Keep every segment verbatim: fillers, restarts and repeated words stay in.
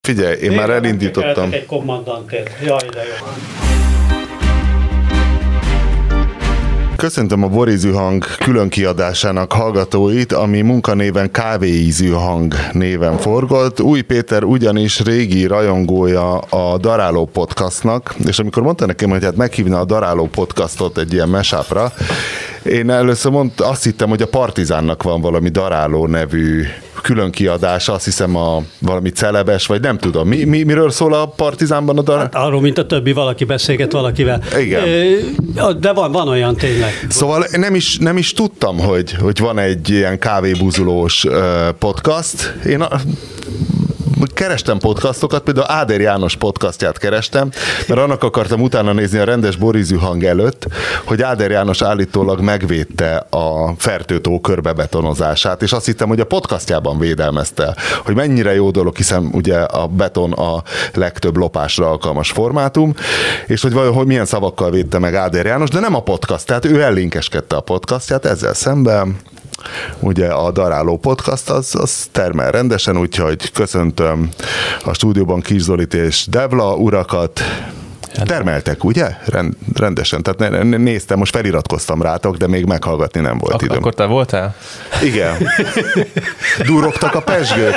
Figyelj, én, én már elindítottam. Egy kommandantért. Jaj, de jó. Köszöntöm a Borízű Hang külön kiadásának hallgatóit, ami munkanéven Kávéízű Hang néven forgott. Új Péter ugyanis régi rajongója a Daráló Podcastnak, és amikor mondta nekem, hogy hát meghívna a Daráló Podcastot egy ilyen mashup-ra, én először mondta, azt hittem, hogy a Partizánnak van valami Daráló nevű külön kiadása, azt hiszem a valami celebes, vagy nem tudom. Mi, mi, miről szól a Partizánban a Daráló? Hát arról, mint a többi, valaki beszélget valakivel. Igen. De van, van olyan tényleg. Szóval nem is, nem is tudtam, hogy, hogy van egy ilyen kávébuzulós podcast. Én a, kerestem podcastokat, például Áder János podcastját kerestem, mert annak akartam utána nézni a rendes Borízű Hang előtt, hogy Áder János állítólag megvédte a Fertőtó körbebetonozását, és azt hittem, hogy a podcastjában védelmezte, hogy mennyire jó dolog, hiszen ugye a beton a legtöbb lopásra alkalmas formátum, és hogy vajon hogy milyen szavakkal védte meg Áder János, de nem a podcast, tehát ő ellinkeskedte a podcastját, ezzel szemben ugye a Daráló Podcast az, az termel rendesen, úgyhogy köszöntöm a stúdióban Kis Zolit és Devla urakat. Termeltek, ugye? Rend, rendesen. Tehát néztem, most feliratkoztam rátok, de még meghallgatni nem volt Ak- időm. Akkor te voltál? Igen. Durogtak a pezsgők.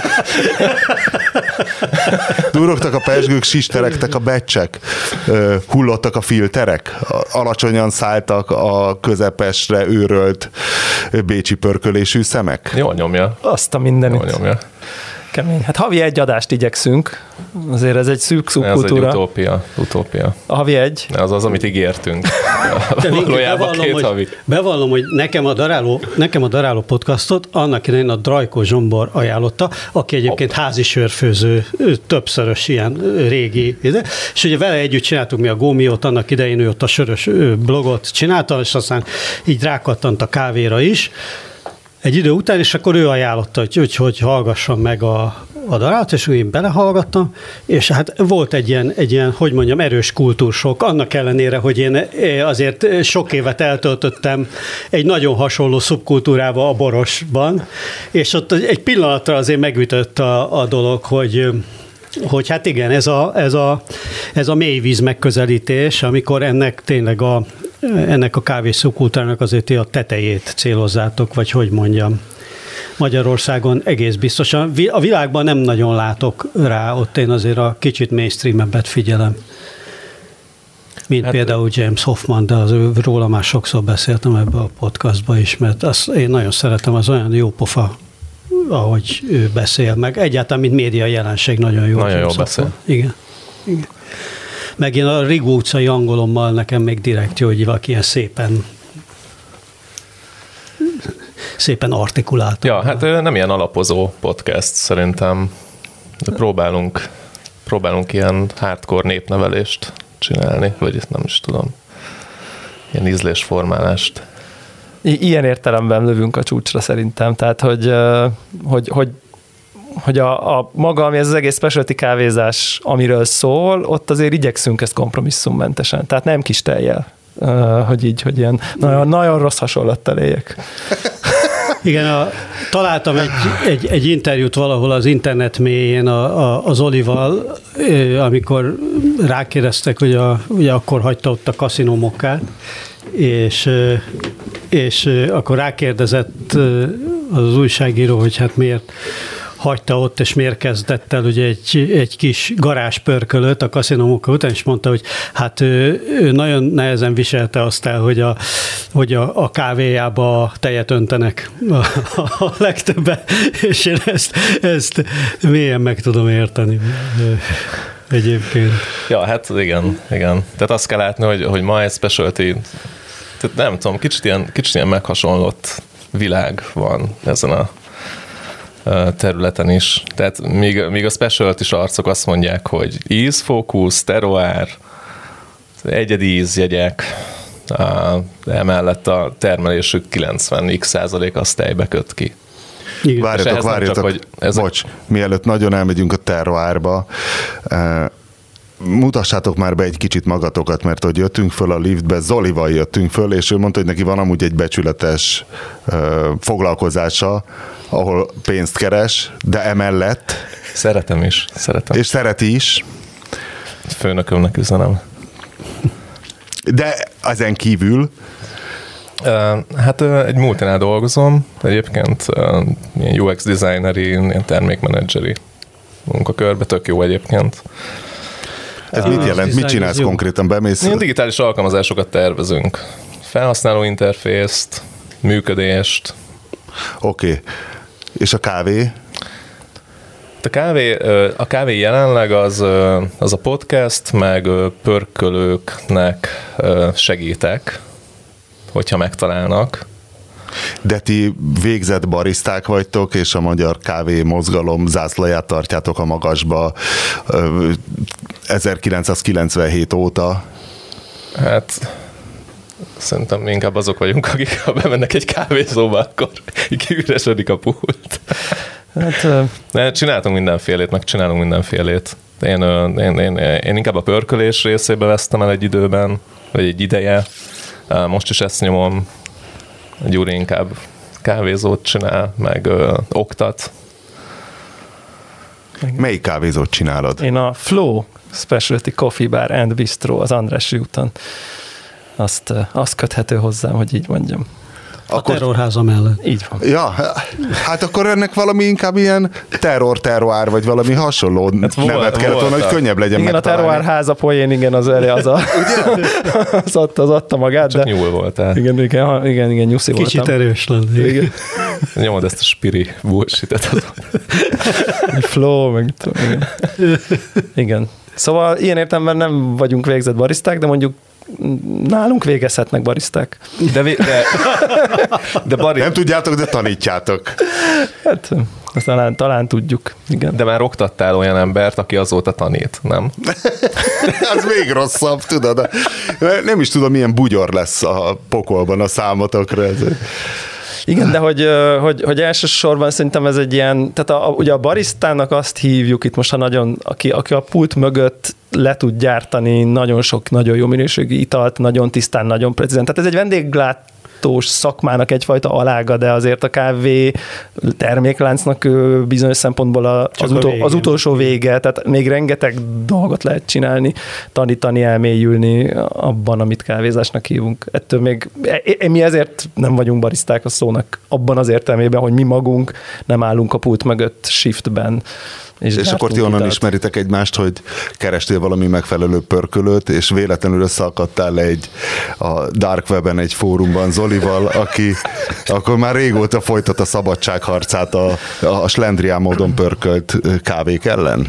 Durogtak a pezsgők, sisteregtek a becsek, hullottak a filterek, alacsonyan szálltak a közepesre őrölt bécsi pörkölésű szemek. Jól nyomja. Azt a mindenit. Jól nyomja. Kemény. Hát havi egy adást igyekszünk. Azért ez egy szűk szubkultúra. Ez egy utópia. utópia. A havi egy. Az az, amit ígértünk. Valójában bevallom, két hogy, havi. Bevallom, hogy nekem a, Daráló, nekem a Daráló Podcastot annak idején a Drajko Zsombor ajánlotta, aki egyébként Hopp. házi sörfőző, többszörös ilyen régi, és ugye vele együtt csináltuk mi a Gómiót, annak idején ő ott a sörös blogot csinálta, és aztán így rákattant a kávéra is egy idő után, és akkor ő ajánlotta, hogy, hogy, hogy hallgassam meg a, a Darálót, és én belehallgattam, és hát volt egy ilyen, egy ilyen, hogy mondjam, erős kultúrsok, annak ellenére, hogy én azért sok évet eltöltöttem egy nagyon hasonló szubkultúrába, a Borosban, és ott egy pillanatra azért megütött a, a dolog, hogy hogy hát igen, ez a, ez a, ez a mélyvíz megközelítés, amikor ennek tényleg a ennek a kávés szubkultúrának azért a tetejét célozzátok, vagy hogy mondjam. Magyarországon egész biztosan. A világban nem nagyon látok rá, ott én azért a kicsit mainstreamebbet figyelem. Mint hát, például James Hoffman, de az ő, róla már sokszor beszéltem ebbe a podcastba is, mert azt én nagyon szeretem, az olyan jó pofa, ahogy ő beszél, meg egyáltalán, mint média jelenség, nagyon jó. Nagyon jól beszél. Igen. Igen. Meg én a Rigó utcai angolommal nekem még direkt jó, hogy valaki ilyen szépen szépen artikuláltam. Ja, hát nem ilyen alapozó podcast szerintem. De próbálunk, próbálunk ilyen hardcore népnevelést csinálni, vagy nem is tudom. Ilyen ízlésformálást. I- ilyen értelemben lövünk a csúcsra szerintem. Tehát, hogy, hogy, hogy hogy a, a maga, ami ez az egész specialty kávézás, amiről szól, ott azért igyekszünk ezt kompromisszummentesen. Tehát nem kis tejjel, uh, hogy így, hogy ilyen nagyon, nagyon rossz hasonlattal éljek. Igen, a, találtam egy, egy, egy interjút valahol az internet mélyén a, a, az Olival, amikor rákérdeztek, hogy a, ugye akkor hagyta ott a Casino Moccát, és, és akkor rákérdezett az újságíró, hogy hát miért hagyta ott, és miért kezdett el ugye egy, egy kis garázspörkölőt a Casino Mocca után, és mondta, hogy hát ő, ő nagyon nehezen viselte azt el, hogy a, hogy a, a kávéjába tejet öntenek a, a, a legtöbben, és én ezt, ezt mélyen meg tudom érteni egyébként. Ja, hát igen, igen. Tehát azt kell látni, hogy, hogy ma egy specialty, tehát nem tudom, kicsit ilyen, kicsit ilyen meghasonlott világ van ezen a területen is. Tehát míg, míg a specialty arcok azt mondják, hogy ízfókusz, terroir, egyedi ízjegyek, emellett a termelésük kilencven százalék azt tejbe köt ki. Igen. Várjatok, várjatok, csak, hogy ezek... bocs, mielőtt nagyon elmegyünk a terroirba, mutassátok már be egy kicsit magatokat, mert hogy jöttünk föl a liftbe, Zolival jöttünk föl, és ő mondta, hogy neki van amúgy egy becsületes uh, foglalkozása, ahol pénzt keres, de emellett Szeretem is, szeretem. És szereti is. Főnökömnek üzenem. De ezen kívül? Hát egy multinál dolgozom, egyébként ilyen u x designeri, ilyen termékmenedzseri munkakörbe, tök jó egyébként. Ez mit jelent? Mit csinálsz konkrétan? Bemész? Ilyen digitális alkalmazásokat tervezünk. Felhasználó interfészt, működést. Oké. Okay. És a kávé? A kávé, a kávé jelenleg az, az a podcast, meg pörkölőknek segítek, hogyha megtalálnak. De ti végzett bariszták vagytok, és a magyar kávé mozgalom zászlaját tartjátok a magasba ezerkilencszázkilencvenhét óta. Hát szerintem inkább azok vagyunk, akik ha bemennek egy kávézóba, akkor kiüresedik a pult. Hát, de csináltunk mindenfélét, meg csinálunk mindenfélét. Én, én, én, én inkább a pörkölés részébe vesztem el egy időben, vagy egy ideje. Most is ezt nyomom. Egy úr inkább kávézót csinál, meg ö, oktat. Melyik kávézót csinálod? Én a Flow Specialty Coffee Bar and Bistro az Andrássy úton. Azt, azt köthető hozzám, hogy így mondjam. A akkor, terrorháza mellett. Így van. Ja, hát akkor ennek valami inkább ilyen terror-terroár, vagy valami hasonló hát nevet volt, kellett volna, hogy könnyebb legyen igen, megtalálni. Igen, a terrorháza poén, igen, az elé, az a, az, adta, az adta magát. Csak de, nyúl voltál. Igen, igen, igen, igen nyuszi voltam. Kicsit erős lenni. Igen. Nyomod ezt a spiri bullshit-et azon. Flow, meg igen. Igen. Szóval ilyen értelemben nem vagyunk végzett bariszták, de mondjuk nálunk végezhetnek bariszták. De, de, de bari... Nem tudjátok, de tanítjátok. Hát, azt talán, talán tudjuk. Igen. De már oktattál olyan embert, aki azóta tanít, nem? Az még rosszabb, tudod. Nem is tudom, milyen bugyor lesz a pokolban a számotokra. Ez. Igen, de hogy, hogy, hogy elsősorban szerintem ez egy ilyen, tehát a, ugye a barisztának azt hívjuk itt most, ha nagyon, aki, aki a pult mögött le tud gyártani nagyon sok, nagyon jó minőségű italt, nagyon tisztán, nagyon precízen. Tehát ez egy vendéglát szakmának egyfajta alága, de azért a kávé termékláncnak bizonyos szempontból a, az, utol, az utolsó vége, tehát még rengeteg dolgot lehet csinálni, tanítani, elmélyülni abban, amit kávézásnak hívunk. Ettől még mi ezért nem vagyunk bariszták a szónak abban az értelmében, hogy mi magunk nem állunk a pult mögött shiftben. És, és akkor ti onnan italt. Ismeritek egymást, hogy kerestél valami megfelelő pörkölőt, és véletlenül összeakadtál egy a Dark Webben egy fórumban Zolival, aki akkor már régóta folytat a szabadságharcát a, a slendrián módon pörkölt kávék ellen?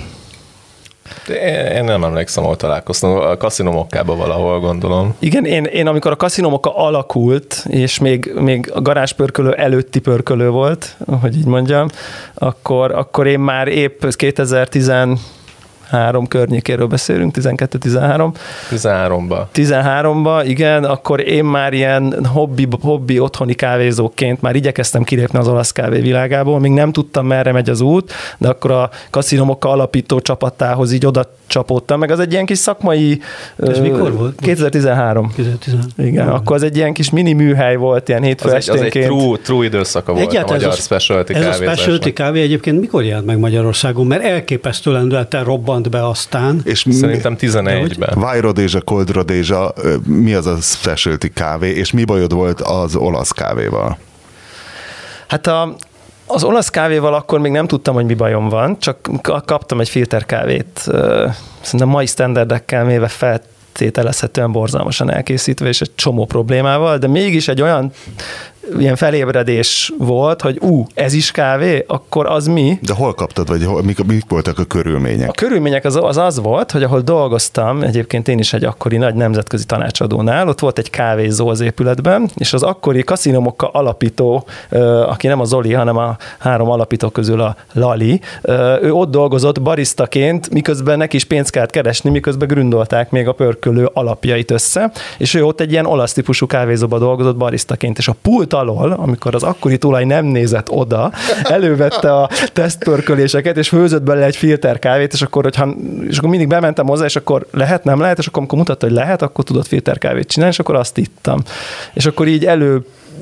Én nem emlékszem, ahol találkoztam. A kaszinomokkába valahol, gondolom. Igen, én, én amikor a kaszinomokka alakult, és még, még a garázspörkölő előtti pörkölő volt, hogy így mondjam, akkor, akkor én már épp kétezer-tizenhárom környékéről beszélünk, tizenkettő tizenhárom. tizenháromba. tizenháromba, igen, akkor én már ilyen hobbi, hobbi otthoni kávézóként már igyekeztem kilépni az olasz kávé világából, még nem tudtam, merre megy az út, de akkor a kaszinomokka alapító csapatához így oda csapódtam, meg az egy ilyen kis szakmai... Ez uh, mikor volt? kétezer-tizenhárom. kétezer-tizenhárom. Igen, ah. akkor az egy ilyen kis mini műhely volt, ilyen hétfő az esténként. Egy, az egy true, true időszaka volt egyáltalán a magyar a, specialty kávézásnak. Ez a specialty kávé egyébként mikor jelent meg Magyarországon? Mert elképesztő lendületen robbant be aztán. És szerintem tizenegyben. Vajrodézsa, koldrodézsa, mi az a specialty kávé, és mi bajod volt az olasz kávéval? Hát a Az olasz kávéval akkor még nem tudtam, hogy mi bajom van, csak kaptam egy filterkávét, szerintem mai sztenderdekkel méve feltételezhetően borzalmasan elkészítve, és egy csomó problémával, de mégis egy olyan ilyen felébredés volt, hogy ú, ez is kávé, akkor az mi? De hol kaptad, vagy hol, mik, mik voltak a körülmények? A körülmények az, az az volt, hogy ahol dolgoztam, egyébként én is egy akkori nagy nemzetközi tanácsadónál, ott volt egy kávézó az épületben, és az akkori kaszinomokka alapító, aki nem a Zoli, hanem a három alapító közül a Lali, ő ott dolgozott barisztaként, miközben neki is pénzt kellett keresni, miközben gründolták még a pörkölő alapjait össze, és ő ott egy ilyen olasz típusú kávézóba dolgozott barisztaként, és a pult alól, amikor az akkori tulaj nem nézett oda, elővette a tesztpörköléseket, és főzött bele egy filterkávét, és akkor, hogyha, és akkor mindig bementem hozzá, és akkor lehet, nem lehet, és akkor amikor mutatta, hogy lehet, akkor tudott filterkávét csinálni, és akkor azt ittam. És akkor így elő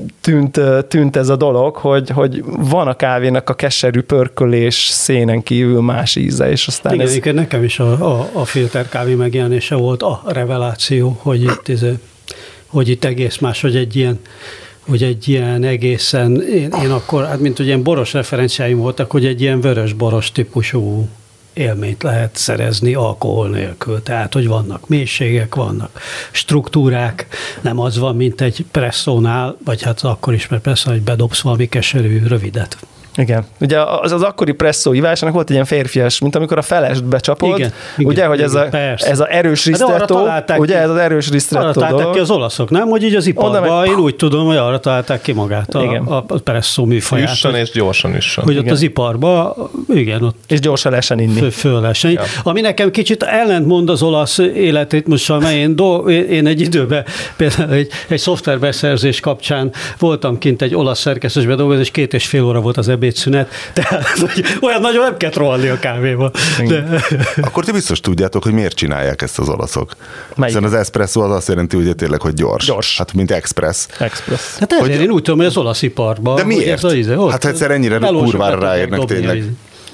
tűnt, tűnt ez a dolog, hogy, hogy van a kávénak a keserű pörkölés szénen kívül más íze, és aztán igen, ez... Igen, nekem is a, a, a filterkávé megjelenése volt a reveláció, hogy itt, ez, hogy itt egész más, hogy egy ilyen hogy egy ilyen egészen, én, én akkor, hát mint hogy ilyen boros referenciáim voltak, hogy egy ilyen vörös-boros típusú élményt lehet szerezni alkohol nélkül. Tehát, hogy vannak mélységek, vannak struktúrák, nem az van, mint egy presszónál, vagy hát akkor is, mert persze, hogy bedobsz valami keserű rövidet. Igen. Ugye az, az akkori presszó ivásának volt egy ilyen férfias, mint amikor a felest becsapod, igen, ugye, igen, hogy ez, igen, a, ez a erős ristretto, ugye ez az erős ristretto arra találták ki az olaszok, nem? Hogy így az iparban, én úgy tudom, hogy arra találták ki magát a, a, a presszó műfaját. Üssön és gyorsan üssön. Hogy igen. Ott az iparban, igen, ott és gyorsan lehessen inni. Föl, föl lehessen. Ja. Ami nekem kicsit ellentmond az olasz életritmussal, mert én, do, én egy időben például egy, egy szoftverbeszerzés kapcsán voltam kint egy olasz szerkesztésben dolgozni, és két és fél óra volt az ebédszünet, tehát olyan nagyon nem kell rohanni a kávéba. De... Akkor ti biztos tudjátok, hogy miért csinálják ezt az olaszok. Melyik? Hiszen az espresso az azt jelenti, hogy tényleg, hogy gyors. Gyors. Hát mint express. Express. Hát ezért hogy... én úgy tudom, hogy az olasz iparban. De miért? Ez íze, hát egyszer ennyire kurvára ráérnek tényleg.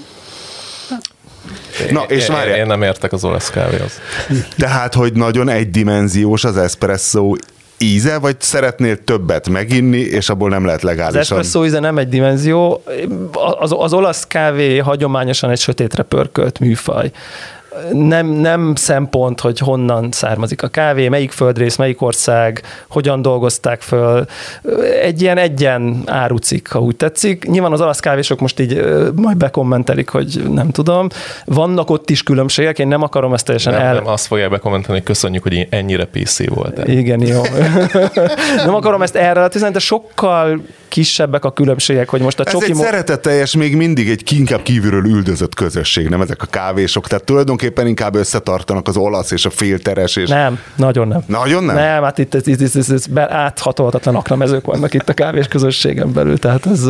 Na, és én, én nem értek az olasz kávéhoz. Tehát, hogy nagyon egydimenziós az espresso íze, vagy szeretnél többet meginni, és abból nem lehet legálisan? Az espresso íze nem egy dimenzió. Az, az olasz kávé hagyományosan egy sötétre pörkölt műfaj. Nem, nem szempont, hogy honnan származik a kávé, melyik földrész, melyik ország, hogyan dolgozták föl. Egy ilyen egyen árucik, ha úgy tetszik. Nyilván az olasz kávésok most így majd bekommentelik, hogy nem tudom. Vannak ott is különbségek, én nem akarom ezt teljesen nem, el... Nem, azt fogják bekommenteni, hogy köszönjük, hogy ennyire pé cé volt. Igen, jó. Nem akarom ezt elrelativizálni, de sokkal kisebbek a különbségek, hogy most a csoki... Ez egy mo- szeretetteljes, még mindig egy inkább kívülről üldözött közösség, nem ezek a kávésok. Tehát tulajdonképpen inkább összetartanak az olasz és a filteres. És... Nem, nagyon nem. Nagyon nem? Nem, hát itt, itt, itt, itt, itt, itt áthatolhatatlan aknamezők vannak itt a kávés közösségen belül. Tehát ez,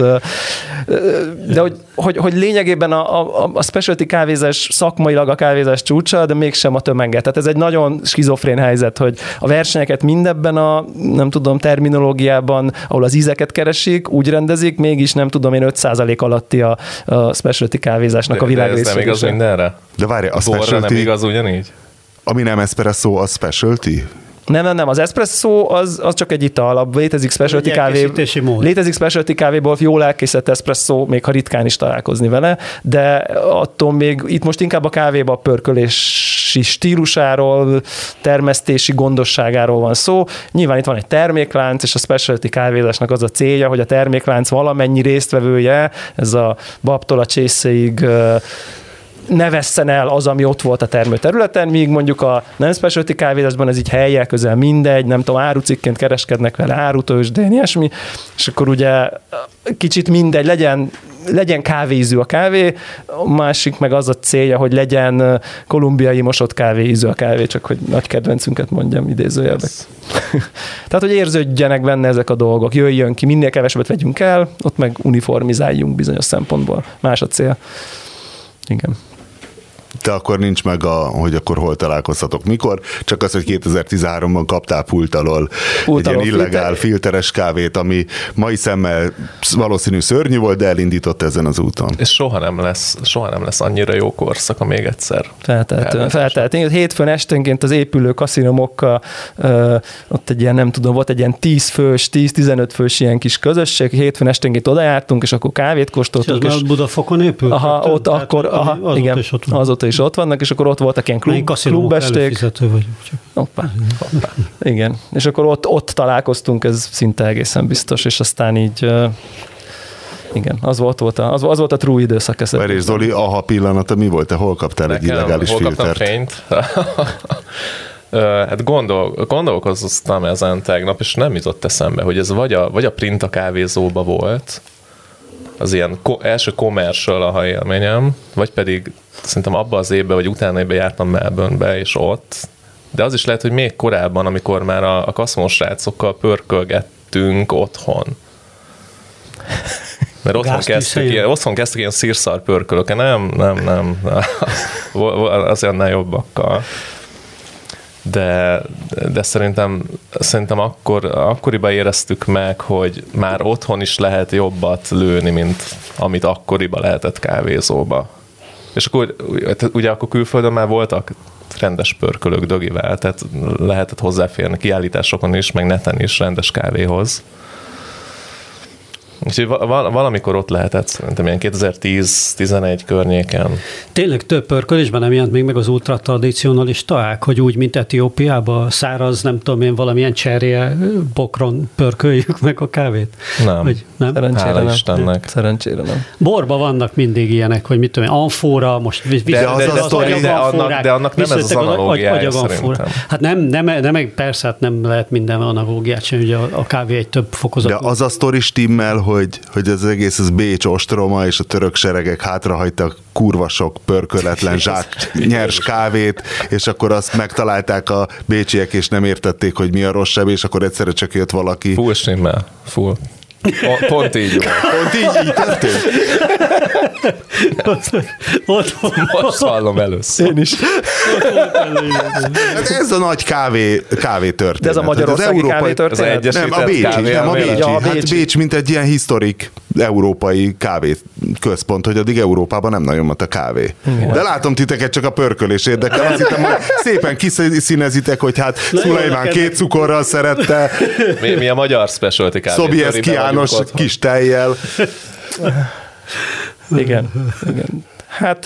de hogy, hogy, hogy lényegében a, a, a specialty kávézás szakmailag a kávézás csúcsa, de mégsem a tömeget. Tehát ez egy nagyon skizofrén helyzet, hogy a versenyeket mindebben a, nem tudom, terminológiában, ahol az ízeket keresik, úgy rendezik, mégis nem tudom én öt százalék alatti a, a specialty kávézásnak de, a világ de ez nem igaz mindenre? De várj, a specialty... nem igaz ugyanígy? Ami nem espresso, az specialty? Nem, nem, nem, az espresso az, az csak egy ital, létezik specialty kávé, létezik specialty kávéból jól elkészített espresso, még ha ritkán is találkozni vele, de attól még itt most inkább a kávéba a pörkölési stílusáról, termesztési gondosságáról van szó. Nyilván itt van egy terméklánc, és a specialty kávézásnak az a célja, hogy a terméklánc valamennyi résztvevője, ez a babtól a csészéig ne vesszen el az, ami ott volt a termőterületen, míg mondjuk a nem specialty kávézásban ez így helyjel közel mindegy, nem tudom, árucikként kereskednek vele, árutősdén, ilyesmi, és akkor ugye kicsit mindegy, legyen, legyen kávéízű a kávé, a másik meg az a célja, hogy legyen kolumbiai mosott kávéízű a kávé, csak hogy nagy kedvencünket mondjam idézőjelben. Yes. Tehát, hogy érződjenek benne ezek a dolgok, jöjjön ki, minél kevesebbet vegyünk el, ott meg uniformizáljunk bizonyos szempontból. Más a cél. Igen. De akkor nincs meg, a, hogy akkor hol találkoztatok, mikor, csak az, hogy kétezer-tizenháromban kaptál pult alól egy ilyen illegál filter. filteres kávét, ami mai szemmel valószínű szörnyű volt, de elindított ezen az úton. És soha nem lesz, soha nem lesz annyira jó korszaka még egyszer. Feltehetően, feltehetően. Hétfőn esténként az épülő kaszinomokkal ott egy ilyen, nem tudom, volt egy ilyen tíz fős, tíz-tizenöt fős ilyen kis közösség, hétfőn esténként oda jártunk, és akkor kávét kóstoltunk. És az már Budafokon épült? Aha, ott tehát, akkor, aha, azóta igen, is ott van. Azóta is ott vannak, és akkor ott voltak ilyen klub, klubesték. Hoppá. Hoppá. Igen, és akkor ott, ott találkoztunk, ez szinte egészen biztos, és aztán így igen, az volt, volt a, az, az volt a true időszak. Várj, és Zoli, aha pillanata mi volt? Te hol kaptál Nekem, egy illegális hol filtert? Hol fényt? Hát gondol, gondolkoztam ezen tegnap, és nem jutott eszembe, hogy ez vagy a, vagy a Printa kávézóba volt, az ilyen ko- első commercial aha élményem, vagy pedig szerintem abban az évben, vagy utána évben jártam Melbourne-be, és ott, de az is lehet, hogy még korábban, amikor már a, a kaszmos srácokkal pörkölgettünk otthon. Mert otthon kezdtük, ilyen, otthon kezdtük ilyen szírszar pörkölőkkel, nem, nem, nem, azért annál jobbakkal. de, de szerintem, szerintem akkor, akkoriban éreztük meg, hogy már otthon is lehet jobbat lőni, mint amit akkoriban lehetett kávézóba. És akkor ugye akkor külföldön már voltak rendes pörkölők dögivel, tehát lehetett hozzáférni kiállításokon is, meg neten is rendes kávéhoz. Úgyhogy valamikor ott lehetett, szerintem ilyen kétezer-tíz-tizenegy környéken. Tényleg több pörkölésben nem jelent még meg az ultratradicionalisták, hogy úgy, mint Etiópiában száraz, nem tudom én, valamilyen cserje bokron pörköljük meg a kávét? Nem. Hogy, nem? Szerencsére Hála nem. Istennek. Szerencsére nem. Borba vannak mindig ilyenek, hogy mit tudom én, amfóra, most de, de, az az az de, annak, de annak nem ez az analógiája szerintem. Hát nem, nem, nem, persze, hát nem lehet minden analógiát sem, ugye a, a kávé egy több fokozatú. De az a sztori stimmel, hogy, hogy az egész az Bécs ostroma, és a török seregek hátrahagytak kurva sok pörköletlen zsák nyers kávét, és akkor azt megtalálták a bécsiek, és nem értették, hogy mi a rosszabb, és akkor egyszerre csak jött valaki. Full stimmel, full. Pont így van. Pont így, így történt? Most hallom először. Én is. Hát ez a nagy kávé, kávé történet. De ez a magyarországi kávé történet? Ez nem, a Bécsi, kávé, nem a Bécsi. Ja, a hát Bécsi. Bécs, mint egy ilyen historik európai kávé központ, hogy addig Európában nem nagyon volt a kávé. Igen. De látom titeket csak a pörkölés érdekel. Azt hittem, hogy szépen kiszínezitek, hogy hát Szulajmán két cukorral szerette. Mi, mi a magyar specialty kávé? Szobieski János kis tejjel. Igen, igen. Hát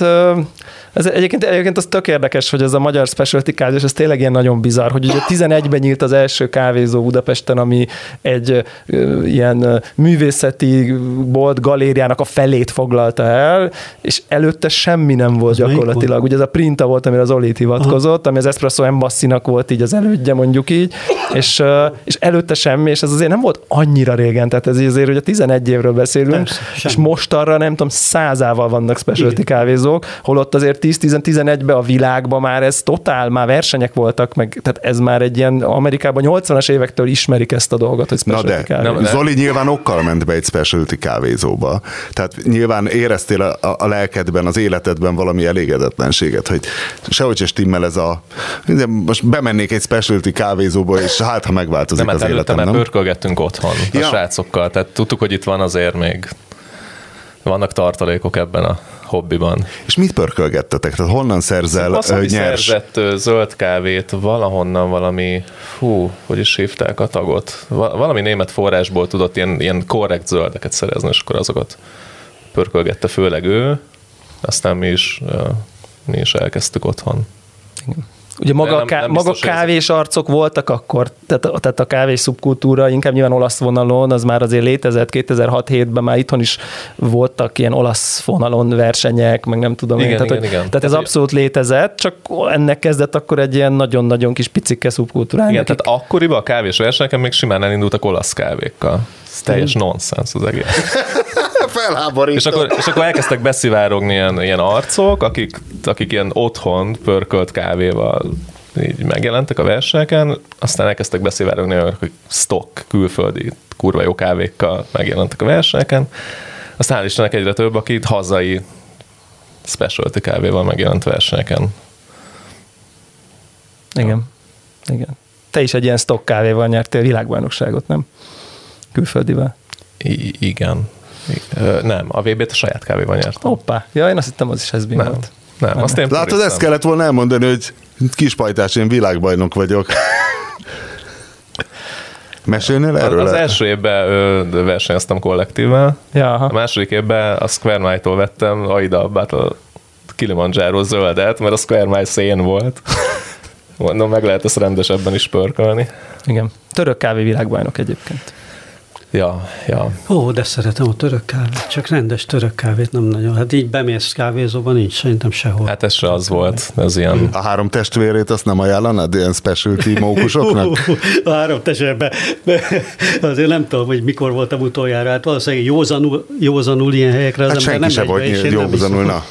ez egyébként, egyébként az tök érdekes, hogy ez a magyar specialty kávé, és ez tényleg ilyen nagyon bizarr, hogy ugye tizenegyben nyílt az első kávézó Budapesten, ami egy ö, ilyen művészeti bolt galériának a felét foglalta el, és előtte semmi nem volt az gyakorlatilag. Ugye ez a Printa volt, amire az Olit hivatkozott, ami az Espresso Embassy-nak volt így az elődje, mondjuk így, és, ö, és előtte semmi, és ez azért nem volt annyira régen, tehát ez azért ugye tizenegy évről beszélünk, persze, és most arra nem tudom, százával vannak specialty kávézók, holott azért tíz-tizenegyben a világban már ez totál, már versenyek voltak, meg, tehát ez már egy ilyen, Amerikában nyolcvanas évektől ismerik ezt a dolgot, hogy specialty kávézó. Na de, Zoli nyilván okkal ment be egy specialty kávézóba, tehát nyilván éreztél a, a lelkedben, az életedben valami elégedetlenséget, hogy sehogy se stimmel ez a, most bemennék egy specialty kávézóba, és hát, ha megváltozik nem, az előtte életem, nem? nem? Pörkölgettünk otthon a ja. srácokkal, tehát tudtuk, hogy itt van azért még, vannak tartalékok ebben a hobbiban. És mit pörkölgettetek? Tehát honnan szerzel azt, nyers? Szerzett zöld kávét valahonnan valami, hú, hogy is hívták a tagot? Valami német forrásból tudott ilyen, ilyen korrekt zöldeket szerezni, és akkor azokat pörkölgette főleg ő, aztán mi is, mi is elkezdtük otthon. Igen. Ugye maga, nem, nem maga kávés arcok voltak akkor, tehát, tehát a kávés szubkultúra inkább nyilván olasz vonalon, az már azért létezett, kétezer-hat-hétben már itthon is voltak ilyen olasz vonalon versenyek, meg nem tudom igen, én. Igen, tehát, igen. tehát, tehát ez abszolút létezett, csak ennek kezdett akkor egy ilyen nagyon-nagyon kis picike szubkultúrán. Igen, nekik. Tehát akkoriban a kávés versenyeken még simán elindultak olasz kávékkal. Ez teljes nonsens az egész. Felháborító. És akkor, és akkor elkezdtek beszivárogni ilyen, ilyen arcok, akik, akik ilyen otthon pörkölt kávéval így megjelentek a versenyeken, aztán elkezdtek beszivárogni, hogy stock, külföldi, kurva jó kávékkal megjelentek a versenyeken. Aztán hál' Istennek egyre több, aki hazai specialty kávéval megjelent versenyeken. Igen. Ja. Igen. Te is egy ilyen stock kávéval nyertél világbajnokságot, nem? Külföldivel. I- igen. Nem, a vé bét a saját kávéval nyertem. Hoppá, ja, én azt hittem, az is ez nem. volt. Nem, nem. Azt én látod, ezt kellett volna elmondani, hogy kispajtás, én világbajnok vagyok. Mesélnél erről? Az, az első évben ö, versenyeztem kollektívvel, ja, a második évben a Square Mile-tól vettem Aida Battle Kilimanjaro zöldet, mert a Square Mile szén volt. Mondom, meg lehet ezt rendesebben is pörkölni. Igen. Török kávé világbajnok egyébként. Ja, ja. Ó, de szeretem a török kávét, csak rendes török kávét nem nagyon. Hát így bemész kávézóban, nincs szerintem sehol. Hát ez se az volt, ez ilyen... A három testvérét azt nem ajánlanád ilyen specialty mókusoknak? A három testvérben, azért nem tudom, hogy mikor voltam utoljára, hát valószínűleg józanul, józanul ilyen helyekre az hát ember nem senki megy be, se volt józanul, na.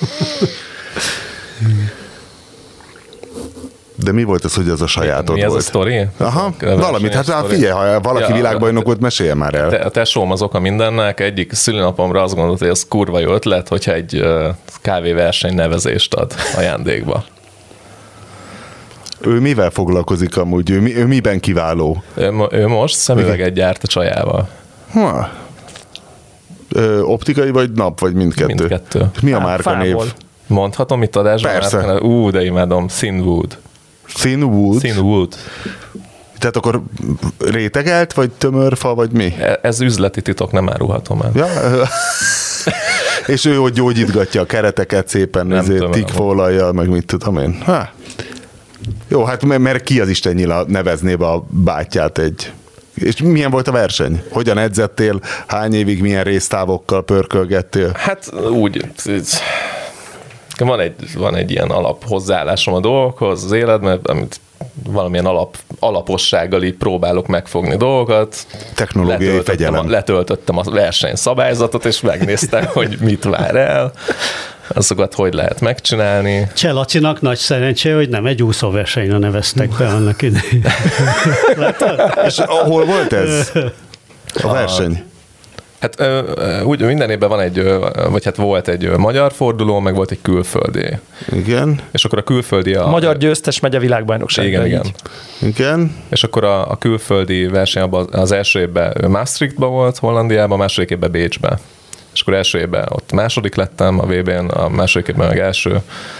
De mi volt ez, hogy az a sajátod mi ez volt? A sztori? Aha, valamit, hát sztori. Figyelj, ha valaki ja, világbajnok volt, mesélje már el. A tesóm az oka mindennek, egyik szülinapomra azt gondolt, hogy ez kurva jó ötlet, hogyha egy kávéverseny nevezést ad ajándékba. Ő mivel foglalkozik amúgy? Ő, mi, ő miben kiváló? Ő, ő most szemüveget gyárt a csajával. Ha. Ö, optikai vagy nap, vagy mindkettő? Mindkettő. Mi a márkanév? Mondhatom itt adásban? Persze. Ú, de imádom. Thinwood. Thinwood? Thinwood. Tehát akkor rétegelt, vagy tömörfa, vagy mi? Ez üzleti titok, nem árulhatom el. Ja, és ő hogy gyógyítgatja a kereteket szépen, ezért tikfaolajjal, meg mit tudom én. Ha. Jó, hát mert ki az Isten nyila nevezné be a bátyját egy... És milyen volt a verseny? Hogyan edzettél? Hány évig milyen résztávokkal pörkölgettél? Hát úgy... Van egy, van egy ilyen alap hozzáállásom a dolgokhoz az életben, amit valamilyen alap, alapossággal így próbálok megfogni dolgokat. Technológiai letöltöttem fegyelem. A, letöltöttem a versenyszabályzatot, és megnéztem, hogy mit vár el, azokat hogy lehet megcsinálni. Cselacinak nagy szerencsé, hogy nem egy úszóversenyre neveztek be annak idején. És hol volt ez? A verseny? Hát úgy minden évben van egy, vagy hát volt egy magyar forduló, meg volt egy külföldi. Igen. És akkor a külföldi... A, a magyar győztes megy a világbajnokságban. Igen, igen. Igen. És akkor a, a külföldi verseny az első évben Maastrichtban volt, Hollandiában, a második évben Bécsben. És akkor első évben ott második lettem a vé bén, a második évben meg első.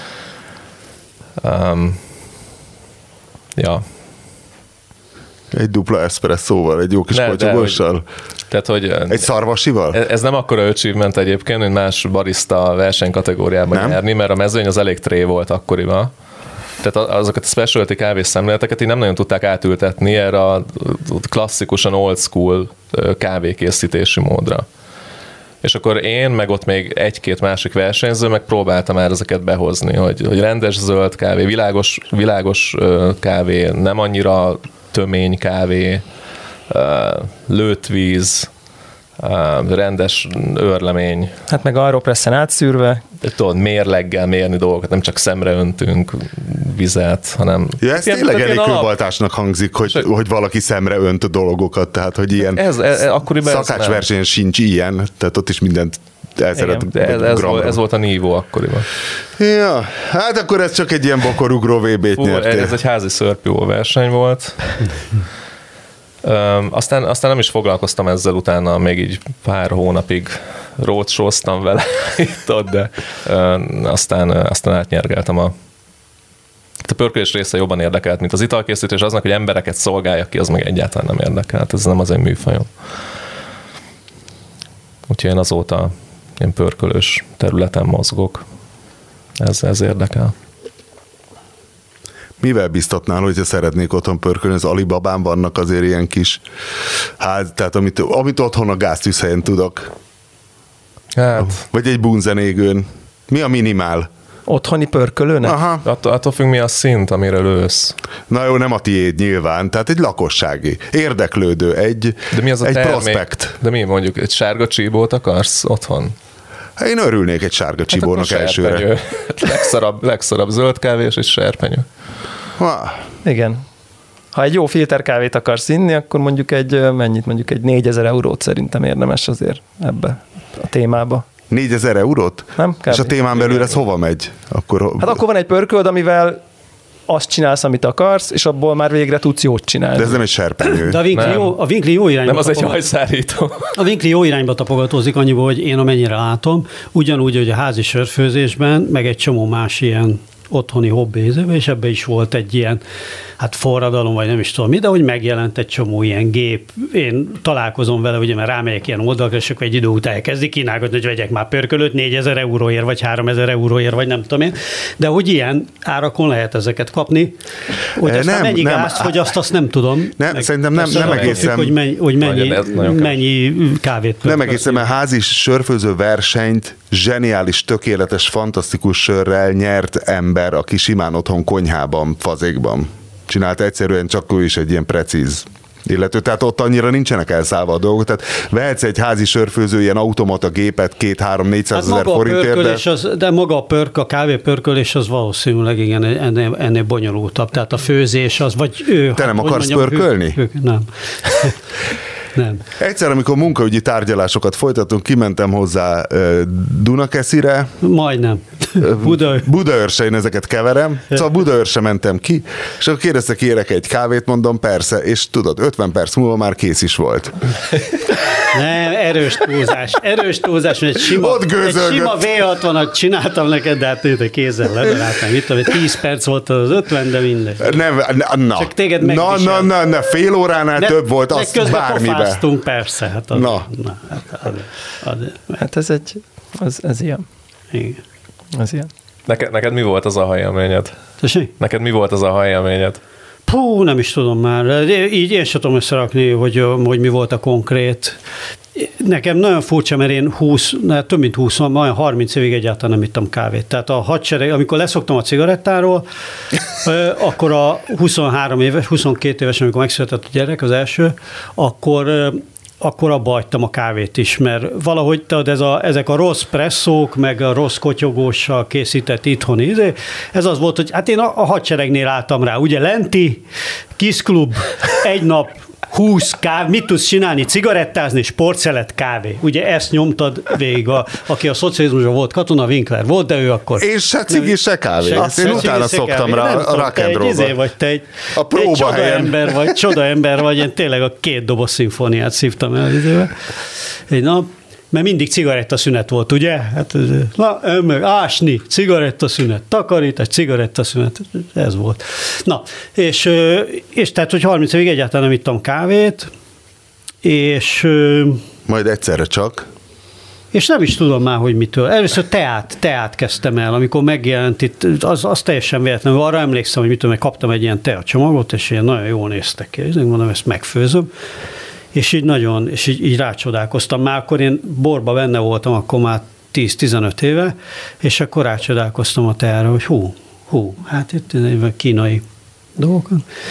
Um, ja. Egy dupla eszpresszóval, egy jó kis kocsogossal. Tehát, hogy egy szarvasival? Ez nem akkora achievement egyébként, hogy más barista versenykategóriában nem? nyerni, mert a mezőny az elég tré volt akkoriban. Tehát azokat a specialty kávés szemléleteket így nem nagyon tudták átültetni erre a klasszikusan old school kávékészítési módra. És akkor én, meg ott még egy-két másik versenyző, meg próbáltam már ezeket behozni, hogy, hogy rendes zöld kávé, világos, világos kávé, nem annyira tömény kávé, lőtt víz, rendes őrlemény. Hát meg Aeropressen átszűrve. Tudod, mérleggel mérni dolgokat, nem csak szemre öntünk vizet, hanem... Ja, ez tényleg elég kőbaltásnak hangzik, hogy, és, hogy valaki szemre önt dolgokat, tehát hogy ilyen ez, ez, akkoriban szakácsversenyen sincs ilyen, tehát ott is mindent elszeret. Ez, ez, volt, ez volt a nívó akkoriban. Ja, hát akkor ez csak egy ilyen bokorugró vé bét nyertél. Ez egy házi szörpió verseny volt. Um, aztán, aztán nem is foglalkoztam ezzel, utána még így pár hónapig roadshow-ztam vele itt-ott, de um, aztán, aztán átnyergeltem a a pörkölés része jobban érdekelt, mint az italkészítés, aznak, hogy embereket szolgáljak ki, az meg egyáltalán nem érdekelt. Ez nem az én műfajom. Úgyhogy én azóta ilyen pörkölős területen mozgok. Ez, ez érdekel. Mivel biztatnál, hogyha szeretnék otthon pörkölni? Az Alibabán vannak azért ilyen kis ház, tehát amit, amit otthon a gáztűzhelyen tudok. Hát. Vagy egy bunzenégőn. Mi a minimál? Otthoni pörkölőnek? Aha. Attól, attól függ, mi a szint, amire lősz. Na jó, nem a tiéd nyilván, tehát egy lakossági, érdeklődő, egy, de mi az a egy termék? prospekt. De mi mondjuk, egy sárga csíbót akarsz otthon? Hát én örülnék egy sárga csíbónak hát elsőre. legszarabb, legszarabb zöld kávé és egy serpenyő. Ha. Igen. Ha egy jó filterkávét akarsz inni, akkor mondjuk egy, mennyit, mondjuk egy négyezer eurót szerintem érdemes azért ebbe a témába. négyezer eurót? Nem? És a témán belül ez hova megy? Akkor... Hát akkor van egy pörköld, amivel azt csinálsz, amit akarsz, és abból már végre tudsz jót csinálni. De ez nem egy serpenyő. De a Winkli jó, a Winkli jó irányba. Nem, az egy hajszárító. A Winkli jó irányba tapogatózik annyiból, hogy én amennyire látom, ugyanúgy, hogy a házi sörfőzésben, meg egy csomó más ilyen otthoni hobbiézőben, és ebben is volt egy ilyen, hát forradalom, vagy nem is tudom mi, de hogy megjelent egy csomó ilyen gép. Én találkozom vele, ugye, mert rámegyek ilyen oldalakra, és akkor egy idő után elkezdik kínálgatni, hogy vegyek már pörkölőt négyezer euróért, vagy háromezer euróért, vagy nem tudom én. De hogy ilyen árakon lehet ezeket kapni, hogy aztán nem, mennyi gázt fogyaszt, azt nem tudom. Nem, meg szerintem nem, nem egészen. Függ, hogy mennyi, hogy mennyi, mennyi kávét pörköl. Nem egészen, mert házi sörfőző versenyt zseniális, tökéletes, fantasztikus sörrel nyert ember, aki simán otthon konyhában, fazékban csinálta, egyszerűen csak ő is egy ilyen precíz illető, tehát ott annyira nincsenek elszállva a dolgok, tehát vehetsz egy házi sörfőző ilyen automata gépet két-három-négyszázezer hát forintért, de... Az, de maga a pörk, a kávépörkölés az valószínűleg igen, ennél, ennél bonyolultabb, tehát a főzés az, vagy ő... Te hát, nem akarsz mondjam, pörkölni? Ő, ő, nem. Nem. Egyszer, amikor munkaügyi tárgyalásokat folytatunk, kimentem hozzá uh, Dunakeszire. Majdnem. Buda. Budaörse, én ezeket keverem. Szóval Budaörse mentem ki, és akkor kérdezte, kérek egy kávét, mondom, persze, és tudod, ötven perc múlva már kész is volt. Nem, erős túlzás, erős túlzás, mert egy sima, egy sima vé hatvanat csináltam neked, de hát én kézzel ledaráltam, mit tudom, tíz perc volt az ötven, de mindegy. Nem, na, csak téged na, na, na, na, fél óránál ne, több volt, az bármibe. Pofáztunk, persze. Hát az, na. na hát, az, az, az, hát ez egy, az, ez ilyen. Igen. Ez ilyen. Neked, neked mi volt az a hajélményed? Tessék? Neked mi volt az a hajélményed? Pú, nem is tudom már. Így én sem tudom összerakni, hogy, hogy mi volt a konkrét. Nekem nagyon furcsa, mert én húsz, több mint húsz, majd harminc évig egyáltalán nem ittam kávét. Tehát a hadsereg, amikor leszoktam a cigarettáról, akkor a huszonhárom éves, huszonkét éves, amikor megszületett a gyerek, az első, akkor akkor abba hagytam a kávét is, mert valahogy tudod, ez a, ezek a rossz presszók, meg a rossz kotyogóssal készített itthoni, ez az volt, hogy hát én a, a hadseregnél álltam rá, ugye lenti, kis klub, egy nap, húsz kávé, mit tudsz csinálni? Cigarettázni, sportszelet, kávé. Ugye ezt nyomtad végig, a, aki a szocializmusban volt katona, Winkler volt, de ő akkor... És se cigi, se kávé. Se, Azt én utána szoktam rá a rock and roll-ba. Te egy vagy, te egy, a próba egy csoda helyen. ember vagy, csoda ember vagy, én tényleg a két doboz szimfóniát szívtam el izébe. Egy nap, mert mindig cigarettaszünet volt, ugye? Hát, na, meg ásni, cigarettaszünet, takarítás, cigarettaszünet, ez volt. Na, és, és tehát, hogy harminc évig egyáltalán nem ittam kávét, és... Majd egyszerre csak. És nem is tudom már, hogy mitől. Először teát, teát kezdtem el, amikor megjelent itt, az, az teljesen véletlenül. Arra emlékszem, hogy mitől, mert kaptam egy ilyen teacsomagot, és ilyen nagyon jól néztek ki. És mondom, ezt megfőzöm. És így nagyon, és így, így rácsodálkoztam. Már akkor én borba benne voltam, akkor már tíz-tizenöt éve, és akkor rácsodálkoztam a teára, hogy hú, hú, hát itt kínai dolgok.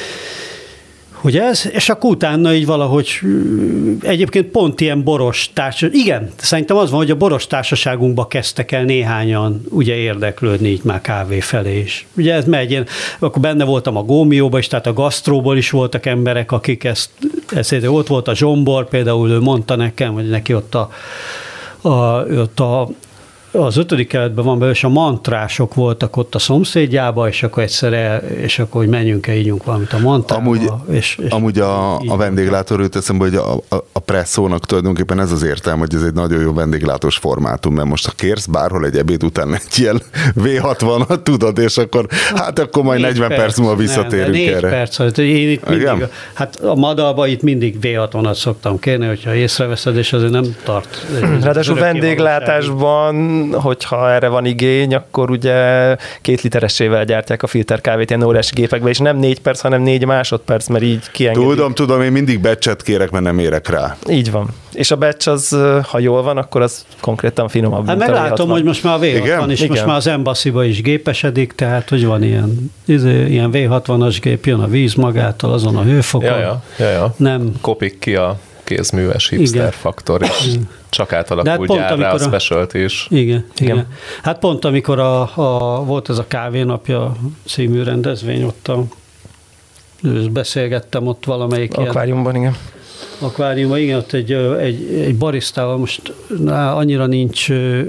Hogy ez, és akkor utána így valahogy egyébként pont ilyen boros társaság, igen, szerintem az van, hogy a boros társaságunkba kezdtek el néhányan ugye érdeklődni így már kávé felé is. Ugye ez megy, én akkor benne voltam a Gómióba is, tehát a gasztróból is voltak emberek, akik ezt, ezt ott volt a Zsombor, például ő mondta nekem, hogy neki ott a, a, ott a az ötödik keletben van belőle, és a mantrások voltak ott a szomszédjában, és akkor egyszerre, és akkor, hogy menjünk el, ígyunk valamit a mantrába. Amúgy, és, és amúgy a, a vendéglátóról jut eszembe, hogy a, a, a presszónak tulajdonképpen ez az értelme, hogy ez egy nagyon jó vendéglátós formátum, mert most ha kérsz bárhol egy ebéd után egy ilyen vé hatvanat, tudod, és akkor hát akkor majd negyven perc, perc múlva visszatérünk nem, négy erre. Perc, én itt mindig, hát a Madalba itt mindig vé hatvanat szoktam kérni, hogyha észreveszed, és azért nem tart. Ráadásul vendéglátásban, hogyha erre van igény, akkor ugye két literessével gyártják a filterkávét ilyen óriási gépekbe, és nem négy perc, hanem négy másodperc, mert így kiengedik. Tudom, tudom, én mindig batchet kérek, mert nem érek rá. Így van. És a batch az, ha jól van, akkor az konkrétan finomabb. Hát meglátom, hogy most már a vé hatvan is, Igen? most már az Embassy-ba is gépesedik, tehát hogy van ilyen, ilyen vé hatvanas gép, jön a víz magától, azon a hőfokon. Ja, ja, ja, ja. Nem. Kopik ki a kézműves hipster igen. faktor, és csak átalakul hát gyár rá a specialty is. Igen, igen, igen. Hát pont amikor a, a, volt ez a kávénapja című rendezvény, ott a, beszélgettem ott valamelyik akváriumban, igen. Akváriumban, igen, ott egy, egy, egy barisztával, most na, annyira nincs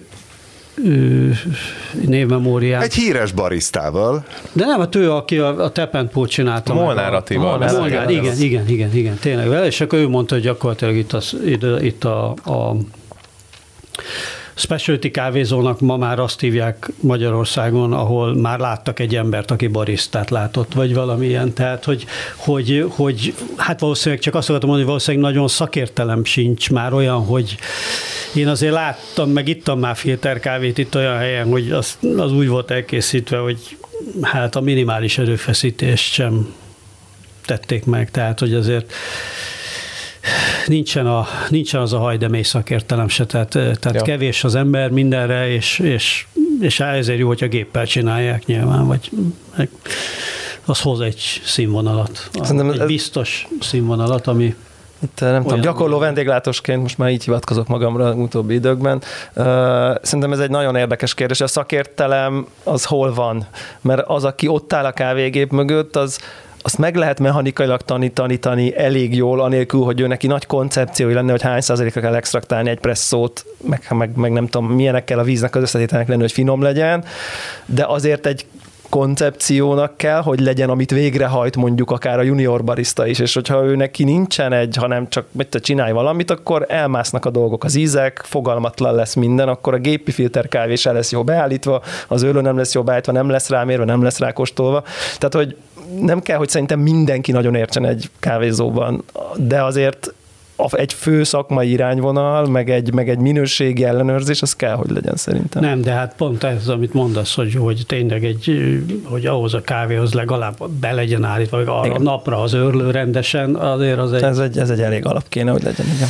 névmemóriám. Egy híres barisztával. De nem, hát ő, aki a, a Tepentpót csinálta. Molnár Attival. Molnár, Molnár, igen, igen, igen, igen, tényleg vele, és akkor ő mondta, hogy gyakorlatilag itt, az, itt a, a specialty kávézónak ma már azt hívják Magyarországon, ahol már láttak egy embert, aki barisztát látott, vagy valamilyen. Tehát, hogy, hogy, hogy hát valószínűleg csak azt akartam mondani, hogy valószínűleg nagyon szakértelem sincs már olyan, hogy én azért láttam, meg ittam már filterkávét itt olyan helyen, hogy az, az úgy volt elkészítve, hogy hát a minimális erőfeszítést sem tették meg. Tehát, hogy azért nincsen, a, nincsen az a hajdemély szakértelem se, tehát, tehát ja. kevés az ember mindenre, és, és, és ezért jó, hogyha géppel csinálják nyilván, vagy az hoz egy színvonalat, egy biztos színvonalat, ami itt nem tudom, gyakorló vendéglátósként most már így hivatkozok magamra az utóbbi időkben. Szerintem ez egy nagyon érdekes kérdés. A szakértelem az hol van? Mert az, aki ott áll a kávégép mögött, az azt meg lehet mechanikailag tanítani elég jól, anélkül, hogy ő neki nagy koncepciói lenne, hogy hány százalékra kell extraktálni egy presszót, meg, meg, meg nem tudom, milyenek kell a víznek az összetételnek lenni, hogy finom legyen, de azért egy koncepciónak kell, hogy legyen, amit végrehajt mondjuk akár a junior barista is, és hogyha ő neki nincsen egy, hanem csak mit csinálj valamit, akkor elmásznak a dolgok, az ízek, fogalmatlan lesz minden, akkor a gépi filter kávé se lesz jó beállítva, az őrlő nem lesz jó beállítva, nem lesz rámérve, nem lesz rákóstolva. Tehát, hogy nem kell, hogy szerintem mindenki nagyon értsen egy kávézóban, de azért egy fő szakmai irányvonal, meg egy, meg egy minőségi ellenőrzés, az kell, hogy legyen szerintem. Nem, de hát pont ez, amit mondasz, hogy, hogy tényleg egy, hogy ahhoz a kávéhoz legalább be legyen állítva, vagy arra igen. napra az őrlő rendesen, azért az egy... Ez egy, ez egy elég alap kéne, hogy legyen, igen.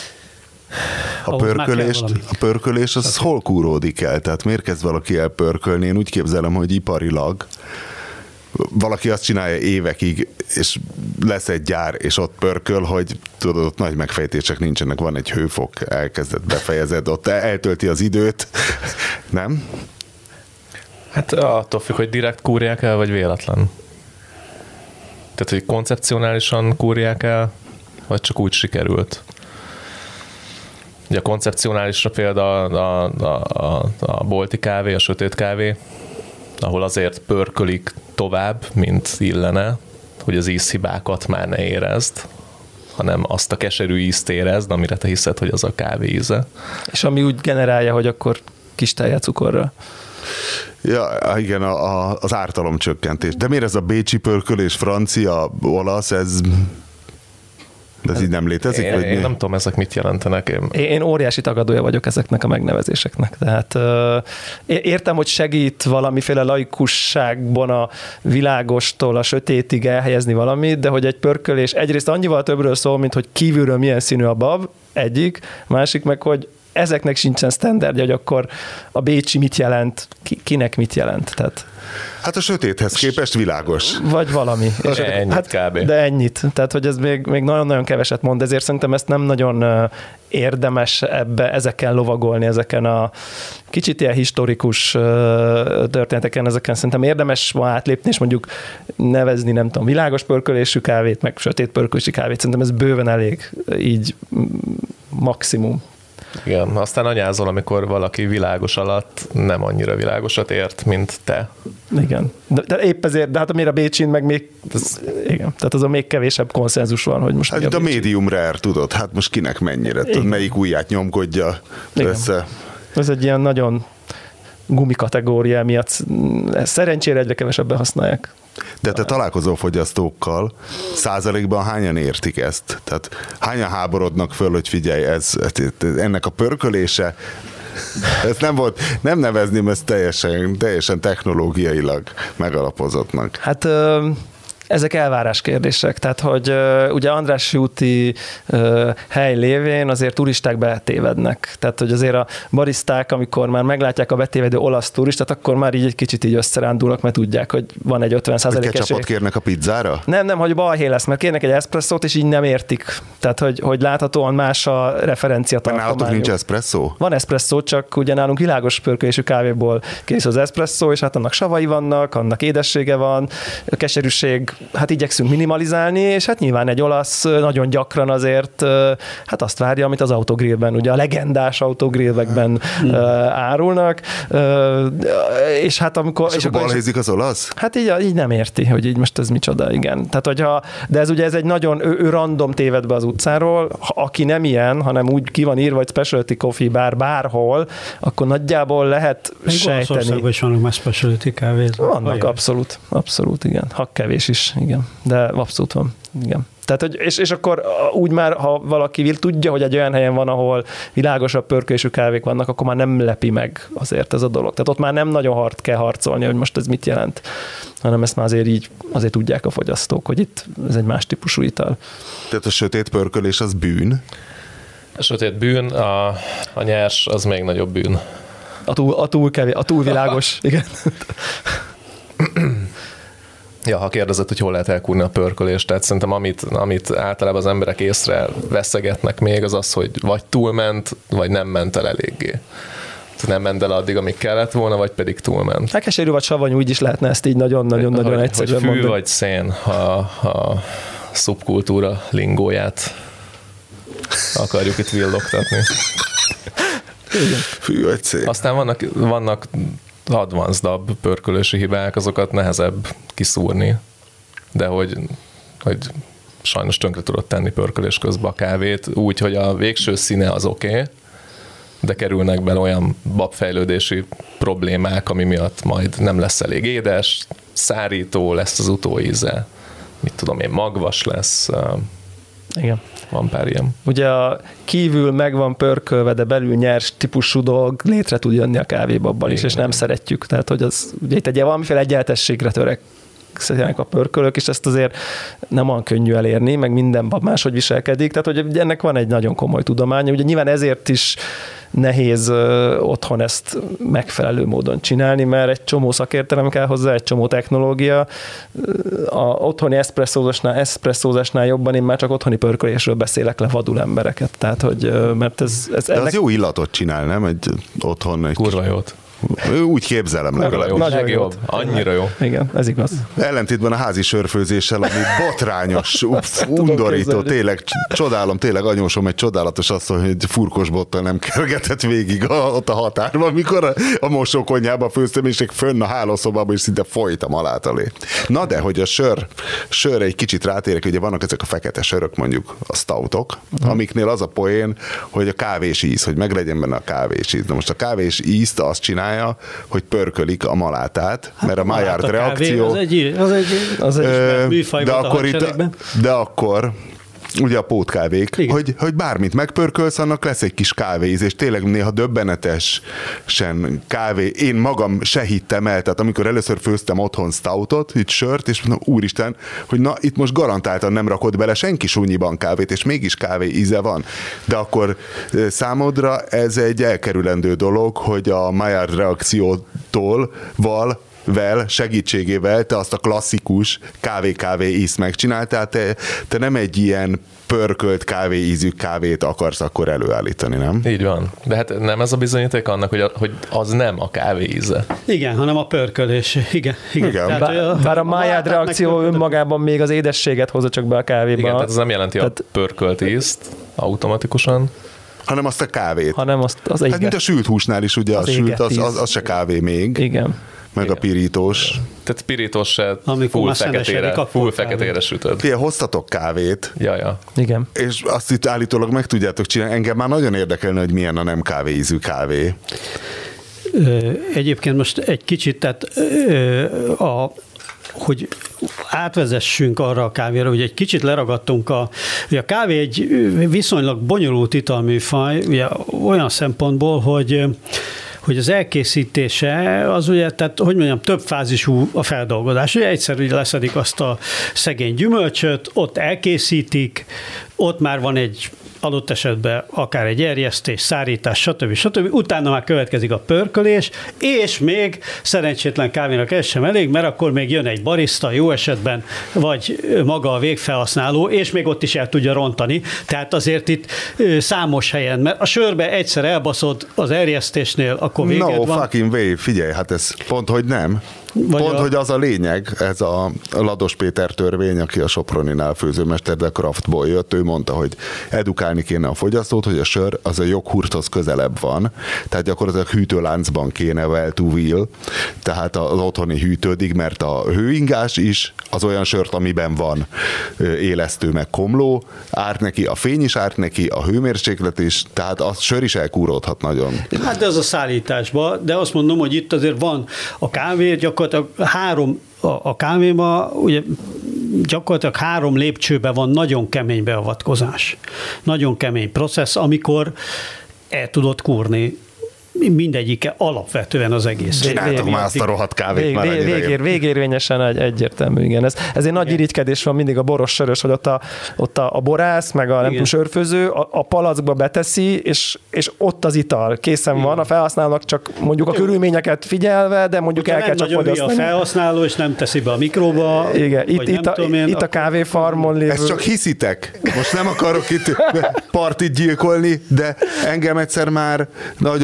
A pörkölést, a pörkölés az hát. hol kúródik el? Tehát miért kezd valaki el pörkölni? Én úgy képzelem, hogy iparilag valaki azt csinálja évekig, és lesz egy gyár, és ott pörköl, hogy tudod, ott nagy megfejtések nincsenek, van egy hőfok, elkezdett, befejezed, ott eltölti az időt, nem? Hát attól függ, hogy direkt kúrják el, vagy véletlen. Tehát, hogy koncepcionálisan kúrják el, vagy csak úgy sikerült. Ugye a koncepcionálisra például a, a, a, a bolti kávé, a sötét kávé, ahol azért pörkölik tovább, mint illene, hogy az ízhibákat már ne érezd, hanem azt a keserű ízt érezd, amire te hiszed, hogy az a kávé íze. És ami úgy generálja, hogy akkor kis tejecukorra. Ja, igen, a, a, az ártalomcsökkentés. De miért ez a bécsi pörkölés, francia, olasz, ez... De ez így nem létezik? Én, vagy én nem tudom, ezek mit jelentenek. Én... én óriási tagadója vagyok ezeknek a megnevezéseknek. Tehát uh, értem, hogy segít valamiféle laikusságban a világostól a sötétig elhelyezni valamit, de hogy egy pörkölés egyrészt annyival többről szól, mint hogy kívülről milyen színű a bab, egyik, másik meg, hogy ezeknek sincsen sztenderdje, hogy akkor a bécsi mit jelent, ki, kinek mit jelent. Tehát, hát a sötéthez képest világos. Vagy valami. És ennyit hát, kb. De ennyit. Tehát, hogy ez még, még nagyon-nagyon keveset mond, ezért szerintem ezt nem nagyon érdemes ebbe, ezeken lovagolni, ezeken a kicsit ilyen historikus történeteken, ezeken szerintem érdemes ma átlépni, és mondjuk nevezni, nem tudom, világos pörkölésű kávét, meg sötét pörkölésű kávét. Szerintem ez bőven elég, így maximum. Igen, aztán anyázol, amikor valaki világos alatt nem annyira világosat ért, mint te. Igen. De, de épp ezért, de hát amire a Bécsin meg még, ez, igen, tehát azon még kevésebb konszenzus van, hogy most... Hát a, a medium rare, tudod, hát most kinek mennyire, tudod, melyik ujját nyomkodja igen. össze. Ez egy ilyen nagyon gumikategória miatt szerencsére egyre kevesebben használják. De te találkozó fogyasztókkal, százalékban hányan értik ezt? Tehát hányan háborodnak föl, hogy figyelj, ez, ennek a pörkölése, ez nem volt, nem nevezném ezt teljesen, teljesen technológiailag megalapozottnak. Hát... Ö- Ezek elvárás kérdések, tehát hogy uh, ugye Andrássy úti uh, hely lévén azért turisták betévednek. Tehát, hogy azért a bariszták, amikor már meglátják a betévedő olasz turistát, akkor már így egy kicsit így összerándulnak, mert tudják, hogy van egy ötven százalék esély. Ketchupot kérnek a pizzára? Nem, nem, hogy balhé lesz, mert kérnek egy eszpresszót, és így nem értik. Tehát, hogy, hogy láthatóan más a referencia tartományuk. Nálatok nincs eszpresszó? Van eszpresszó, csak ugye nálunk világos pörkölésű kávéból készül az eszpresszó, és hát annak savai vannak, annak édessége van, keserűség, hát igyekszünk minimalizálni, és hát nyilván egy olasz nagyon gyakran azért hát azt várja, amit az autogrillben, ugye a legendás autogrillekben hmm. árulnak, és hát amikor... És, és akkor balhézik az olasz? Hát így, így nem érti, hogy így most ez micsoda, igen. Tehát, hogyha, de ez ugye ez egy nagyon, ő, ő random téved be az utcáról, aki nem ilyen, hanem úgy ki van írva, hogy specialty coffee bar bárhol, akkor nagyjából lehet még sejteni. Még Olaszországban is vannak már specialty kávézók. Vannak, Olyan. abszolút, abszolút, igen. Ha kevés is, igen. De abszolút van, igen. Tehát, hogy, és, és akkor úgy már, ha valaki tudja, hogy egy olyan helyen van, ahol világosabb pörkölésű kávék vannak, akkor már nem lepi meg azért ez a dolog. Tehát ott már nem nagyon hard kell harcolni, hogy most ez mit jelent, hanem ezt már azért így, azért tudják a fogyasztók, hogy itt ez egy más típusú ital. Tehát a sötét pörkölés az bűn? A sötét bűn, a, a nyers az még nagyobb bűn. A túl, a túl kevés, a túl világos, igen. Ja, ha kérdezett, hogy hol lehet elkúrni a pörkölést, tehát szerintem amit, amit általában az emberek észre veszegetnek még, az az, hogy vagy túlment, vagy nem ment el eléggé. nem ment el addig, amíg kellett volna, vagy pedig túlment. Hát keserű vagy savanyú, úgy is lehetne ezt így nagyon-nagyon-nagyon egyszerűen mondani. Hogy fű mondani. vagy szén, ha a szubkultúra lingóját akarjuk itt villogtatni. Fű vagy szén. Aztán vannak, vannak advanced-abb pörkölési hibák, azokat nehezebb kiszúrni, de hogy, hogy sajnos tönkre tudod tenni pörkölés közben a kávét, úgy, hogy a végső színe az oké, okay, de kerülnek bele olyan babfejlődési problémák, ami miatt majd nem lesz elég édes, szárító lesz az utóíze, mit tudom én, magvas lesz. Igen. Van pár ilyen. Ugye a kívül meg van pörkölve, de belül nyers típusú dolog létre tud jönni a kávébabban is, és nem szeretjük. Tehát, hogy az, ugye itt egy valamiféle egyenletességre törek a pörkölök, és ezt azért nem olyan könnyű elérni, meg minden bab máshogy viselkedik, tehát hogy ennek van egy nagyon komoly tudománya. Ugye nyilván ezért is nehéz ö, otthon ezt megfelelő módon csinálni, mert egy csomó szakértelem kell hozzá, egy csomó technológia. A otthoni eszpresszózásnál, eszpresszózásnál jobban én már csak otthoni pörkölésről beszélek le vadul embereket. Tehát, hogy mert ez... ez De ennek... az jó illatot csinál, nem? Egy otthon egy kurva jót. Úgy képzelem legalább. Nagyon jobb. Annyira jó. Igen, ez igaz. Ellentétben a házi sörfőzéssel, ami botrányos, undorító, tényleg csodálom, tényleg anyósom egy csodálatos asszony, hogy furkos bottal nem kergetett végig a, ott a határban, amikor a, a mosókonyhába főztem, és fönn a hálószobában is szinte folytam alátalé. Na de, hogy a sör, sörre egy kicsit rátérek, ugye vannak ezek a fekete sörök, mondjuk a stoutok, hmm. amiknél az a poén, hogy a kávés íz, hogy meglegyen benne a kávés íz. Na most a kávés ízt azt csinál, hogy pörkölik a malátát, hát mert a, a Maillard reakció... Az egy, az egy, az egy ö, műfaj de volt akkor a itt, De akkor ugye a pótkávék, hogy, hogy bármit megpörkölsz, annak lesz egy kis kávéíz, és tényleg néha döbbenetesen kávé. Én magam se hittem el, tehát amikor először főztem otthon stoutot, itt sört, és mondom, úristen, hogy na, itt most garantáltan nem rakott bele senki súnyiban kávét, és mégis kávé íze van. De akkor számodra ez egy elkerülendő dolog, hogy a Maillard reakciótól val vel, segítségével te azt a klasszikus kávé-kávé ízt megcsináltál, te, te nem egy ilyen pörkölt kávé ízű kávét akarsz akkor előállítani, nem? Így van. De hát nem ez a bizonyíték annak, hogy, a, hogy az nem a kávé íze. Igen, hanem a pörkölés. Igen. igen. igen. Tehát, bár, a, bár a Maillard reakció önmagában még az édességet hozza csak be a kávéba. Igen, tehát ez nem jelenti tehát, a pörkölt ízt automatikusan. Hanem azt a kávét. Hanem azt az éget. Hát mint a sült húsnál is, ugye az a sült, az, az, az se kávé még. Igen. Meg igen. A pirítós. Tehát pirítós se full feketére, full feketére sütöd. Fie, hoztatok kávét. Ja, ja. Igen. És azt itt állítólag meg tudjátok csinálni. Engem már nagyon érdekelne, hogy milyen a nem kávéízű kávé. Egyébként most egy kicsit, tehát a hogy átvezessünk arra a kávéra, hogy egy kicsit leragadtunk a, ugye a kávé egy viszonylag bonyolult italműfaj, ugye olyan szempontból, hogy hogy az elkészítése az ugye, tehát hogy mondjam, több fázisú a feldolgozás. Ugye egyszer ugye leszedik azt a szegény gyümölcsöt, ott elkészítik, ott már van egy adott esetben akár egy erjesztés, szárítás, stb. stb. Utána már következik a pörkölés, és még szerencsétlen kávénak ez sem elég, mert akkor még jön egy barista jó esetben, vagy maga a végfelhasználó, és még ott is el tudja rontani. Tehát azért itt számos helyen, mert a sörbe egyszer elbaszod az erjesztésnél, akkor véged no, van. No fucking way, figyelj, hát ez pont, hogy nem. Vagy Pont, a... hogy az a lényeg, ez a Lados Péter törvény, aki a Soproninál főzőmester, de Craftból jött, ő mondta, hogy edukálni kéne a fogyasztót, hogy a sör az a joghurthoz közelebb van, tehát gyakorlatilag hűtőláncban kéne well to wheel, tehát az otthoni hűtődig, mert a hőingás is az olyan sört, amiben van élesztő meg komló, árt neki, a fény is árt neki, a hőmérséklet is, tehát a sör is elkúródhat nagyon. Hát de az a szállításban, de azt mondom, hogy itt azért van a kávé, gyakorlatilag három, a, a kávéban ugye gyakorlatilag három lépcsőben van nagyon kemény beavatkozás. Nagyon kemény processz, amikor el tudod kúrni mindegyike alapvetően az egész. Csináltok már azt a rohadt kávét vég, már vég, végér, Végérvényesen egy, egyértelmű, igen. Ez, ezért nagy irigykedés van mindig a boros sörös, hogy ott a, ott a, a borász, meg a nem tudom, sörfőző a, a palackba beteszi, és, és ott az ital készen igen. van, a felhasználónak csak mondjuk a körülményeket figyelve, de mondjuk el kell csak fogyasztani. A felhasználó, és nem teszi be a mikróba. Igen, itt, itt, a, én, itt a kávéfarmon lévő... Ezt csak hiszitek. Most nem akarok itt partit gyilkolni, de engem egyszer már nagyon durván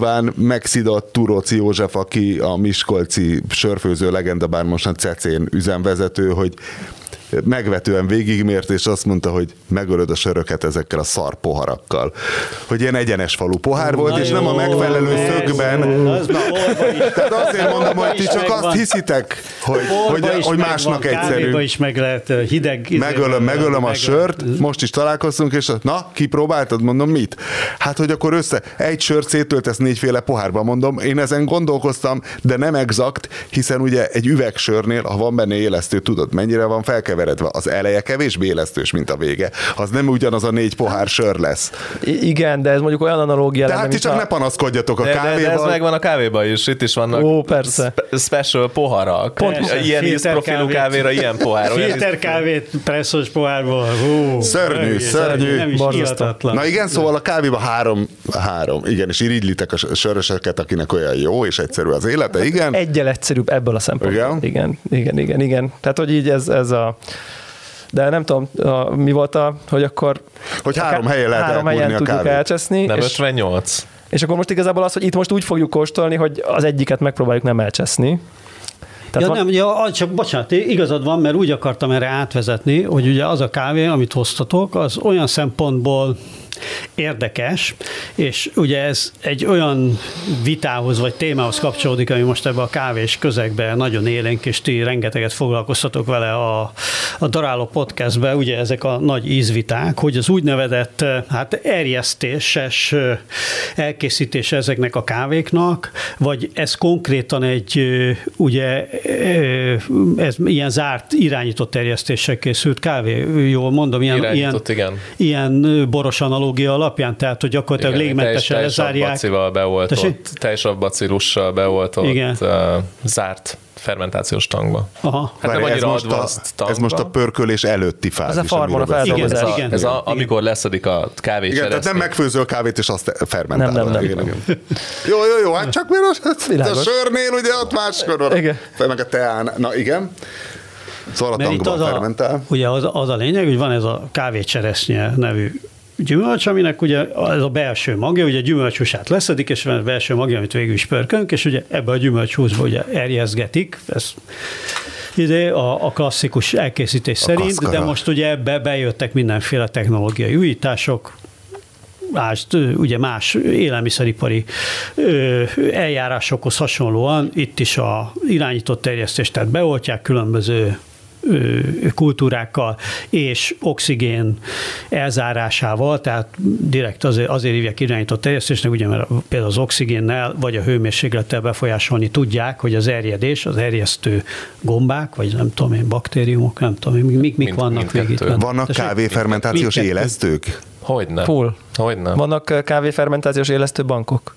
nyilván megszidott Turóci József, aki a miskolci sörfőző legenda, bár most a Cecén üzemvezető, hogy megvetően végigmért, és azt mondta, hogy megölöd a söröket ezekkel a szar poharakkal. Hogy ilyen egyenes falu pohár volt, na és jó, nem a megfelelő ez, szögben. Az Tehát azért mondom, hogy ti csak azt hiszitek, hogy, hogy, hogy másnak van, egyszerű. Kávéba is meg lehet hideg. Megölöm, megölöm a sört, most is találkoztunk, és na, kipróbáltad? Mondom, mit? Hát, hogy akkor össze, egy sört széttöltesz négyféle pohárba, mondom, én ezen gondolkoztam, de nem exakt, hiszen ugye egy üvegsörnél, ha van benne élesztő, tudod, mennyire van felkeverve. Az eleje kevésbé élesztős, mint a vége. Az nem ugyanaz a négy pohár sör lesz. I- igen, de ez mondjuk olyan analógia. De hát ti csak a... ne panaszkodjatok a de, kávéval. De, de ez megvan a kávéban is. Itt is vannak Ó, persze. Spe- special poharak. Pont, ilyen ízprofilú kávéra ilyen pohár. Filter kávét presszos pohárból. Hú, szörnyű, szörnyű. Nem is hihetetlen. Na igen, szóval a kávéban három, három. Igen, és irigylitek a söröseket, akinek olyan jó és egyszerű az élete, igen. Egyel egyszerűbb ebből a szempontból. Igen, igen, igen, igen. igen. Tehát, hogy így ez, ez a de nem tudom, a, mi volt a, hogy akkor hogy három helyen lehet három helyen tudjuk kávét. elcseszni. Nem és, ötvennyolc. És akkor most igazából az, hogy itt most úgy fogjuk kóstolni, hogy az egyiket megpróbáljuk nem elcseszni. Tehát ja, van... nem, ja, csak bocsánat, igazad van, mert úgy akartam erre átvezetni, hogy ugye az a kávé, amit hoztatok, az olyan szempontból érdekes, és ugye ez egy olyan vitához vagy témához kapcsolódik, ami most ebbe a kávés közegbe nagyon élénk, és ti rengeteget foglalkoztatok vele a, a Daráló Podcastbe, ugye ezek a nagy ízviták, hogy az úgynevezett hát erjesztéses elkészítése ezeknek a kávéknak, vagy ez konkrétan egy ugye ez ilyen zárt, irányított erjesztéssel készült kávé, jól mondom, ilyen, ilyen, ilyen boros analógia alapján, tehát hogy gyakorlatilag igen, légmentesen lezárják. Bacival beoltott, teljesabb bacilussal beoltott, uh, zárt fermentációs tankba. Aha. Hát nem ez, most a, ez most a pörkölés előtti fázis. Ez a farmon a feldolgozás. Igen, ez, a, ez a, amikor leszedik a kávé igen, cseresznyi. tehát nem megfőzöl kávét, és azt fermentálod. Nem, nem, nem. Igen, igen. Jó, jó, jó, hát csak miért a sörnél, ugye ott máskor van. Meg a teán. Na igen. Szóval a tankban fermentál. Ugye az, az a lényeg, hogy van ez a kávécseresznye nevű gyümölcs, aminek ugye ez a belső magja, ugye a gyümölcshúsát leszedik, és van a belső magja, amit végül is pörkönk, és ugye ebbe a gyümölcshúsba ugye erjeszgetik, ez ide a, a klasszikus elkészítés a szerint, kaszkara. De most ugye ebbe bejöttek mindenféle technológiai újítások, Mást, ugye más élelmiszeripari eljárásokhoz hasonlóan itt is a irányított terjesztést, tehát beoltják különböző kultúrákkal és oxigén elzárásával, tehát direkt azért, azért hívják irányított terjesztésnek, ugye mert például az oxigénnel vagy a hőmérséklettel befolyásolni tudják, hogy az erjedés, az erjesztő gombák, vagy nem tudom én, baktériumok, nem tudom én, mik, mik Mind, vannak még itt. Vannak kávéfermentációs élesztők? Hogyne. Full. Hogyne. Vannak kávéfermentációs élesztő bankok.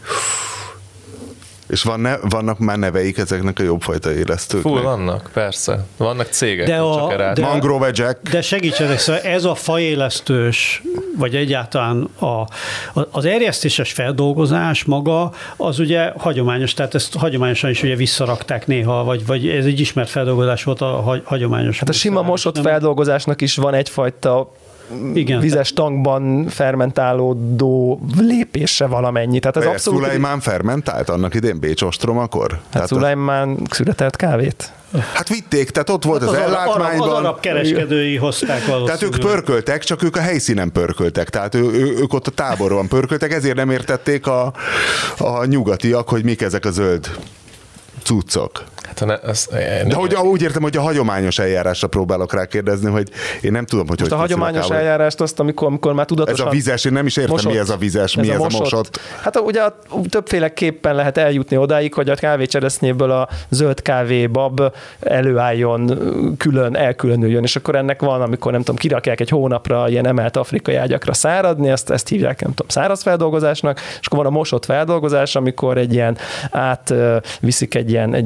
És van ne, vannak már neveik ezeknek a jobbfajta élesztőknek? Fú, vannak, persze. Vannak cégek, de a, csak de, Mangrove Jack. De segítsenek, szóval ez a fajélesztős, vagy egyáltalán a, az erjesztéses feldolgozás maga, az ugye hagyományos, tehát ezt hagyományosan is ugye visszarakták néha, vagy, vagy ez egy ismert feldolgozás volt a hagyományos. Hát a sima mosott nem? feldolgozásnak is van egyfajta igen, vizes tankban fermentálódó lépése valamennyi. Tehát ez abszolút... Szulajmán fermentált annak idén Bécs ostromakor? Hát tehát Szulajmán az... született kávét? Hát vitték, tehát ott volt hát az, az ellátmányban. Az arab kereskedői hozták valószínűleg. Tehát ők pörköltek, csak ők a helyszínen pörköltek. Tehát ő, ő, ők ott a táborban pörköltek, ezért nem értették a, a nyugatiak, hogy mik ezek a zöld cuccok. Hát, ne, az, de hogy, úgy értem, hogy a hagyományos eljárásra próbálok rá kérdezni, hogy én nem tudom, hogy most hogy a hagyományos a eljárást azt, amikor, amikor már tudatosan... Ez a vizes, én nem is értem, mosott, mi ez a vizes, mi ez, ez a, mosott. a mosott. Hát ugye többféleképpen lehet eljutni odáig, hogy a kávécseresznyéből a zöld kávébab előálljon, külön, elkülönüljön, és akkor ennek van, amikor nem tudom, kirakják egy hónapra ilyen emelt afrikai ágyakra száradni, ezt, ezt hívják, nem tudom, száraz feldolgozásnak, és akkor van a mosott feldolgozás, amikor egy ilyen átviszik egy ilyen, egy ilyen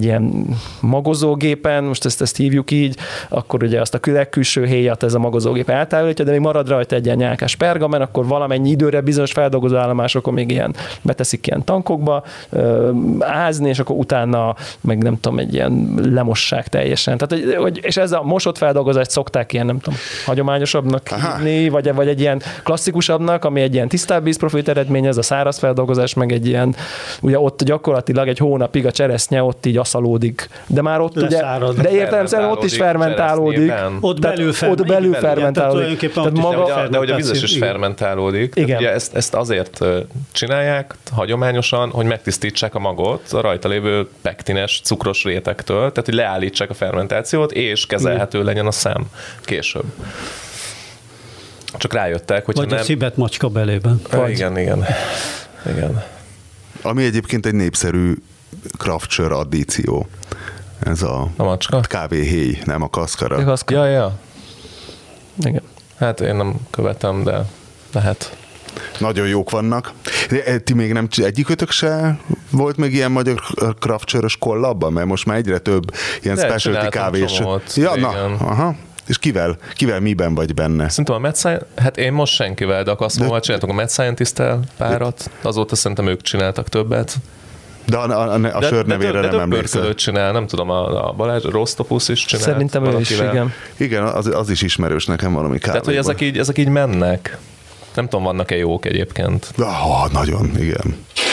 magozógépen, most ezt, ezt hívjuk így, akkor ugye azt a legkülső héjat ez a magozógép eltávolítja, de még marad rajta egy ilyen nyálkás pergamen, akkor valamennyi időre bizonyos feldolgozó állomásokon még ilyen beteszik ilyen tankokba, ázni, és akkor utána meg nem tudom, egy ilyen lemossák teljesen. Tehát, hogy, és ez a mosott feldolgozást szokták ilyen, nem tudom, hagyományosabbnak hívni, vagy, vagy egy ilyen klasszikusabbnak, ami egy ilyen tisztább vízprofilt eredményez, a száraz feldolgozás, meg egy ilyen, ugye ott gyakorlatilag egy hónapig a cseresznye ott így aszalódik, de már ott leszárad, ugye, de értelemszerűen ott is fermentálódik. Ott belül, ott belül fermentálódik. Igen, tehát, tehát maga, de, de hogy a vizes is igen. fermentálódik. Tehát ugye ezt, ezt azért csinálják hagyományosan, hogy megtisztítsák a magot a rajta lévő pektines, cukros rétegtől, tehát hogy leállítsák a fermentációt, és kezelhető legyen a szám később. Csak rájöttek, hogy vagy nem... a szibet macska belében. Vagy. Igen, igen. igen. Ami egyébként egy népszerű kraftsör addíció. Ez a, a macska? kávéhéj, nem a kaszkara. Ja, ja. Igen. Hát én nem követem, de lehet. Nagyon jók vannak. De ti még nem, egyikőtök se volt még ilyen magyar kraftsörös kollabban? Mert most már egyre több ilyen de specialty kávés. Csomót, ja, na, aha. És kivel? Kivel miben vagy benne? Szerintem a Mad Scientist, hát én most senkivel, de akkor azt csináltunk a Mad Scientist-tel párat, azóta szerintem ők csináltak többet. De a, a, a de, sör nevére de, de, de nem emlékszel. De csinál, nem tudom, a, a Balázs Rostopus is csinál. Szerintem ő is, igen. Igen, az, az is ismerős nekem valami kávéban. Tehát, hogy ezek így, ezek így mennek. Nem tudom, vannak-e jók egyébként. Ah, nagyon, igen.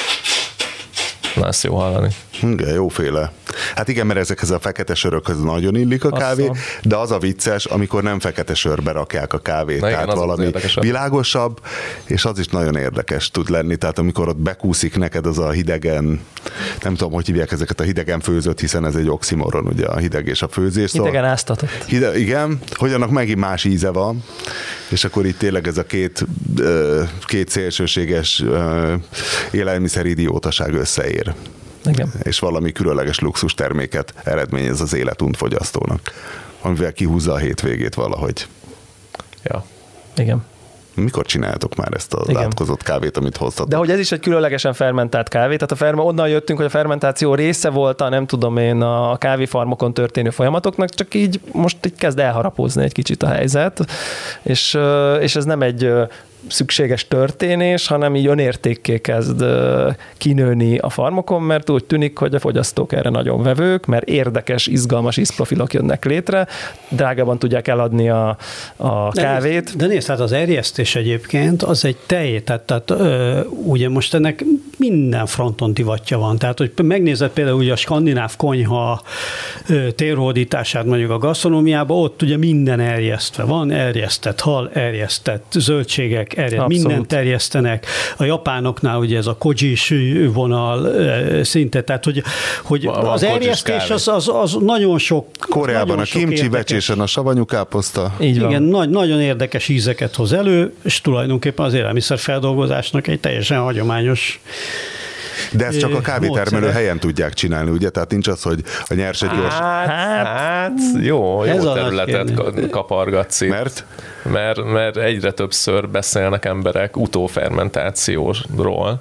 Na, ezt jó hallani. Igen, jóféle. Hát igen, mert ezekhez a fekete sörökhöz nagyon illik a kávé, Asszal. De az a vicces, amikor nem fekete sörbe rakják a kávét, na, tehát igen, valami világosabb, és az is nagyon érdekes tud lenni, tehát amikor ott bekúszik neked az a hidegen, nem tudom, hogy hívják ezeket a hidegen főzött, hiszen ez egy oximoron, ugye a hideg és a főzés. Hidegen szóval, áztatott. Hide, igen, hogy annak megint más íze van, és akkor itt tényleg ez a két, két szélsőséges élelmiszeridiótaság összeér. Igen. És valami különleges luxus terméket eredményez az életunt fogyasztónak, amivel kihúzza a hétvégét valahogy. Ja. Igen. Mikor csináltok már ezt az Igen. átkozott kávét, amit hoztatok? De hogy ez is egy különlegesen fermentált kávé, tehát a ferme, onnan jöttünk, hogy a fermentáció része volt a, nem tudom én, a kávéfarmokon történő folyamatoknak, csak így most így kezd elharapózni egy kicsit a helyzet, és, és ez nem egy szükséges történés, hanem így önértékké kezd kinőni a farmokon, mert úgy tűnik, hogy a fogyasztók erre nagyon vevők, mert érdekes, izgalmas ízprofilok jönnek létre, drágában tudják eladni a, a de kávét. Nézd, de nézd, hát az erjesztés egyébként az egy tej, tehát, tehát ö, ugye most ennek minden fronton divatja van, tehát hogy megnézed például ugye a skandináv konyha ö, térhódítását mondjuk a gasztronómiában, ott ugye minden erjesztve van, erjesztett hal, erjesztett zöldségek, Erjed, mindent terjesztenek. A japánoknál ugye ez a kojis vonal szinte, tehát hogy, hogy van, az erjesztés az, az, az nagyon sok. Koreában nagyon a kimchi, becsésen a savanyú káposzta. Így Igen, nagy, nagyon érdekes ízeket hoz elő, és tulajdonképpen az élelmiszerfeldolgozásnak egy teljesen hagyományos. De ezt csak a kávétermelő helyen tudják csinálni, ugye? Tehát nincs az, hogy a nyers egy gyors... Hát, hát jó, jó területet kapargatsz itt. Mert? Mert, mert egyre többször beszélnek emberek utófermentációról,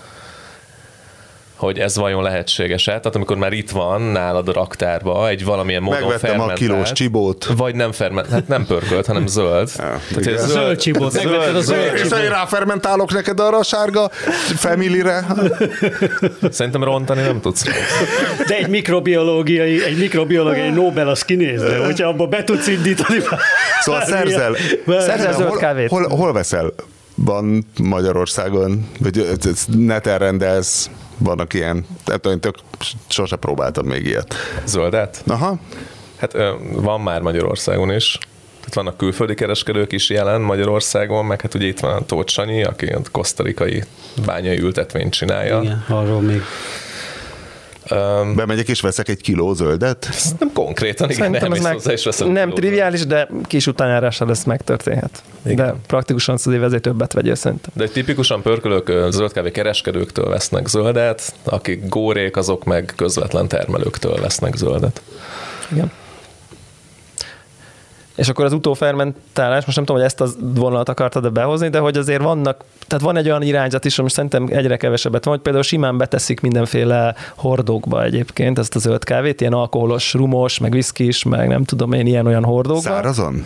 hogy ez vajon lehetséges-e? Tehát amikor már itt van nálad a raktárba egy valamilyen módon megvettem fermentált. Megvettem a kilós csibót. Vagy nem fermentált, hát nem pörkölt, hanem zöld. Ja, zöld, zöld csibót. Megvetted a zöld csibót. És én ráfermentálok neked arra a sárga family-re. Szerintem rontani nem tudsz. De egy mikrobiológiai, egy mikrobiológiai Nobel az kinézne, hogyha abba be tudsz indítani. Szóval szerzel, szerzel zöld kávét. Hol, hol, hol veszel? Van Magyarországon, vagy neten rendelsz, vannak ilyen, tehát én tök, sose próbáltam még ilyet. Zöldet? Aha. Hát van már Magyarországon is. Tehát vannak külföldi kereskedők is jelen Magyarországon, meg hát ugye itt van a Tóth Sanyi, aki a kosztarikai bányai ültetvényt csinálja. Igen, arról még. Um, Bemegyek és veszek egy kiló zöldet? Nem konkrétan, igen, nem, meg is nem triviális, de kis utánárással ez megtörténhet. Igen. De praktikusan azért ezért többet vegyél szerintem. De tipikusan pörkölők zöldkávé kereskedőktől vesznek zöldet, akik górék, azok meg közvetlen termelőktől vesznek zöldet. Igen. És akkor az utófermentálás, most nem tudom, hogy ezt a vonalat akartad behozni, de hogy azért vannak, tehát van egy olyan irányzat is, ami szerintem egyre kevesebbet van, hogy például simán beteszik mindenféle hordókba egyébként ezt a zöld kávét, ilyen alkoholos, rumos, meg viszkis, meg nem tudom én, ilyen-olyan hordókba. Szárazon?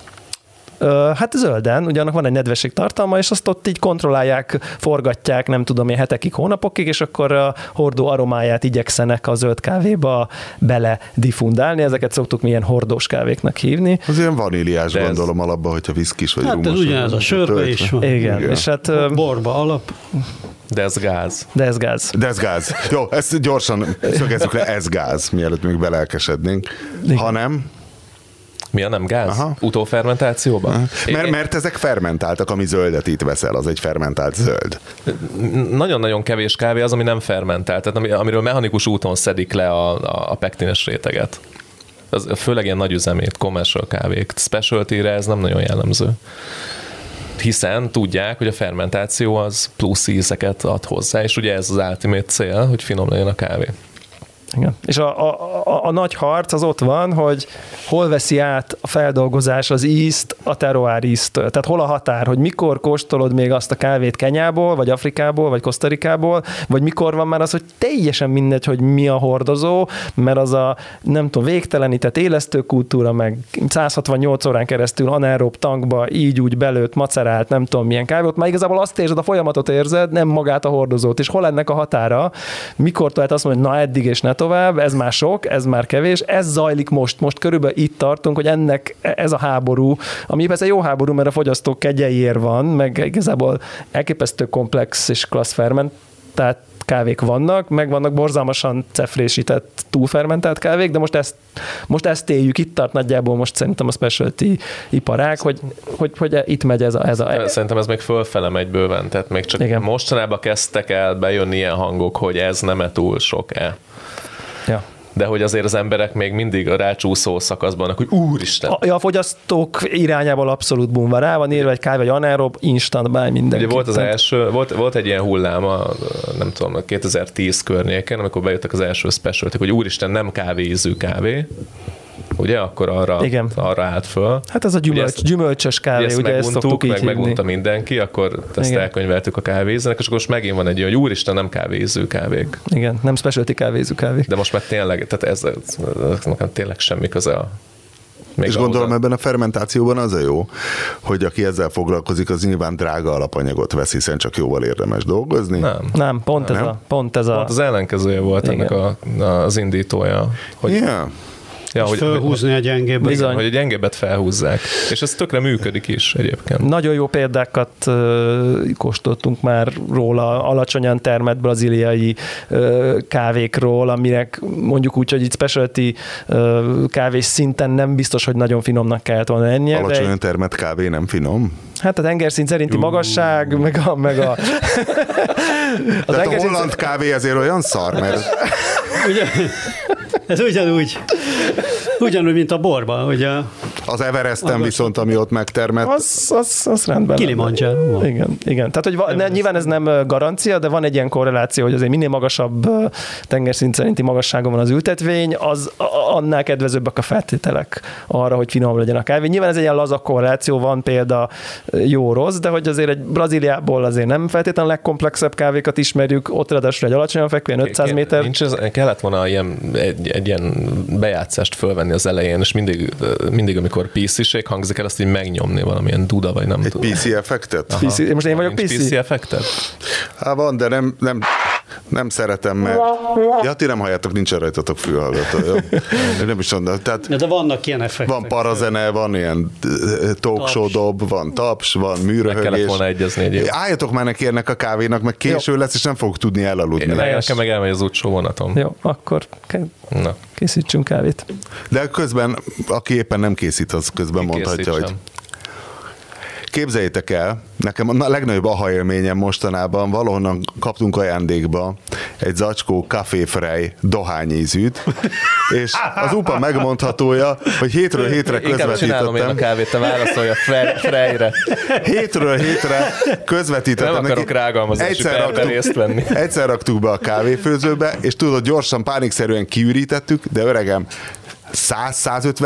Hát zölden, ugyanak van egy nedvesség tartalma, és azt ott így kontrollálják, forgatják, nem tudom én, hetekig, hónapokig, és akkor a hordó aromáját igyekszenek a zöld kávéba bele diffundálni. Ezeket szoktuk mi ilyen hordós kávéknak hívni. Az ilyen vaníliás gondolom ez... alapban, hogyha viszkis vagy hát rumos. Hát ez ugyanez a sörbe is van. Igen. Igen. És hát, borba alap. De ez gáz. De ez gáz. De ez gáz. Jó, ezt gyorsan szögezzük le, ez gáz, mielőtt még belelkesednénk. Ha nem... Mi a nem gáz? Aha. Utófermentációban? Mert, mert ezek fermentáltak, ami zöldet itt veszel, az egy fermentált zöld. Nagyon-nagyon kevés kávé az, ami nem fermentált, tehát amiről mechanikus úton szedik le a, a, a pektines réteget. Az, főleg ilyen nagyüzemét, commercial kávék. Specialty-re ez nem nagyon jellemző. Hiszen tudják, hogy a fermentáció az plusz ízeket ad hozzá, és ugye ez az ultimate cél, hogy finom legyen a kávé. Igen. És a, a, a, a nagy harc az ott van, hogy hol veszi át a feldolgozás az ízt a terroir íztől. Tehát hol a határ, hogy mikor kóstolod még azt a kávét Kenyából, vagy Afrikából, vagy Kosztarikából, vagy mikor van már az, hogy teljesen mindegy, hogy mi a hordozó, mert az a, nem tudom, végtelenített élesztőkultúra, meg száz hatvannyolc órán keresztül anaerob tankba így úgy belőtt, macerált, nem tudom milyen kávét, már igazából azt érzed, a folyamatot érzed, nem magát a hordozót. És hol ennek a határa? Mikor lehet azt mondani, hogy na eddig és ne tovább, ez már sok, ez már kevés, ez zajlik most, most körülbelül itt tartunk, hogy ennek ez a háború, ami persze jó háború, mert a fogyasztók kegyeiért van, meg igazából elképesztő komplex és klassz fermentált kávék vannak, meg vannak borzalmasan cefrésített, túlfermentált kávék, de most ezt, most ezt éljük, itt tart nagyjából most szerintem a specialty iparág, hogy, hogy, hogy itt megy ez a, ez a... Szerintem ez még fölfele megy bőven, tehát még csak igen. Mostanában kezdtek el bejönni ilyen hangok, hogy ez nem-e túl sok-e. Ja. De hogy azért az emberek még mindig a rácsúszó szakaszban, hogy úristen. A, a fogyasztók irányából abszolút boom van. Rá van írva egy kávé, vagy anaerob, instant buy mindenki. Ugye volt az első, volt, volt egy ilyen hullám a, nem tudom, kétezer-tíz környéken, amikor bejöttek az első specialty, hogy úristen, nem kávéízű kávé. Ugye, akkor arra, arra állt föl. Hát ez a gyümölcs, ezt, gyümölcsös kávé, ugye, ugye ezt szoktuk így meg hívni. megunta mindenki, akkor ezt igen. elkönyveltük a kávézőnek, és akkor most megint van egy olyan, hogy úristen, nem kávéző kávék. Igen, nem specialty kávéző kávék. De most már tényleg, tehát ez, ez, ez tényleg semmi köze a Még és gondolom oda. Ebben a fermentációban az a jó, hogy aki ezzel foglalkozik, az nyilván drága alapanyagot vesz, hiszen csak jóval érdemes dolgozni. Nem. Nem, pont ez, nem? A, pont ez a... Pont az ellenkezője volt igen. ennek a, az indítója. Hogy yeah. Ja, hogy felhúzni a gyengébbet. Bizony, hogy a gyengébbet felhúzzák. És ez tökre működik is egyébként. Nagyon jó példákat uh, kóstoltunk már róla, alacsonyan termett brazíliai uh, kávékról, aminek mondjuk úgy, hogy itt specialty uh, kávés szinten nem biztos, hogy nagyon finomnak kellett volna ennyire. Alacsonyan egy... termett kávé nem finom? Hát a tengerszint szerinti uh. magasság, meg a... Meg a, a, a holland kávé ezért olyan szar, mert... Ugye, ez ugyanúgy, ugyanúgy, mint a borban, ugye. Az Everesten viszont, ami ott megtermett. Az, az, az rendben. Kilimanjaro. Igen, igen. Tehát, hogy va, ne, nyilván ez nem garancia, de van egy ilyen korreláció, hogy azért minél magasabb tengerszint szerinti magasságon van az ültetvény, az annál kedvezőbbek a feltételek arra, hogy finom legyen a kávé. Nyilván ez egy ilyen laza korreláció, van példa jó-rossz, de hogy azért egy Brazíliából azért nem feltétlenül a legkomplexebb kávékat ismerjük, ott ráadásul egy alacsonyan fekvően ötszáz méter. Nincs ez, kellett volna ilyen, egy, egy ilyen bejátszást fölvenni az elején, és mindig, mindig amikor pé cé-ség hangzik el, azt így megnyomni valamilyen duda, vagy nem egy tudom. Egy pé cé effektet? P C, most én vagyok pé cé. pé cé effektet? Hát van, de nem, nem, nem szeretem, mert... Ja, ti nem halljátok, nincsen rajtatok fülhallgató, jó? Nem is mondom. Tehát de, de vannak ilyen effektek. Van parazene, van ilyen talk show dob, van taps, van műröhögés. Meg kellett volna egyezni egy Álljatok már neki ennek a kávénak, meg késő jó. lesz, és nem fogok tudni elaludni. Én nekem meg elmegy az útsó vonatom. Jó, akkor Na. készítsünk kávét. De közben, aki éppen nem készít, az közben Én mondhatja, hogy... Képzeljétek el, nekem a legnagyobb aha élményem mostanában, valahonnan kaptunk ajándékba egy zacskó Café Frey dohányízűt, és az UPA megmondhatója, hogy hétről hétre közvetítettem. Inkább csinálom én a kávét, te válaszolj a Freyre. Hétről hétre közvetítettem. Nem akarok rágalmazási perben részt venni. Egyszer raktuk be a kávéfőzőbe, és tudod, gyorsan, pánikszerűen kiürítettük, de öregem, száz-százötven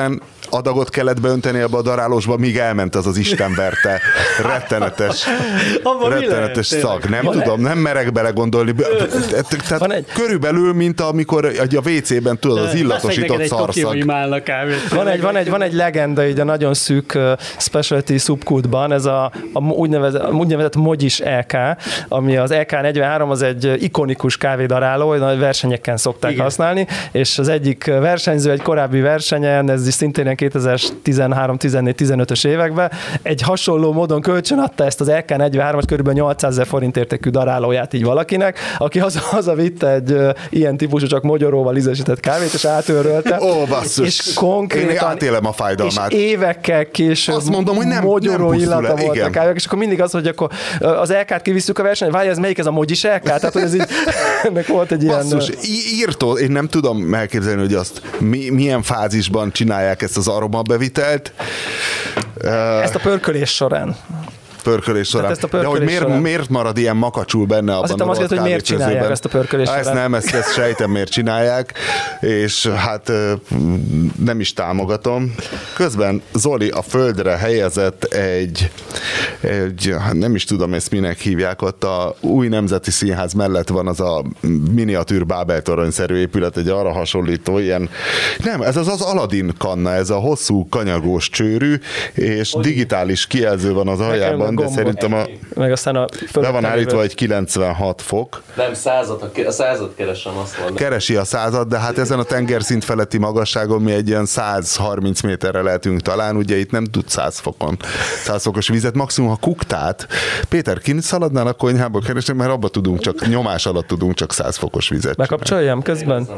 adagot kellett beönteni abba a darálósba, míg elment az az istenverte rettenetes, rettenetes szag. Nem van tudom, egy... nem merek belegondolni. Tehát egy... körülbelül, mint amikor a vé cében tudod, az illatosított szarszag. Van egy, van, egy, van egy legenda így a nagyon szűk uh, specialty subkultban, ez a, a úgynevezett, úgynevezett Mogyis é ká, ami az é ká negyvenhárom, az egy ikonikus kávédaráló, nagy versenyeken szokták Igen. használni, és az egyik versenyző egy korábbi versenyen, ez is szintén kétezer-tizenhárom, tizennégy, tizenötös években egy hasonló módon kölcsön adta ezt az é ká negyvenhármat, kb. nyolcszázezer forint értékű darálóját így valakinek, aki haza, hazavitte egy uh, ilyen típusú csak mogyoróval ízesített kávét, és átőrölte. Ó, basszus. És konkrétan, én átélem a fájdalmát. És évekkel később azt mondom, hogy nem, mogyoró nem illata volt igen. a kávék, és akkor mindig az, hogy akkor az é kát kivisszük a versenyre, várj, ez melyik ez a Mogyis é ká? Tehát, hogy ez így, ennek volt egy ilyen... Basszus, írtó, én nem tudom elképzelni, hogy azt mi, milyen fázisban csinálják ezt az aromabevitelt. Ezt a pörkölés során. Pörkölés során. Hát pörkölés De hogy miért, során. miért marad ilyen makacsul benne abban azt a azt hogy miért csinálják ezt a pörkölés során. Ezt nem, ezt, ezt sejtem, miért csinálják, és hát nem is támogatom. Közben Zoli a földre helyezett egy, egy nem is tudom ezt minek hívják, ott a új Nemzeti Színház mellett van az a miniatűr Bábel-toronyszerű épület, egy arra hasonlító ilyen, nem, ez az az Aladdin kanna, ez a hosszú kanyagós csőrű, és Oli. digitális kijelző van az aljában, de szerintem a, meg aztán a le van állítva egy kilencvenhat fok. Nem, század, a század keresem, azt mondom. Keresi a század, de hát ezen a tengerszint feletti magasságon mi egy ilyen száz harminc méterre lehetünk talán, ugye itt nem tud száz fokon, száz fokos vizet, maximum ha kuktát. Péter, kint szaladnál a konyhába keresni, mert abba tudunk csak, nyomás alatt tudunk csak száz fokos vizet. Bekapcsoljam közben?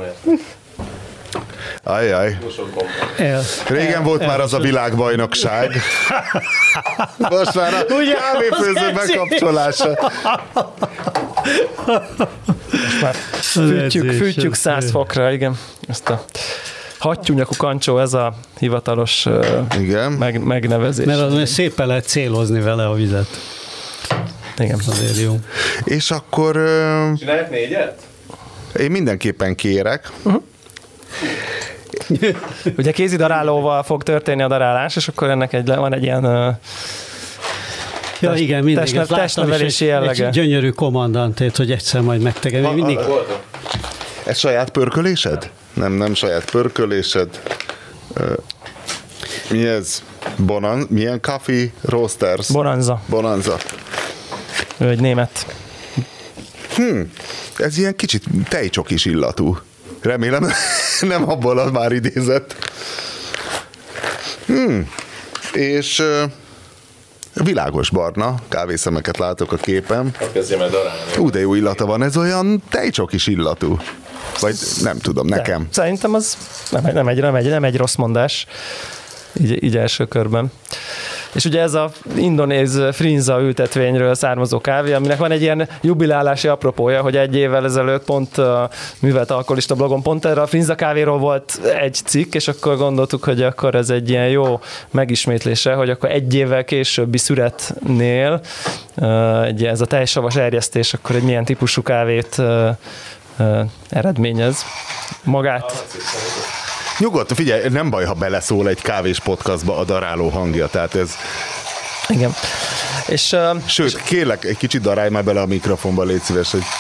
Ajjaj. El, Régen el, volt el, már az a világbajnokság. Most már a kávéfőző bekapcsolása. Most már fűtjük, fűtjük száz fokra, igen. Ezt a hattyúnyakú kancsó, ez a hivatalos igen. Meg, megnevezés. Mert az szépen lehet célozni vele a vizet. Igen. Azért jó. És akkor... Csinálják négyet? Én mindenképpen kérek. Uh-huh. Ugye kézidarálóval fog történni a darálás, és akkor ennek egy, van egy ilyen uh, ja, test, igen, mindig test, testnevelési jellege. Egy gyönyörű kommandantét, hogy egyszer majd megtegem. Mindig... Ez saját pörkölésed? Nem, nem saját pörkölésed. Uh, mi ez? Bonan, milyen Coffee Roasters? Bonanza. Bonanza. Ő egy német. Hm, ez ilyen kicsit tejcsokis illatú. Remélem, nem abból az már idézett. Hmm. És uh, világos barna kávészemeket látok a képen. Kezdjem el darálni. Ú, de jó illata van, ez olyan tejcsokis illatú. Vagy nem tudom, nekem. De, szerintem az nem, nem, egy, nem, egy, nem egy rossz mondás. Így, így első körben. És ugye ez a indonéz frinza ültetvényről származó kávé, aminek van egy ilyen jubilálási apropója, hogy egy évvel ezelőtt pont a Művelt Alkoholista blogon pont erre a frinza kávéról volt egy cikk, és akkor gondoltuk, hogy akkor ez egy ilyen jó megismétlése, hogy akkor egy évvel későbbi szüretnél egy, ez a teljesavas erjesztés, akkor egy milyen típusú kávét eredményez. Magát... Nyugodtan, figyelj, nem baj, ha beleszól egy kávés podcastba a daráló hangja, tehát ez... Igen. És, uh, Sőt, és... kérlek, egy kicsit darálj már bele a mikrofonba, légy szíves, hogy...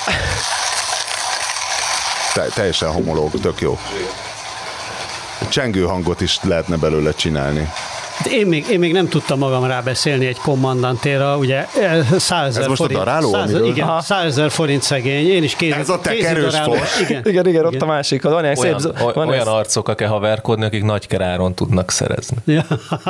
Te, teljesen homológ, tök jó. Csengő hangot is lehetne belőle csinálni. Én még, én még nem tudtam magam rábeszélni egy kommandantéra, ugye százezer Ez most forint, a daráló? száz, igen, százezer forint szegény, én is kézi, ez a tekerős fos. Igen, igen, igen, ott a másik. Van olyan, olyan, szép, van olyan ez... arcokkal kell haverkodni, akik nagy keráron tudnak szerezni. Ja.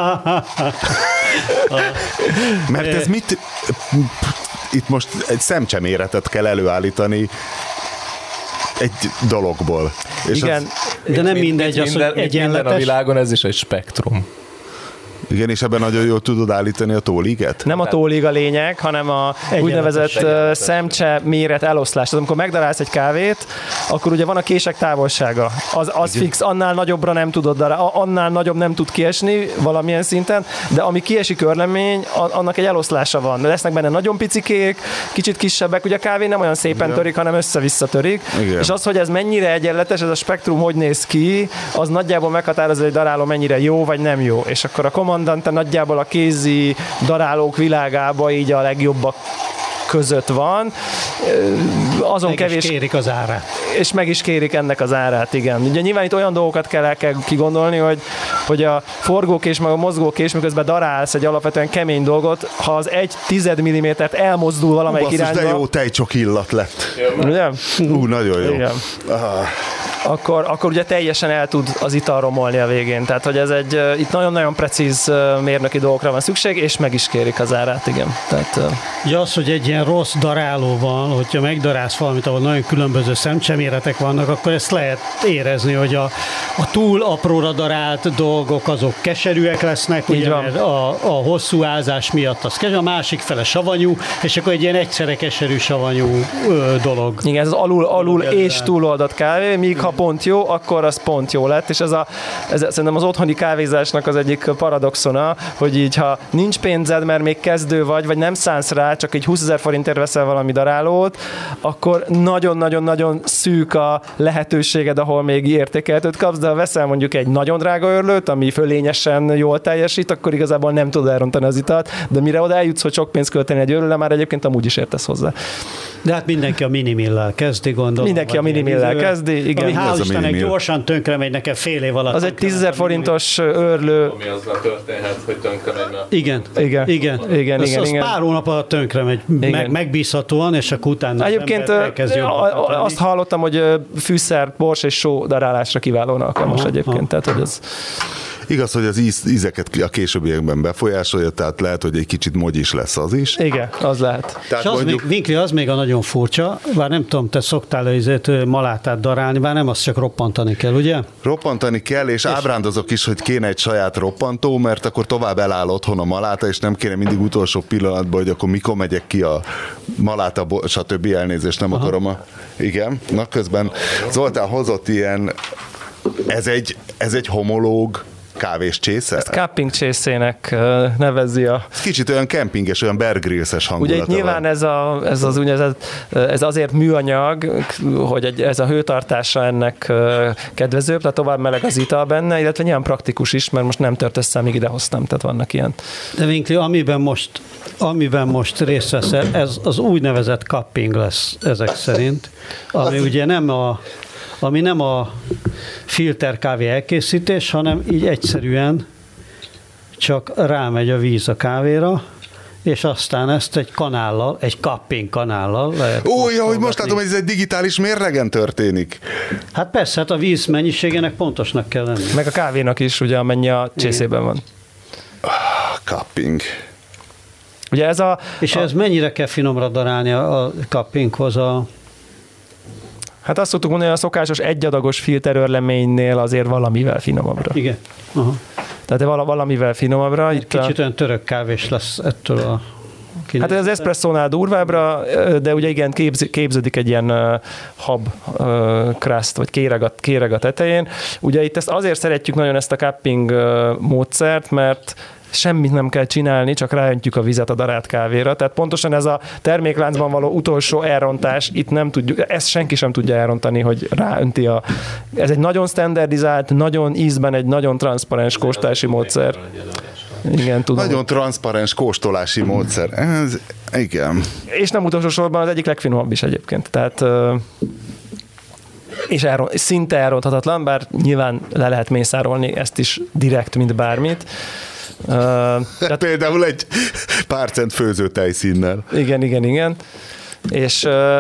Mert ez mit... Itt most egy szemcseméretet kell előállítani egy dologból. És igen, az, de nem mindegy az, minden, hogy egyenletes. Minden a világon ez is egy spektrum. Igen, és ebben nagyon jól tudod állítani a tóliget? Nem a tólig a lényeg, hanem a úgynevezett uh, szemcse méret eloszlás. Tehát amikor megdarálsz egy kávét, akkor ugye van a kések távolsága. Az, az fix, annál nagyobbra nem tudod darálni, annál nagyobb nem tud kiesni valamilyen szinten, de ami kiesik örlemény, annak egy eloszlása van. Lesznek benne nagyon picikék, kicsit kisebbek, ugye a kávé nem olyan szépen igen. törik, hanem össze-vissza törik. Igen. És az, hogy ez mennyire egyenletes, ez a spektrum hogy néz ki, az nagyjából meghatározza, hogy daráló mennyire jó vagy nem jó. És akkor a Comandante nagyjából a kézi darálók világába így a legjobbak között van. Azon meg kevés... is kérik az árát. És meg is kérik ennek az árát, igen. Ugye nyilván itt olyan dolgokat kell, el kell kigondolni, hogy, hogy a forgókés meg a mozgókés, miközben darálsz egy alapvetően kemény dolgot, ha az egy tized millimétert elmozdul valamelyik Basszus, irányba... de jó tejcsok illat lett. Ugye? Ú, nagyon jó. Igen. Ah. Akkor, akkor ugye teljesen el tud az ital romolni a végén. Tehát, hogy ez egy, itt nagyon-nagyon precíz mérnöki dolgokra van szükség, és meg is kérik az árát, igen. Tehát, ja, az, hogy egy ilyen rossz daráló van, hogyha megdarálsz valamit, ahol nagyon különböző szemcseméretek vannak, akkor ezt lehet érezni, hogy a, a túl apróra darált dolgok, azok keserűek lesznek, ugye, mert a, a hosszú ázás miatt az keserű, a másik fele savanyú, és akkor egy ilyen egyszerre keserű, savanyú ö, dolog. Igen, ez az alul, alul és túloldott kávé, míg ha pont jó, akkor az pont jó lett, és ez, a, ez szerintem az otthoni kávézásnak az egyik paradoxona, hogy így, ha nincs pénzed, mert még kezdő vagy, vagy nem szánsz rá, csak egy húszezer forintért veszel valami darálót, akkor nagyon-nagyon-nagyon szűk a lehetőséged, ahol még értékeltőt kapsz, de ha veszel mondjuk egy nagyon drága örlőt, ami fölényesen jól teljesít, akkor igazából nem tudod elrontani az italt, de mire oda eljutsz, hogy sok pénzt költeni egy örlőre, már egyébként amúgy is értesz hozzá. De hát mindenki a minimillel kezdi, gondolom. Mindenki a minimillel kezdi, igen. Ami hál' Istennek gyorsan tönkre megy, nekem fél év alatt. Az egy tízezer forintos örlő. Ami azzal történhet, hogy tönkre megy. Igen, igen, igen. igen, az, igen, az igen. pár hónap alatt tönkre megy, meg, megbízhatóan, és akkor utána egyébként azt hallottam, hogy fűszer, bors és só darálásra kiválóan alkalmas aha, egyébként. Aha. Tehát, hogy ez... Igaz, hogy az íz, ízeket a későbbiekben befolyásolja, tehát lehet, hogy egy kicsit mogy is lesz az is. Igen, az lehet. Tehát és az mondjuk... még, Winkli, az még a nagyon furcsa, bár nem tudom, te szoktál ezért malátát darálni, bár nem, azt csak roppantani kell, ugye? Roppantani kell, és, és ábrándozok is, hogy kéne egy saját roppantó, mert akkor tovább eláll otthon a maláta, és nem kéne mindig utolsó pillanatban, hogy akkor mikor megyek ki a maláta, stb. Elnézést, nem aha. akarom a... Igen, na közben Zoltán hozott ilyen, ez egy, ez egy homológ kávés csésze? Ezt cupping csészének nevezi a... Ez kicsit olyan kempinges, olyan Bear Grylls-es hangulata. Ugye itt nyilván ez, a, ez az úgynevezett, ez azért műanyag, hogy egy, ez a hőtartása ennek kedvezőbb, tehát tovább meleg az ital benne, illetve nyilván praktikus is, mert most nem tört össze, amíg idehoztam, tehát vannak ilyen. De Winkli, amiben most, amiben most részt veszel, ez az úgynevezett cupping lesz ezek szerint, ami az... ugye nem a ami nem a filterkávé elkészítés, hanem így egyszerűen csak rámegy a víz a kávéra, és aztán ezt egy kanállal, egy cupping kanállal lehet. Ó, ja, hogy most látom, hogy ez egy digitális mérlegen történik. Hát persze, hát a víz mennyiségének pontosnak kell lenni. Meg a kávénak is, ugye, amennyi a csészében van. Ah, cupping. Ugye ez a... És a... ez mennyire kell finomra darálni a cuppinghoz a... Hát azt szoktuk mondani, hogy a szokásos egyadagos filterörleménynél azért valamivel finomabbra. Igen. Aha. Tehát valamivel finomabbra. Itt kicsit a... olyan török kávés lesz ettől a... Hát ez az eszpresszónál durvábbra, de ugye igen, képződik egy ilyen uh, hab uh, crust, vagy kéreg a, kéreg a tetején. Ugye itt ezt azért szeretjük nagyon ezt a cupping uh, módszert, mert semmit nem kell csinálni, csak ráöntjük a vizet a darált kávéra. Tehát pontosan ez a termékláncban való utolsó elrontás, itt nem tudjuk, ezt senki sem tudja elrontani, hogy ráönti a... Ez egy nagyon standardizált, nagyon ízben egy nagyon transzparens kóstolási módszer. Igen, tudom. Nagyon transzparens kóstolási módszer. Ez, igen. És nem utolsó sorban az egyik legfinomabb is egyébként. Tehát... és elront, szinte elronthatatlan, bár nyilván le lehet mészárolni ezt is direkt, mint bármit. Uh, tehát, például egy pár cent főző tejszínnel. Igen, igen, igen. És uh,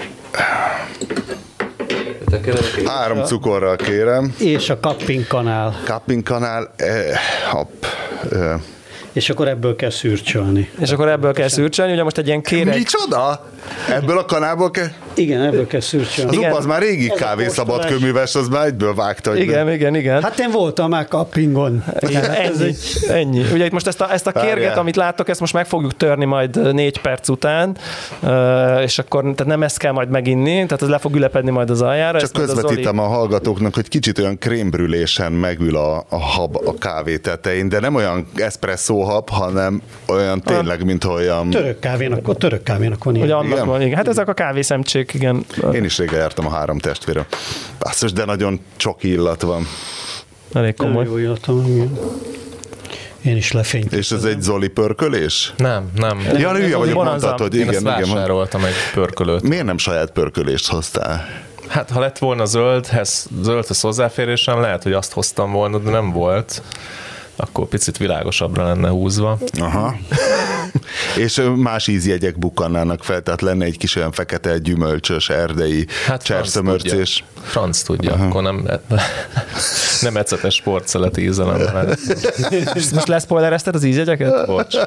három cukorral kérem. És a cupping kanál. Cupping kanál. Eh, hopp. Eh. És akkor ebből kell szürcsölni. És akkor ebből kell szürcsölni, ugye most egy ilyen kéreg... Micsoda? Ebből a kanálból kell... Igen, ebből kell szürcsölni. Az upa az már régi kávé szabadkőműves, az már egyből vágta. Igen, igen, igen. Hát én voltam már Cuppingon. Ennyi, ennyi. Ugye itt most ezt a, ezt a kérget, amit láttok, ezt most meg fogjuk törni majd négy perc után, és akkor tehát nem ezt kell majd meginni, tehát ez le fog ülepedni majd az aljára. Csak közvetítem a, a hallgatóknak, hogy kicsit olyan krémbrülésen megül a, a hab a kávé tetején, de nem olyan espresszó hab, hanem olyan tényleg, mint olyan... Török kávénak, a török kávénak van ilyen. Igen? Van, igen. Hát ezek a kávészemcsék, igen. Én is régen jártam a három testvére. Basszus, de nagyon csoki illat van. Elég komoly. Jó illatom, igen. Én is lefénytem. És ez egy Zoli pörkölés? Nem, nem. Ja, hülye vagyok, mondtad, hogy igen, Én igen. ezt vásároltam egy pörkölőt. Miért nem saját pörkölést hoztál? Hát, ha lett volna zöldhez, zöldhez hozzáférésem, lehet, hogy azt hoztam volna, de nem volt. Akkor picit világosabbra lenne húzva. Aha. És más ízjegyek bukkannának fel, tehát lenne egy kis olyan fekete, gyümölcsös, erdei hát cserszömörcés. Franc tudja, Aha. akkor nem, nem ecetes sportszelet ízelem. Most leszpoilerezted az ízjegyeket? Bocs.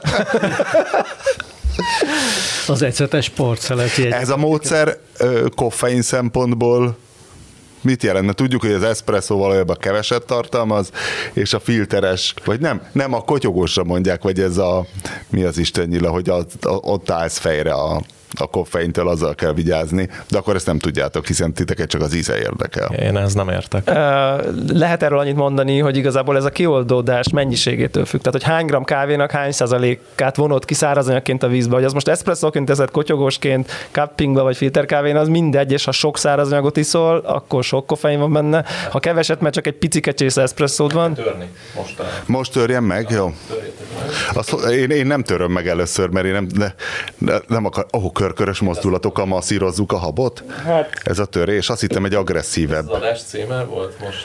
Az ecetes sportszelet jegy. Ez a módszer ö, koffein szempontból mit jelentne? Tudjuk, hogy az espresszó valójában keveset tartalmaz, és a filteres, vagy nem, nem a kotyogósra mondják, vagy ez a, mi az istennyila, hogy a, a, ott állsz fejre a, a koffeintől, azzal kell vigyázni, de akkor ezt nem tudjátok, hiszen titeket csak az íze érdekel. Én ezt nem értek. Lehet erről annyit mondani, hogy igazából ez a kioldódás mennyiségétől függ. Tehát, hogy hány gram kávénak hány százalékát vonod ki szárazanyagként a vízbe, hogy az most eszpresszóként teszed, kotyogósként, cuppingba vagy filterkávén, az mindegy, és ha sok szárazanyagot iszol, akkor sok koffein van benne. Ha keveset, mert csak egy picike csésze eszpresszód van. Törni. Most, most törjem meg, jó? Azt, én, én nem töröm meg először, mert én nem, de, de nem akar, oh, körkörös mozdulatokkal masszírozzuk a habot? Hát. Ez a törés, azt hittem egy agresszívebb. Ez az adás címe volt most?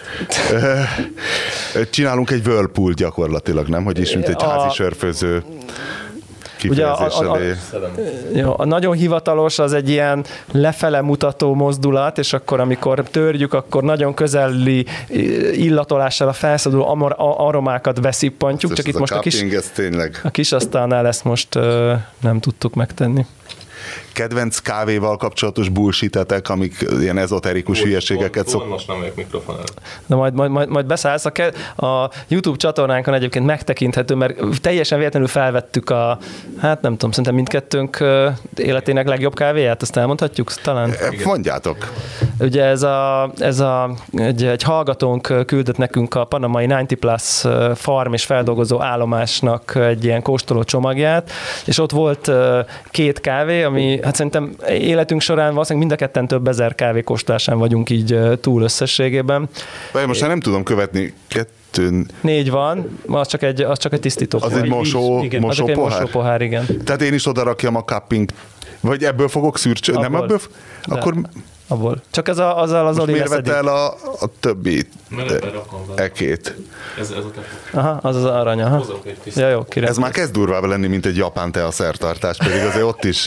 Csinálunk egy whirlpool gyakorlatilag, nem? Hogy is, mint egy házi a... sörfőző kifejezés a, a, a, jó, a nagyon hivatalos az egy ilyen lefele mutató mozdulat, és akkor amikor törjük, akkor nagyon közeli illatolással a felszabaduló aromákat beszippantjuk, ez csak itt a most a kis, a kis asztalnál ezt most uh, nem tudtuk megtenni. Kedvenc kávéval kapcsolatos bullshitetek, amik ilyen ezoterikus Bull, hülyeségeket szok... Most nem vagyok mikrofon előtt. De majd, majd, majd, majd beszállsz. A, ke- a YouTube csatornánkon egyébként megtekinthető, mert teljesen véletlenül felvettük a, hát nem tudom, szerintem mindkettőnk életének legjobb kávéját, azt elmondhatjuk talán? Mondjátok. Ugye ez a, ez a egy, egy hallgatónk küldött nekünk a panamai kilencven plusz farm és feldolgozó állomásnak egy ilyen kóstoló csomagját, és ott volt két kávé, ami hát szerintem életünk során valószínűleg mind a ketten több ezer kávékóstolásán vagyunk így túl összességében. Vagy most már nem tudom követni, kettőn... Négy van, az csak egy, az csak egy tisztító pohár. Az egy mosó, igen, mosó az egy pohár? mosó pohár, igen. Tehát én is oda rakjam a cupping, vagy ebből fogok szürcsölni, nem ebből? De. Akkor... Abból. Csak ez a, azzal az Oli miért vett el a, a többi ekét? Ez, ez a aha, az az arany, aha. Ja, jó, ez már kezd durvább lenni, mint egy japán tea szertartás, pedig azért ott is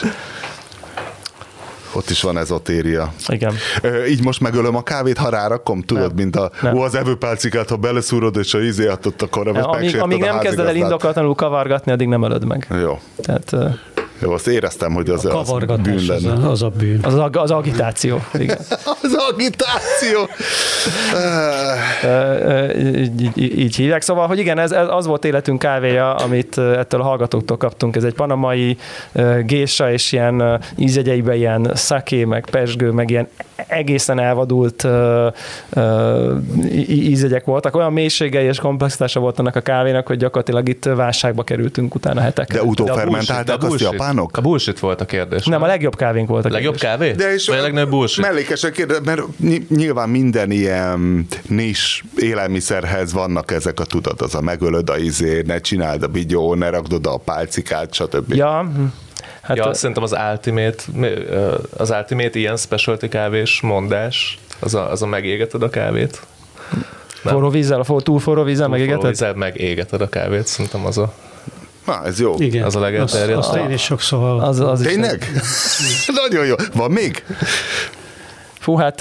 ott is van ezotéria. Igen. Ö, így most megölöm a kávét, ha rárakom, tudod, nem. mint a ó, az evőpálcikát, ha beleszúrod, és a izé adott, akkor ja, amíg, amíg nem kezded el indokolatlanul kavargatni, addig nem ölöd meg. Jó. Tehát... Jó, azt éreztem, hogy az, az bűn lenne. Az a, az a bűn. Az, a, az agitáció. Igen. Az agitáció! így, így, így hívják. Szóval, hogy igen, ez, ez az volt életünk kávéja, amit ettől a hallgatóktól kaptunk. Ez egy panamai gésa, és ilyen ízjegyeiben ilyen szaké, meg pesgő, meg ilyen egészen elvadult uh, uh, ízjegyek voltak. Olyan mélységei és komplexitása volt annak a kávénak, hogy gyakorlatilag itt válságba kerültünk utána hetekre. De utófermentálták azt japánok? A bullshit volt a kérdés. Nem, a legjobb kávénk volt a kérdés. Legjobb kávé? De és vagy a legnagyobb bullshit? Mellékesen kérdés, mert nyilván minden ilyen nis élelmiszerhez vannak ezek a tudat, az a megölöd a izé, ne csináld a bigyó, ne rakd oda a pálcikát, stb. Ja, Hát ja, a... szerintem az Ultimate, az Ultimate ilyen specialty kávés mondás, az a, az a megégeted a kávét. Nem. Forró vízzel, a túl forró vízzel megégeted? Forró vízzel megégeted a kávét, szerintem az a... Na, ez jó. Igen. Az a legelterjedt. Azt, azt én is sokszor hallottam. Az, az Tényleg? Nagyon jó. Van még? Fú, hát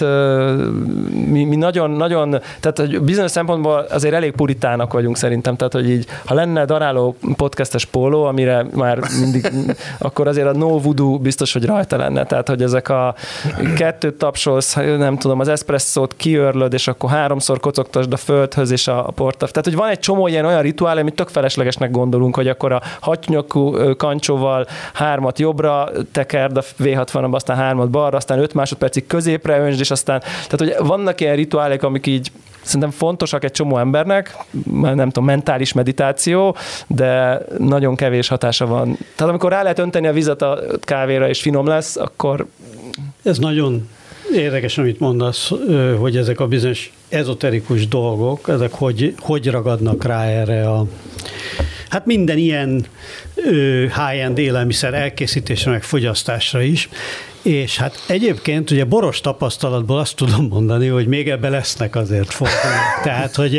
mi, mi nagyon, nagyon, tehát bizonyos szempontból azért elég puritának vagyunk szerintem, tehát hogy így, ha lenne daráló podcastes póló, amire már mindig, akkor azért a no voodoo biztos, hogy rajta lenne, tehát hogy ezek a kettőt tapsolsz, nem tudom, az eszpresszót kiörlöd, és akkor háromszor kocogtasd a földhöz, és a porta. Tehát, hogy van egy csomó ilyen olyan rituál, amit tök feleslegesnek gondolunk, hogy akkor a hatnyakú kancsóval hármat jobbra tekerd a vé hatvanba, aztán hármat balra, aztán öt másodpercig középre öntsd, és aztán, tehát hogy vannak ilyen rituálek, amik így szerintem fontosak egy csomó embernek, nem tudom, mentális meditáció, de nagyon kevés hatása van. Tehát amikor rá lehet önteni a vizet a kávéra, és finom lesz, akkor... Ez nagyon érdekes, amit mondasz, hogy ezek a bizonyos ezoterikus dolgok, ezek hogy, hogy ragadnak rá erre a... Hát minden ilyen high-end élelmiszer elkészítésre, meg fogyasztásra is, és hát egyébként ugye boros tapasztalatból azt tudom mondani, hogy még ebbe lesznek azért fordulók. Tehát, hogy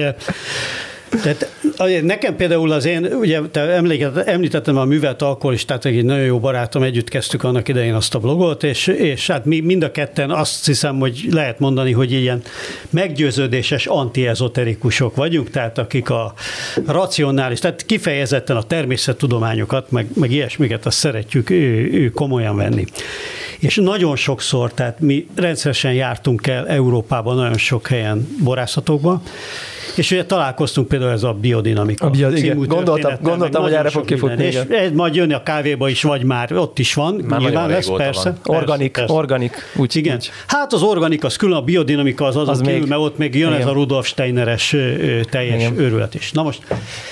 tehát nekem például az én, ugye te említettem a művelt alkoholistát, egy nagyon jó barátom, együtt kezdtük annak idején azt a blogot, és, és hát mi mind a ketten azt hiszem, hogy lehet mondani, hogy ilyen meggyőződéses antiezoterikusok vagyunk, tehát akik a racionális, tehát kifejezetten a természettudományokat, meg, meg ilyesmiket azt szeretjük ő, ő komolyan venni. És nagyon sokszor, tehát mi rendszeresen jártunk el Európában, nagyon sok helyen borászatokban, és ugye találkoztunk például ez a biodinamika. A bio, igen. Gondoltam, gondoltam hogy erre fog kifutni. És ez majd jönni a kávéba is, vagy már ott is van. Már nyilván lesz, persze. Van. Organik, persze. organik. Úgy, igen. Úgy. Hát az organik, az külön, a biodinamika az azon az kívül, még, mert ott még jön igen. ez a Rudolf Steineres teljes igen. őrület is. Na most,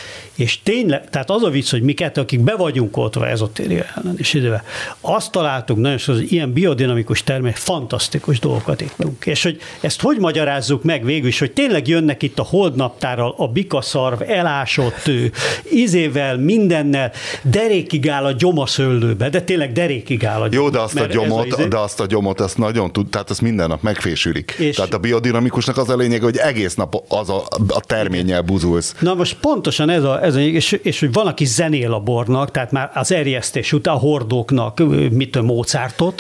és tényleg, tehát az a vicc, hogy mi kettő, akik be vagyunk oltva ezotéria ellen, és idővel, azt találtuk nagyon sokszor, hogy ilyen biodinamikus termék, fantasztikus dolgokat ittunk. És hogy ezt hogy magyarázzuk meg végül is, hogy tényleg jönnek itt a holdnaptárral a bikaszarv, elásott ízével, mindennel, derékig áll a gyomaszöllőbe, de tényleg derékig áll a gyomot. Jó, de azt a gyomot, a de azt a gyomot, azt nagyon tud, tehát azt minden nap megfésülik. És tehát a biodinamikusnak az a lényeg, hogy egész nap az a, a terménnyel buzulsz. Na most pontosan ez a Ez, és, és hogy van, aki zenél a bornak, tehát már az erjesztés után a hordóknak, mit tudom, Mozartot,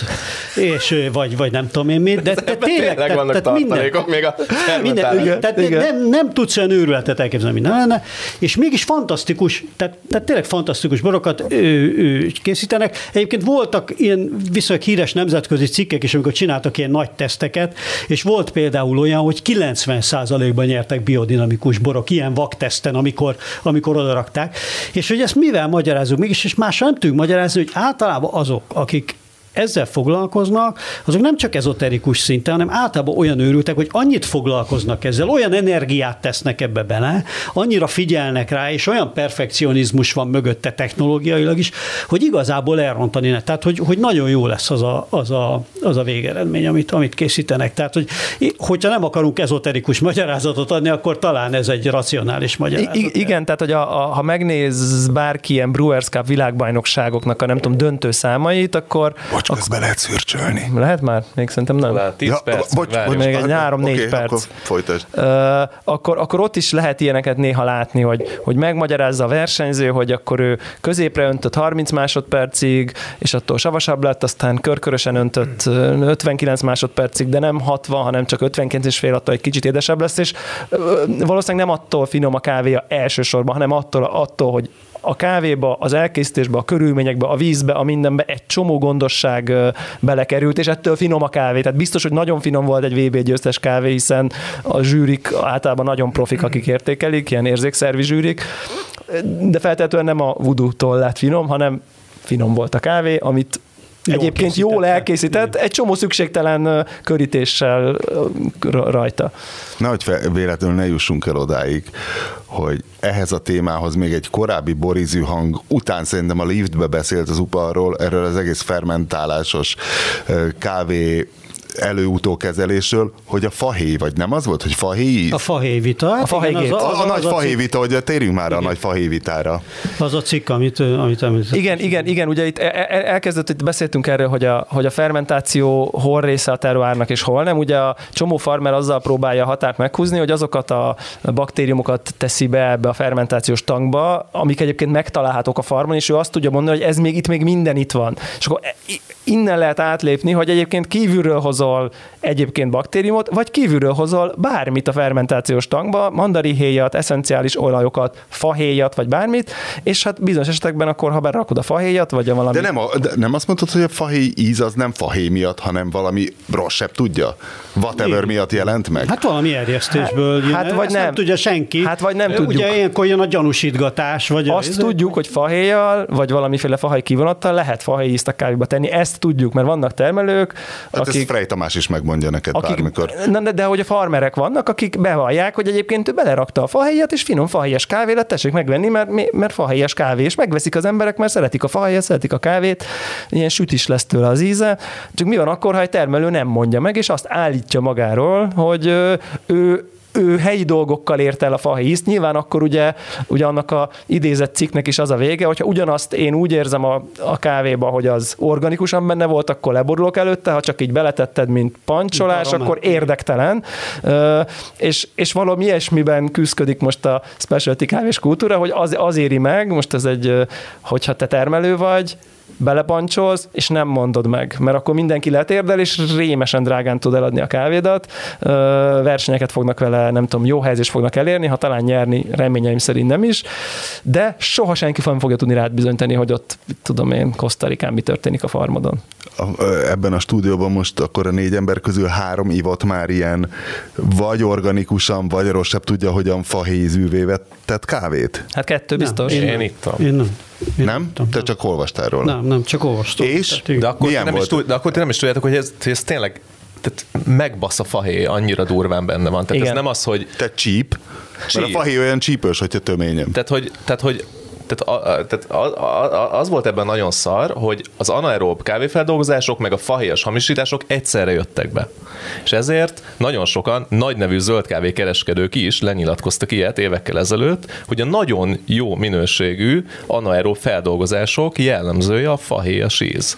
és vagy, vagy nem tudom én mit, de, de tényleg, tényleg tehát, vannak tehát minden, még a minden, igen, tehát igen. Nem, nem tudsz olyan őrületet elképzelni, minden lenne, és mégis fantasztikus, tehát, tehát tényleg fantasztikus borokat ő, ő, készítenek. Egyébként voltak ilyen viszonylag híres nemzetközi cikkek is, amikor csináltak ilyen nagy teszteket, és volt például olyan, hogy kilencven százalékban nyertek biodinamikus borok, ilyen vakteszten, amikor, amikor odarakták, és hogy ezt mivel magyarázunk mégis, és másra nem tudjuk magyarázni, hogy általában azok, akik ezzel foglalkoznak, azok nem csak ezoterikus szinten, hanem általában olyan őrültek, hogy annyit foglalkoznak ezzel, olyan energiát tesznek ebbe bele, annyira figyelnek rá, és olyan perfekcionizmus van mögötte technológiailag is, hogy igazából elrontani ne. Tehát, hogy, hogy nagyon jó lesz az a, az a, az a végeredmény, amit, amit készítenek. Tehát, hogy, hogyha nem akarunk ezoterikus magyarázatot adni, akkor talán ez egy racionális magyarázat. I- igen, tehát, hogy a, a, ha megnéz bárki ilyen Brewers Cup világbajnokságoknak a nem tudom, döntő számait, akkor Bocs, közben lehet szürcsölni. Lehet már? Még szerintem nem. Talán tíz ja, perc. Bocs, bocs, még egy három-négy okay, perc. Akkor folytasd. Uh, akkor, akkor ott is lehet ilyeneket néha látni, hogy, hogy megmagyarázza a versenyző, hogy akkor ő középre öntött harminc másodpercig, és attól savasabb lett, aztán körkörösen öntött ötvenkilenc másodpercig, de nem hatvan, hanem csak ötvenkilenc és fél, attól egy kicsit édesebb lesz, és uh, valószínűleg nem attól finom a kávéja elsősorban, hanem attól, attól hogy a kávéba, az elkészítésbe, a körülményekbe, a vízbe, a mindenbe egy csomó gondosság belekerült, és ettől finom a kávé. Tehát biztos, hogy nagyon finom volt egy vé bé győztes kávé, hiszen a zsűrik általában nagyon profik, akik értékelik, ilyen érzékszervi zsűrik, de feltétlenül nem a voodoo-tól lett finom, hanem finom volt a kávé, amit Jól egyébként jól elkészített, egy csomó szükségtelen körítéssel rajta. Nehogy véletlenül ne jussunk el odáig, hogy ehhez a témához még egy korábbi borízű hang után szerintem a liftbe beszélt az uparról, erről az egész fermentálásos kávé elő-utókezelésről, hogy a fahéj, vagy nem az volt, hogy fahéj? A fahéjvita. Hát a fahéjgét. A, a, a, a nagy fahéjvita, hogy térjünk már igen. a nagy fahéjvitára. Az a cikk, amit, amit említett. Igen, igen, igen, ugye itt elkezdett, itt beszéltünk erről, hogy a, hogy a fermentáció hol része a terroárnak és hol nem. Ugye a csomó farmer azzal próbálja a határt meghúzni, hogy azokat a baktériumokat teszi be ebbe a fermentációs tankba, amik egyébként megtalálhatók a farmon, és ő azt tudja mondani, hogy ez még itt még minden itt van. És akkor innen lehet átlépni, hogy egyébként kívülről hozol egyébként baktériumot, vagy kívülről hozol bármit a fermentációs tankba, mandarihéjat, eszenciális olajokat, fahéjat, vagy bármit, és hát bizonyos esetekben akkor, ha berakod a fahéjat, vagy a valami... De nem, a, de nem azt mondtad, hogy a fahéj íz az nem fahéj miatt, hanem valami rosszabb tudja? Whatever Igen. miatt jelent meg? Hát valami erjesztésből jön. Hát vagy Ezt nem. nem tudja senki. Hát vagy nem tudjuk. Ugye ilyenkor jön a gyanúsítgatás. Vagy Azt a... tudjuk, hogy fahéjjal, vagy valamiféle fahéj kivonattal lehet fahéj ízt a kávéba tenni. Ezt tudjuk, mert vannak termelők, Hát akik... ezt Frey Tamás is megmondja neked akik, bármikor. Na, de, de hogy a farmerek vannak, akik bevallják, hogy egyébként ő belerakta a fahéjat, és finom fahéjas kávé lett, tessék megvenni, mert, mert fahéjas kávé, és megveszik az emberek, mert szeretik a fahéjat, szeretik a kávét, ilyen süt is lesz tőle az íze. Csak mi van akkor, ha egy termelő nem mondja meg, és azt állítja magáról, hogy ő, ő ő helyi dolgokkal ért el a fahéjzt. Nyilván akkor ugye, ugye annak a idézett cikknek is az a vége, hogyha ugyanazt én úgy érzem a, a kávéba, hogy az organikusan benne volt, akkor leborulok előtte, ha csak így beletetted, mint pancsolás, mint akkor érdektelen. Uh, és, és valami ilyesmiben küszködik most a specialty kávés kultúra, hogy az, az éri meg, most ez egy, hogyha te termelő vagy, belepancsolsz, és nem mondod meg, mert akkor mindenki letérdel, és rémesen drágán tud eladni a kávédat, versenyeket fognak vele, nem tudom, jó helyezést fognak elérni, ha talán nyerni, reményeim szerint nem is, de soha senki nem fogja tudni rád bizonyítani, hogy ott, tudom én, Kosztarikán mi történik a farmodon. Ebben a stúdióban most akkor a négy ember közül három ivott már ilyen vagy organikusan, vagy rosszabb tudja, hogyan fahéjzűvé tett kávét? Hát kettő biztos. Nem, én, én ittam. Én nem. Én nem? nem? Te csak olvastál róla. Nem, nem, csak olvastam. És? De akkor, Milyen nem volt? is tud, de akkor ti nem is tudjátok, hogy ez, hogy ez tényleg tehát megbasz a fahéj, annyira durván benne van. Tehát igen. ez nem az, hogy... Te csíp? Csíp. Mert a fahéj olyan csípős, hogyha töményem. Tehát, hogy, tehát, hogy tehát, a, a, tehát a, a, az volt ebben nagyon szar, hogy az anaerób kávéfeldolgozások meg a fahéjas hamisítások egyszerre jöttek be. És ezért nagyon sokan nagynevű zöldkávé kereskedők is lenyilatkoztak ilyet évekkel ezelőtt, hogy a nagyon jó minőségű anaerób feldolgozások jellemzője a fahéjas íz.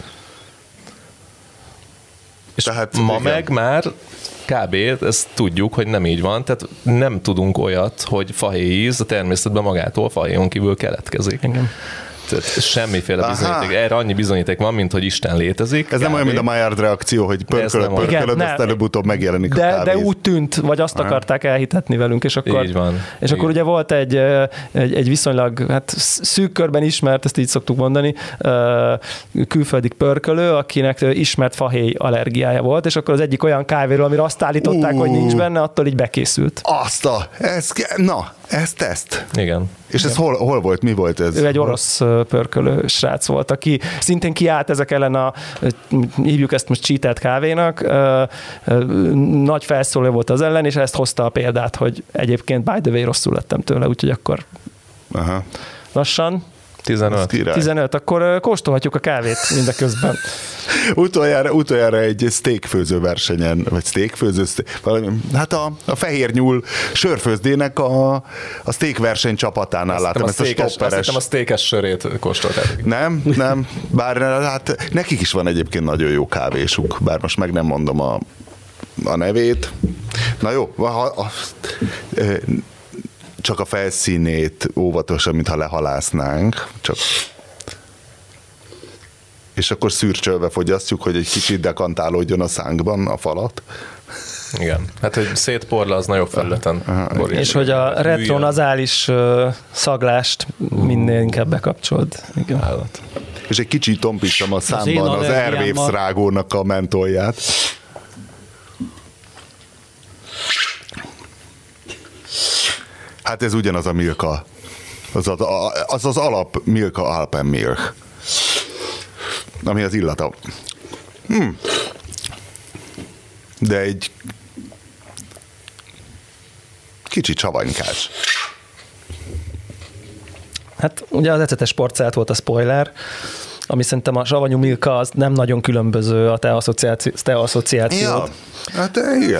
És Tehát, ma igen. meg már kb. Ezt tudjuk, hogy nem így van, tehát nem tudunk olyat, hogy fahéj íz a természetben magától fahéjon kívül keletkezik. Igen. Tehát semmiféle Aha. bizonyíték. Erre annyi bizonyíték van, mint hogy Isten létezik. Ez nem olyan, mint a Maillard reakció, hogy pörkölöd, pörkölöd, aztán előbb-utóbb megjelenik de, a kávé. De úgy tűnt, vagy azt Aha. akarták elhitetni velünk, és akkor, Így van. és Így. akkor ugye volt egy, egy, egy viszonylag hát szűk körben ismert, ezt így szoktuk mondani, külföldi pörkölő, akinek ismert fahéj allergiája volt, és akkor az egyik olyan kávéról, amire azt állították, uh. hogy nincs benne, attól így bekészült. Azt a, ez, na, ez teszt. Igen. És ez hol, hol volt, mi volt ez? Ő egy orosz pörkölő srác volt, aki szintén kiállt ezek ellen a, hívjuk ezt most cheatelt kávénak, nagy felszóló volt az ellen, és ezt hozta a példát, hogy egyébként by the way rosszul lettem tőle, úgyhogy akkor Aha. lassan. tizenöt. tizenöt, akkor kóstolhatjuk a kávét mindeközben. Utoljára, utoljára egy steakfőző versenyen, vagy steakfőző, valami, hát a, a fehér nyúl sörfőzdének a, a steak verseny csapatánál láttam a ezt a steakes, stopperes. Azt hittem a steakes sörét kóstolták. Nem, nem, bár hát nekik is van egyébként nagyon jó kávésuk, bár most meg nem mondom a, a nevét. Na jó, ha, ha, csak a felszínét óvatosan, mintha lehalásznánk, csak és akkor szürcsölve fogyasztjuk, hogy egy kicsit dekantálódjon a szánkban a falat. Igen. Hát, hogy szétporla, az nagyobb felületen. És hogy a retronazális szaglást minél inkább bekapcsolod. Igen. Állat. És egy kicsit tompítsam a számban az, az Airwaves rágónak a mentolját. Hát ez ugyanaz a Milka. Az az, az, az alap Milka Alpenmilch. Ami az illata. Hm. De egy kicsit savanykás. Hát ugye az ecetes porcelt volt a spoiler, ami szerintem a savanyú Milka az nem nagyon különböző a te, asszociáció, te asszociációt. Ja, hát igen.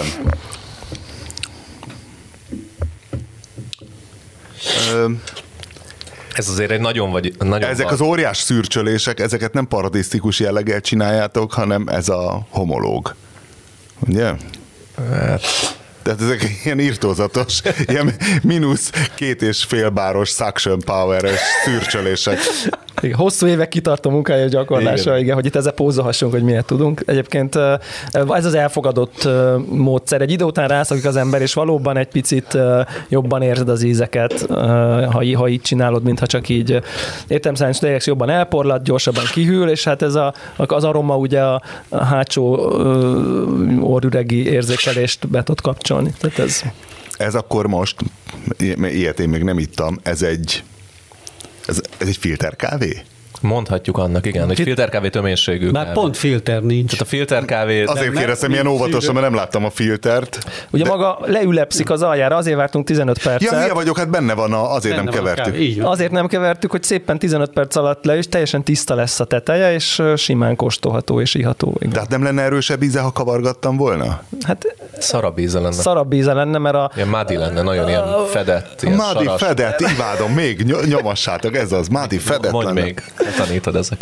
Ö, Ez azért egy nagyon vagy... Nagyon ezek van. az óriás szürcsölések, ezeket nem paradisztikus jelleggel csináljátok, hanem ez a homológ. Ugye? Hát, Tehát ezek ilyen irtózatos, ilyen mínusz két és fél báros suction power-es szürcsölések. Igen, hosszú évek kitartó munkája gyakorlása, igen. igen, hogy itt ezzel pózolhassunk, hogy miért tudunk. Egyébként ez az elfogadott módszer. Egy idő után rászakik az ember, és valóban egy picit jobban érzed az ízeket, ha, ha így csinálod, mintha csak így értelemszerűen tényleg jobban elporlad, gyorsabban kihűl, és hát ez a, az aroma ugye a, a hátsó orrüregi érzékelést be tud kapcsolni. Tehát ez... ez akkor most, ilyet én még nem ittam, ez egy Ez, ez egy filterkávé? Mondhatjuk annak, igen, hogy filterkávé töménységű. Már kávé. Pont filter nincs. Tehát a filterkávé... Azért kérdeztem ilyen óvatosan, mert nem láttam a filtert. Ugye de... maga leülepszik az aljára, azért vártunk tizenöt percet. Ja, hülye vagyok, hát benne van, a, azért benne nem kevertük. Azért nem kevertük, hogy szépen tizenöt perc alatt le, és teljesen tiszta lesz a teteje, és simán kóstolható és iható. Igen. De hát nem lenne erősebb íze, ha kavargattam volna? Hát szarabb íze lenne. Szarabb íze lenne, mert a... Ilyen muddy lenne, nagyon ilyen fedett, ilyen Muddy saras. fedett, imádom, még nyomassátok, ez az, muddy fedett Mondj lenne. még, tanítod ezeket.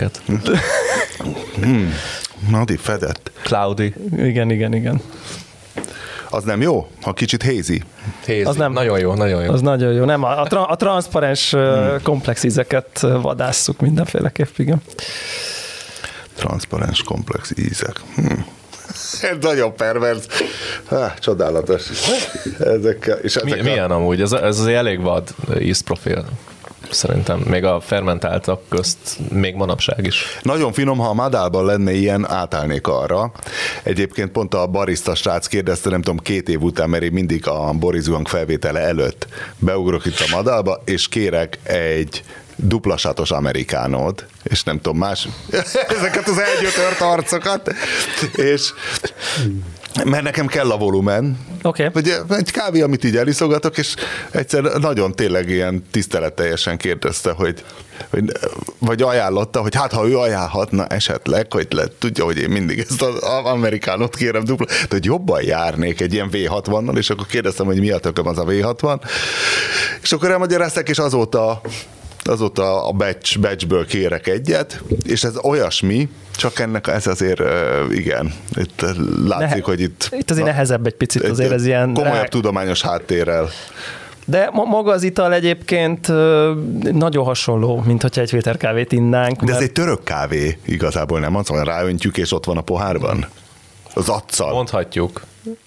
Hmm. Muddy fedett. Cloudy. Igen, igen, igen. Az nem jó? Ha kicsit hazy? Hazy. Az nem, nagyon jó, nagyon jó. Az nagyon jó. Nem, a, a, tra, a transzparens hmm. komplex ízeket vadásszuk mindenféleképp, igen. Transzparens komplex ízek. Hmm. Ez nagyon perverz. Há, csodálatos. Ezekkel, és ezekkel... Milyen amúgy? Ez, ez azért elég vad ízprofil. Szerintem még a fermentáltak közt még manapság is. Nagyon finom, ha a Madálban lenne ilyen, átállnék arra. Egyébként pont a barista srác kérdezte, nem tudom, két év után, mert én mindig a Boris Young felvétele előtt beugrok itt a Madálba, és kérek egy duplasátos amerikánót, és nem tudom, más ezeket az elgyötört arcokat, és mert nekem kell a volumen. Okay. Egy kávé, amit így eliszogatok, és egyszer nagyon tényleg ilyen tiszteletteljesen kérdezte, hogy, hogy vagy ajánlotta, hogy hát ha ő ajánlhatna esetleg, hogy le, tudja, hogy én mindig ezt az amerikánot kérem dupla, de hogy jobban járnék egy ilyen vé hatvannal, és akkor kérdeztem, hogy mi a tököm az a vé hatvan, és akkor elmagyarázták, és azóta azóta a batch, batchből kérek egyet, és ez olyasmi, csak ennek ez azért, igen, itt látszik, Nehe, hogy itt... Itt azért nehezebb egy picit, azért ez ilyen... Komolyabb rá... tudományos háttérrel. De maga az ital egyébként nagyon hasonló, mint hogyha egy filterkávét innánk. De mert... ez egy török kávé igazából, nem az, hogy ráöntjük, és ott van a pohárban? Az accal. Mondhatjuk.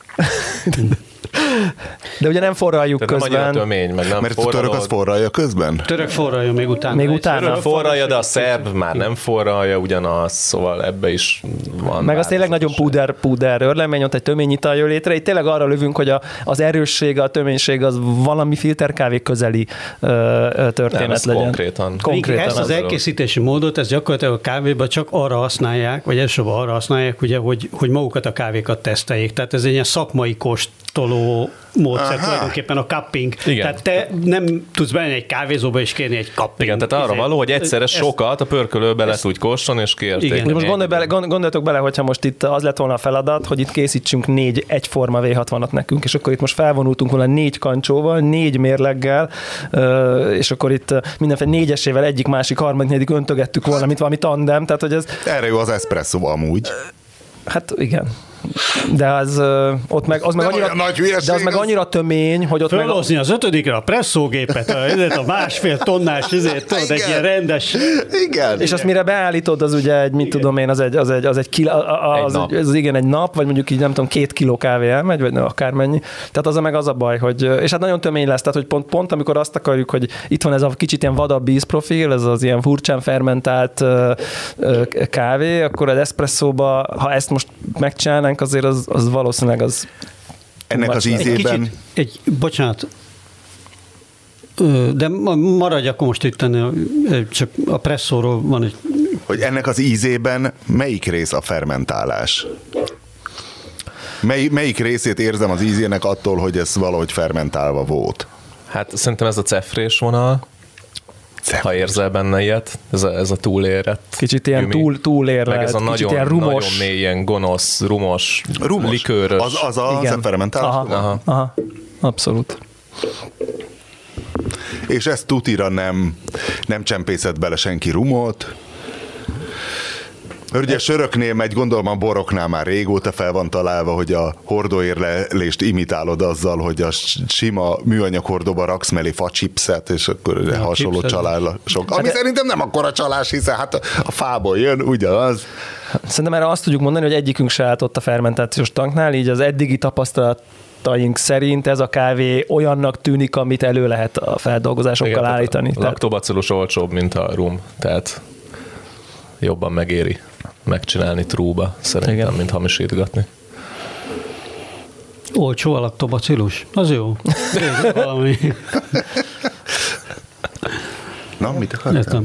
De ugye nem forraljuk tehát közben. Nem tömény, meg nem mert forralod. A török az forralja közben? Török forralja még utána. Még utána. Török forralja, de a szerb már nem forralja ugyanaz, szóval ebbe is van. Meg az tényleg nagyon puder, puder örlemény, ott egy töményital jön létre. Itt tényleg arra lövünk, hogy a, az erőssége, a töménység az valami filterkávé közeli ö, történet nem, legyen. Konkrétan. konkrétan ezt az, az elkészítési módot, ez gyakorlatilag a kávéban csak arra használják, vagy elsősorban arra használják, ugye, hogy, hogy magukat a kávékat teszteljék. Tehát ez egy ilyen szakmai kóstoló módszer, aha, tulajdonképpen a cupping. Igen. Tehát te nem tudsz bemenni egy kávézóba és kérni egy cupping. Igen, tehát arra való, hogy egyszerre ez, sokat a pörkölőbe le tudj kóstolni, és kérték. Most gondolj bele, gondoljatok bele, hogyha most itt az lett volna a feladat, hogy itt készítsünk négy egyforma vé hatvanat nekünk, és akkor itt most felvonultunk volna négy kancsóval, négy mérleggel, és akkor itt mindenféle négyesével egyik, másik, harmadik, negyedik öntögettük volna, mint valami tandem. Tehát, hogy ez... Erre jó az espresso amúgy. Hát igen. De az, ott meg, az meg annyira, de az meg annyira tömény, hogy ott fölhozni meg... az ötödikre a presszógépet, a, a másfél tonnás, ezért tudod, egy ilyen rendes... Igen. És azt mire beállítod, az ugye egy, mit igen. tudom én, az egy, az egy, az egy, kil, az, egy egy az igen, egy nap, vagy mondjuk így nem tudom, két kiló kávé elmegy, vagy akármennyi. Tehát az a meg az a baj, hogy, és hát nagyon tömény lesz, tehát hogy pont, pont amikor azt akarjuk, hogy itt van ez a kicsit ilyen vadabb ízprofil, ez az ilyen furcsán fermentált kávé, akkor az eszpresszóba, ha ezt most megcsinálnánk, azért az, az valószínűleg az... Ennek az ízében... Egy, kicsit, egy, bocsánat, de maradj akkor most itt, csak a presszóról van egy... Hogy ennek az ízében melyik rész a fermentálás? Mely, melyik részét érzem az ízének attól, hogy ez valahogy fermentálva volt? Hát szerintem ez a cefrés vonal, ha érzel benne ilyet, ez a, ez a túlérett. Kicsit ilyen túl, túlérlet, meg ez a nagyon, ilyen rumos. Nagyon mélyen gonosz, rumos, rumos. likőrös. Az, az a fermentálás? Aha, aha. aha, abszolút. És ezt tutira nem, nem csempészett bele senki rumot? Ugye söröknél megy, gondolom a boroknál már régóta fel van találva, hogy a hordóérlelést imitálod azzal, hogy a sima műanyag hordóba raksz mellé facsipszet, és akkor ja, hasonló csalások. Ami hát szerintem nem akkora csalás, hiszen hát a fából jön, ugyanaz. Szerintem erre azt tudjuk mondani, hogy egyikünk se állt ott a fermentációs tanknál, így az eddigi tapasztalat szerint ez a kávé olyannak tűnik, amit elő lehet a feldolgozásokkal igen, állítani. A laktobacillus olcsóbb, mint a rum, tehát jobban megéri megcsinálni trúba, szerintem, igen. mint hamisítgatni. Olcsó a laktobacillus? Az jó. Valami. Na, mit akartál?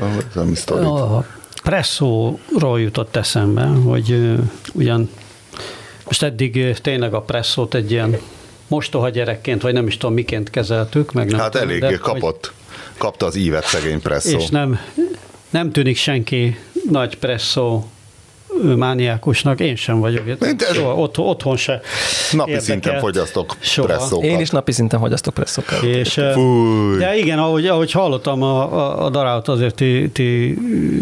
A presszóról jutott eszembe, hogy uh, ugyan most eddig tényleg a presszót egy ilyen mostoha gyerekként, vagy nem is tudom miként kezeltük. Meg nem hát tudom, elég de, kapott, hogy, kapta az ívet szegény presszó. És nem, nem tűnik senki nagy presszó mániákusnak, én sem vagyok. Soha, ott, otthon se napi érdekelt. Szinten fogyasztok soha. Presszókat. Én is napi szinten fogyasztok presszókat. És, de igen, ahogy, ahogy hallottam a, a, a darállat, azért ti, ti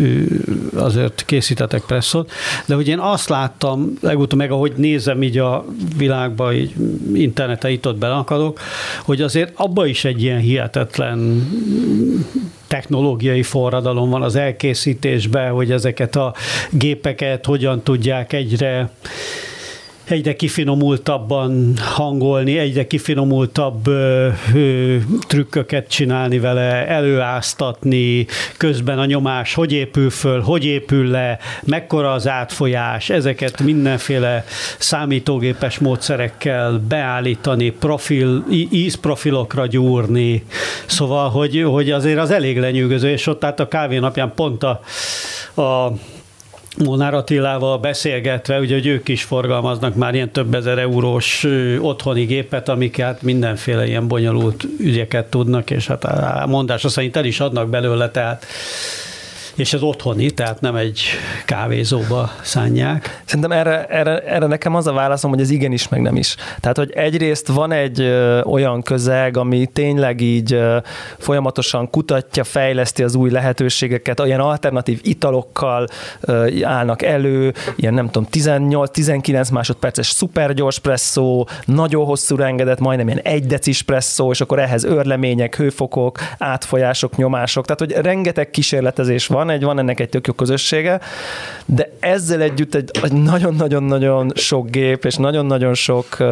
azért készítetek presszót, de hogy én azt láttam, legutóbb meg ahogy nézem így a világba, így interneten itt ott belakadok, hogy azért abban is egy ilyen hihetetlen technológiai forradalom van az elkészítésben, hogy ezeket a gépeket hogyan tudják egyre egyre kifinomultabban hangolni, egyre kifinomultabb ö, ö, trükköket csinálni vele, előáztatni, közben a nyomás hogy épül föl, hogy épül le, mekkora az átfolyás, ezeket mindenféle számítógépes módszerekkel beállítani, profil, ízprofilokra gyúrni, szóval, hogy, hogy azért az elég lenyűgöző, és ott át a kávé napján pont a, a Molnár Attilával beszélgetve, ugye, hogy ők is forgalmaznak már ilyen több ezer eurós otthoni gépet, amik hát mindenféle ilyen bonyolult ügyeket tudnak, és hát a mondása szerint el is adnak belőle, tehát és ez otthoni, tehát nem egy kávézóba szánják. Szerintem erre, erre, erre nekem az a válaszom, hogy ez igenis, meg nem is. Tehát, hogy egyrészt van egy ö, olyan közeg, ami tényleg így ö, folyamatosan kutatja, fejleszti az új lehetőségeket, olyan alternatív italokkal ö, állnak elő, ilyen nem tudom, tizennyolc-tizenkilenc másodperces szupergyors presszó, nagyon hosszúra engedett, majdnem ilyen egy decis presszó, és akkor ehhez őrlemények, hőfokok, átfolyások, nyomások, tehát, hogy rengeteg kísérletezés van, egy, van ennek egy tök jó közössége, de ezzel együtt egy, egy nagyon-nagyon-nagyon sok gép, és nagyon-nagyon sok uh,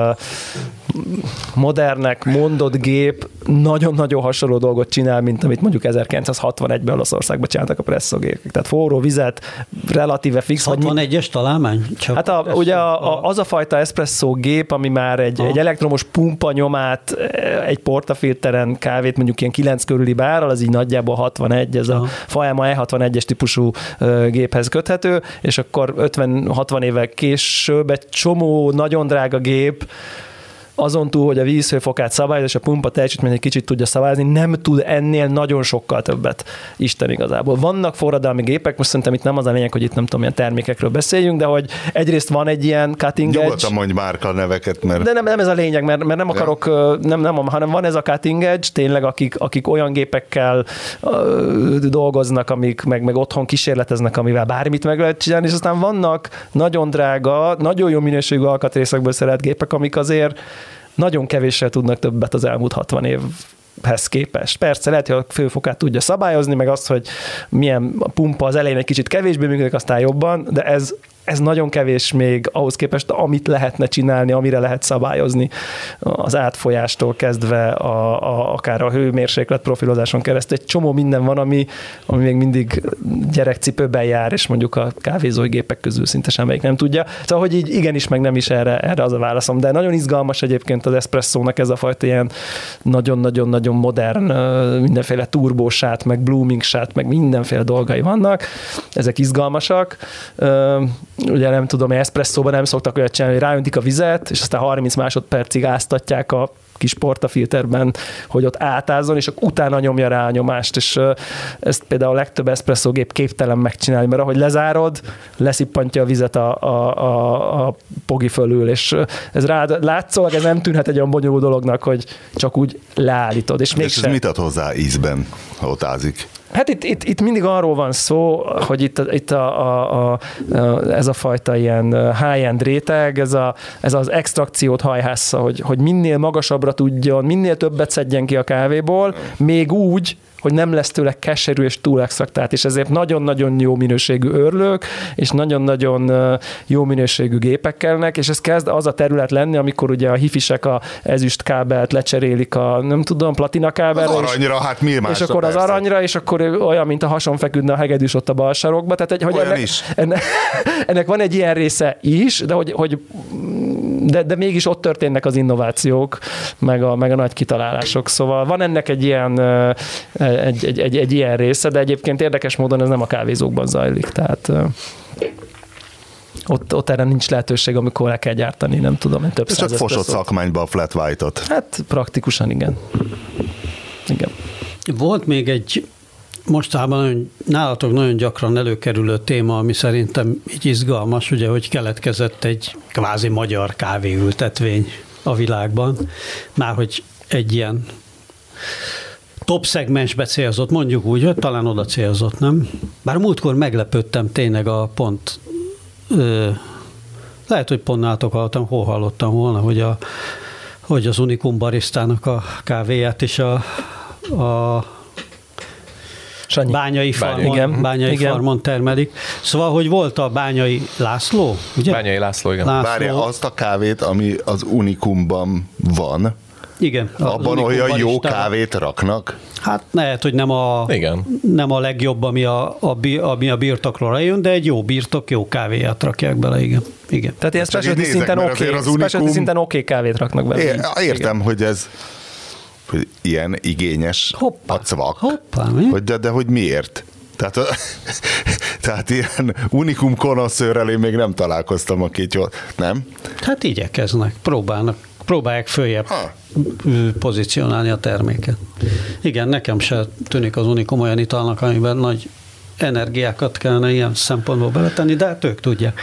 modernnek mondott gép nagyon-nagyon hasonló dolgot csinál, mint amit mondjuk ezerkilencszázhatvanegyben Olaszországban csináltak a presszogépek. Tehát forró vizet, relatíve fix. hatvanegyes találmány? Csak hát a, ugye a, a, az a fajta espresszó gép, ami már egy, egy elektromos pumpa nyomát egy portafilteren kávét mondjuk ilyen kilenc körüli bárral, az így nagyjából hatvanegy, ez Aha. a Faema E hatvanegyes típusú uh, géphez köthető, és akkor ötven-hatvan évvel később egy csomó nagyon drága gép, azon túl, hogy a vízhőfokát szabályoz, és a pumpa teljesítmény egy kicsit tudja szabályozni, nem tud ennél nagyon sokkal többet Isten igazából. Vannak forradalmi gépek, most szerintem itt nem az a lényeg, hogy itt nem tudom, milyen termékekről beszéljünk, de hogy egyrészt van egy ilyen cutting edge. Nyugodtan mondj márka neveket, mert... De nem, nem ez a lényeg, mert, mert nem akarok, ja. nem, nem, hanem van ez a cutting edge, tényleg akik, akik olyan gépekkel uh, dolgoznak, amik meg, meg otthon kísérleteznek, amivel bármit meg lehet csinálni, és aztán vannak nagyon drága, nagyon jó minőségű alkatrészekből szerelt gépek, amik azért nagyon kevéssel tudnak többet az elmúlt hatvan évhez képest. Persze lehet, hogy a főfokát tudja szabályozni, meg azt, hogy milyen a pumpa az elején egy kicsit kevésbé működik, aztán jobban, de ez ez nagyon kevés még ahhoz képest, amit lehetne csinálni, amire lehet szabályozni az átfolyástól kezdve a, a, akár a hőmérséklet profilozáson keresztül. Egy csomó minden van, ami, ami még mindig gyerekcipőben jár, és mondjuk a kávézói gépek közül szinte semmelyik nem tudja. Szóval, hogy így igenis, meg nem is erre, erre az a válaszom. De nagyon izgalmas egyébként az espresszónak ez a fajta ilyen nagyon-nagyon-nagyon modern, mindenféle turbósát, meg blooming-sát, meg mindenféle dolgai vannak. Ezek izgalmasak. Ugye nem tudom, hogy eszpresszóban nem szoktak olyat csinálni, hogy ráöntik a vizet, és aztán harminc másodpercig áztatják a kis portafilterben, hogy ott átázzon, és akkor utána nyomja rá a nyomást, és ezt például a legtöbb eszpresszógép képtelen megcsinálni, mert ahogy lezárod, leszippantja a vizet a, a, a, a pogi fölül, és ez rád látszólag, ez nem tűnhet egy olyan bonyolult dolognak, hogy csak úgy leállítod. És, és ez mit ad hozzá ízben, ha ott ázik? Hát itt, itt, itt mindig arról van szó, hogy itt, itt a, a, a, ez a fajta ilyen high-end réteg, ez, a, ez az extrakciót hajhásza, hogy, hogy minél magasabbra tudjon, minél többet szedjen ki a kávéból, még úgy, hogy nem lesz tőle keserű és túl extraktált, és ezért nagyon-nagyon jó minőségű örlők, és nagyon-nagyon jó minőségű gépek kellnek, és ez kezd az a terület lenni, amikor ugye a hifisek a ezüst kábelt lecserélik a, nem tudom, platina kábelre. Az aranyra, és, hát mi és akkor persze. Az aranyra, és akkor olyan, mint a hason feküdne a hegedűs ott a bal sarokba. Tehát, hogy olyan ennek, is. Ennek, ennek van egy ilyen része is, de hogy, hogy de, de mégis ott történnek az innovációk, meg a, meg a nagy kitalálások. Szóval van ennek egy ilyen, egy, egy, egy, egy ilyen része, de egyébként érdekes módon ez nem a kávézókban zajlik. Tehát ott, ott erre nincs lehetőség, amikor le kell gyártani, nem tudom, több száz. Csak fosott szakmányba a flat white-ot. Hát praktikusan igen. Igen. Volt még egy mostában nagyon, nálatok nagyon gyakran előkerülő téma, ami szerintem így izgalmas, ugye, hogy keletkezett egy kvázi magyar kávéültetvény a világban, már hogy egy ilyen top szegmensbe célzott, mondjuk úgy, hogy talán oda célzott, nem? Bár múltkor meglepődtem tényleg a pont, ö, lehet, hogy pont nálatok hallottam, hol hallottam volna, hogy, a, hogy az Unicum Baristának a kávéját és a, a Sanyi. Bányai, farmon, igen, bányai igen. farmon termelik. Szóval, hogy volt a Bányai László, ugye? Bányai László, igen. László. Várja, azt a kávét, ami az Unicumban van, igen, abban olyan jó kávét raknak? Hát lehet, hogy nem a, igen. nem a legjobb, ami a, a, ami a birtokról jön, de egy jó birtok, jó kávéját rakják bele, igen. igen. Tehát ilyen specialty szinten oké okay, Unicum... szinten oké okay kávét raknak bele. É, értem, igen. Hogy ez hogy ilyen igényes hoppá, a cvak. Hoppá, hogy de, de hogy miért? Tehát, tehát ilyen Unicum konoszőrrel én még nem találkoztam, aki jól, nem? Hát igyekeznek, próbálnak, próbálják följebb ha. pozícionálni a terméket. Igen, nekem se tűnik az Unicum olyan italnak, amiben nagy energiákat kellene ilyen szempontból beletenni, de hát ők tudják.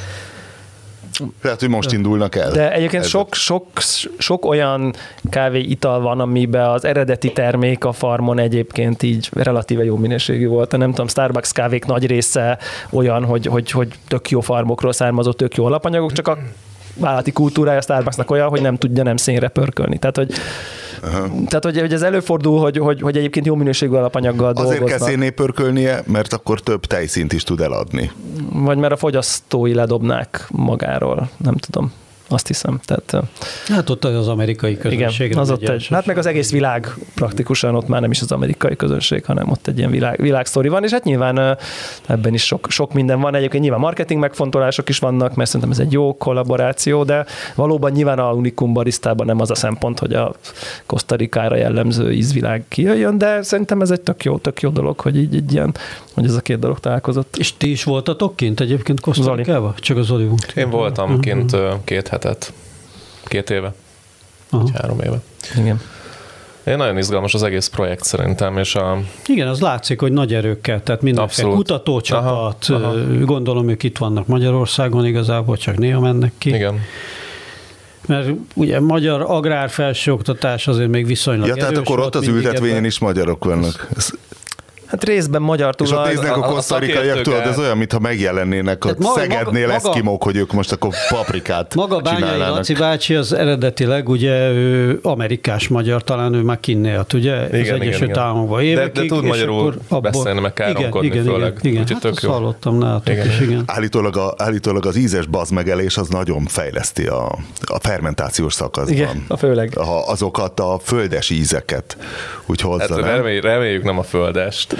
Lehet, hogy most indulnak el. De egyébként sok, sok, sok olyan kávéital van, amiben az eredeti termék a farmon egyébként így relatíve jó minőségű volt. Nem tudom, Starbucks kávék nagy része olyan, hogy, hogy, hogy tök jó farmokról származott, tök jó alapanyagok, csak a vállalati kultúrája a Starbucksnak olyan, hogy nem tudja nem szénre pörkölni. Tehát, hogy, tehát, hogy, hogy ez előfordul, hogy, hogy, hogy egyébként jó minőségű alapanyaggal Azért dolgoznak. Azért kell szénné pörkölnie, mert akkor több tejszínt is tud eladni. Vagy mert a fogyasztói ledobnák magáról, nem tudom. Azt hiszem. Tehát, hát ott az amerikai közönség. Igen, az ott egy, hát meg az egész világ praktikusan ott már nem is az amerikai közönség, hanem ott egy ilyen világ, világsztori van, és hát nyilván ebben is sok, sok minden van. Egyébként nyilván marketing megfontolások is vannak, mert szerintem ez egy jó kollaboráció, de valóban nyilván a Unicum Baristában nem az a szempont, hogy a Costa Ricára jellemző ízvilág kijöjjön, de szerintem ez egy tök jó, tök jó dolog, hogy így egy ilyen, hogy ez a két dolog találkozott. És ti is voltatok kint egyébként Costa Ricában? Csak az Zoli volt. Én voltam uh-huh. kint két hetet. Két éve. Uh-huh. Három éve. Igen. Én nagyon izgalmas az egész projekt szerintem, és a... Igen, az látszik, hogy nagy erőkkel, tehát mindenféle kutatócsapat, aha, aha. Gondolom, ők itt vannak Magyarországon igazából, csak néha mennek ki. Igen. Mert ugye magyar agrár felsőoktatás azért még viszonylag ja, tehát akkor ott az ültetvényen ebben is magyarok vannak. Hát részben magyar tulaj. És ott néznek a, a kosztarikaiak, tudod, ez olyan, mintha megjelennének a Szegednél eszkimók, hogy ők most akkor paprikát maga csinálnának. Bányai Laci bácsi az eredetileg ugye ő amerikás magyar, talán ő már kinnélt, ugye? Igen, az Egyesült Államokban évekig. De, de tud magyarul abból... beszélni, meg káromkodni igen, főleg. Igen, igen. Hát azt jó. Hallottam nálatok is, igen. Állítólag, a, állítólag az ízes bazmegelés az nagyon fejleszti a, a fermentációs szakaszban. Igen, a főleg. A, azokat a földes ízeket, úgy hozzá. Hát remély, reméljük nem a földest.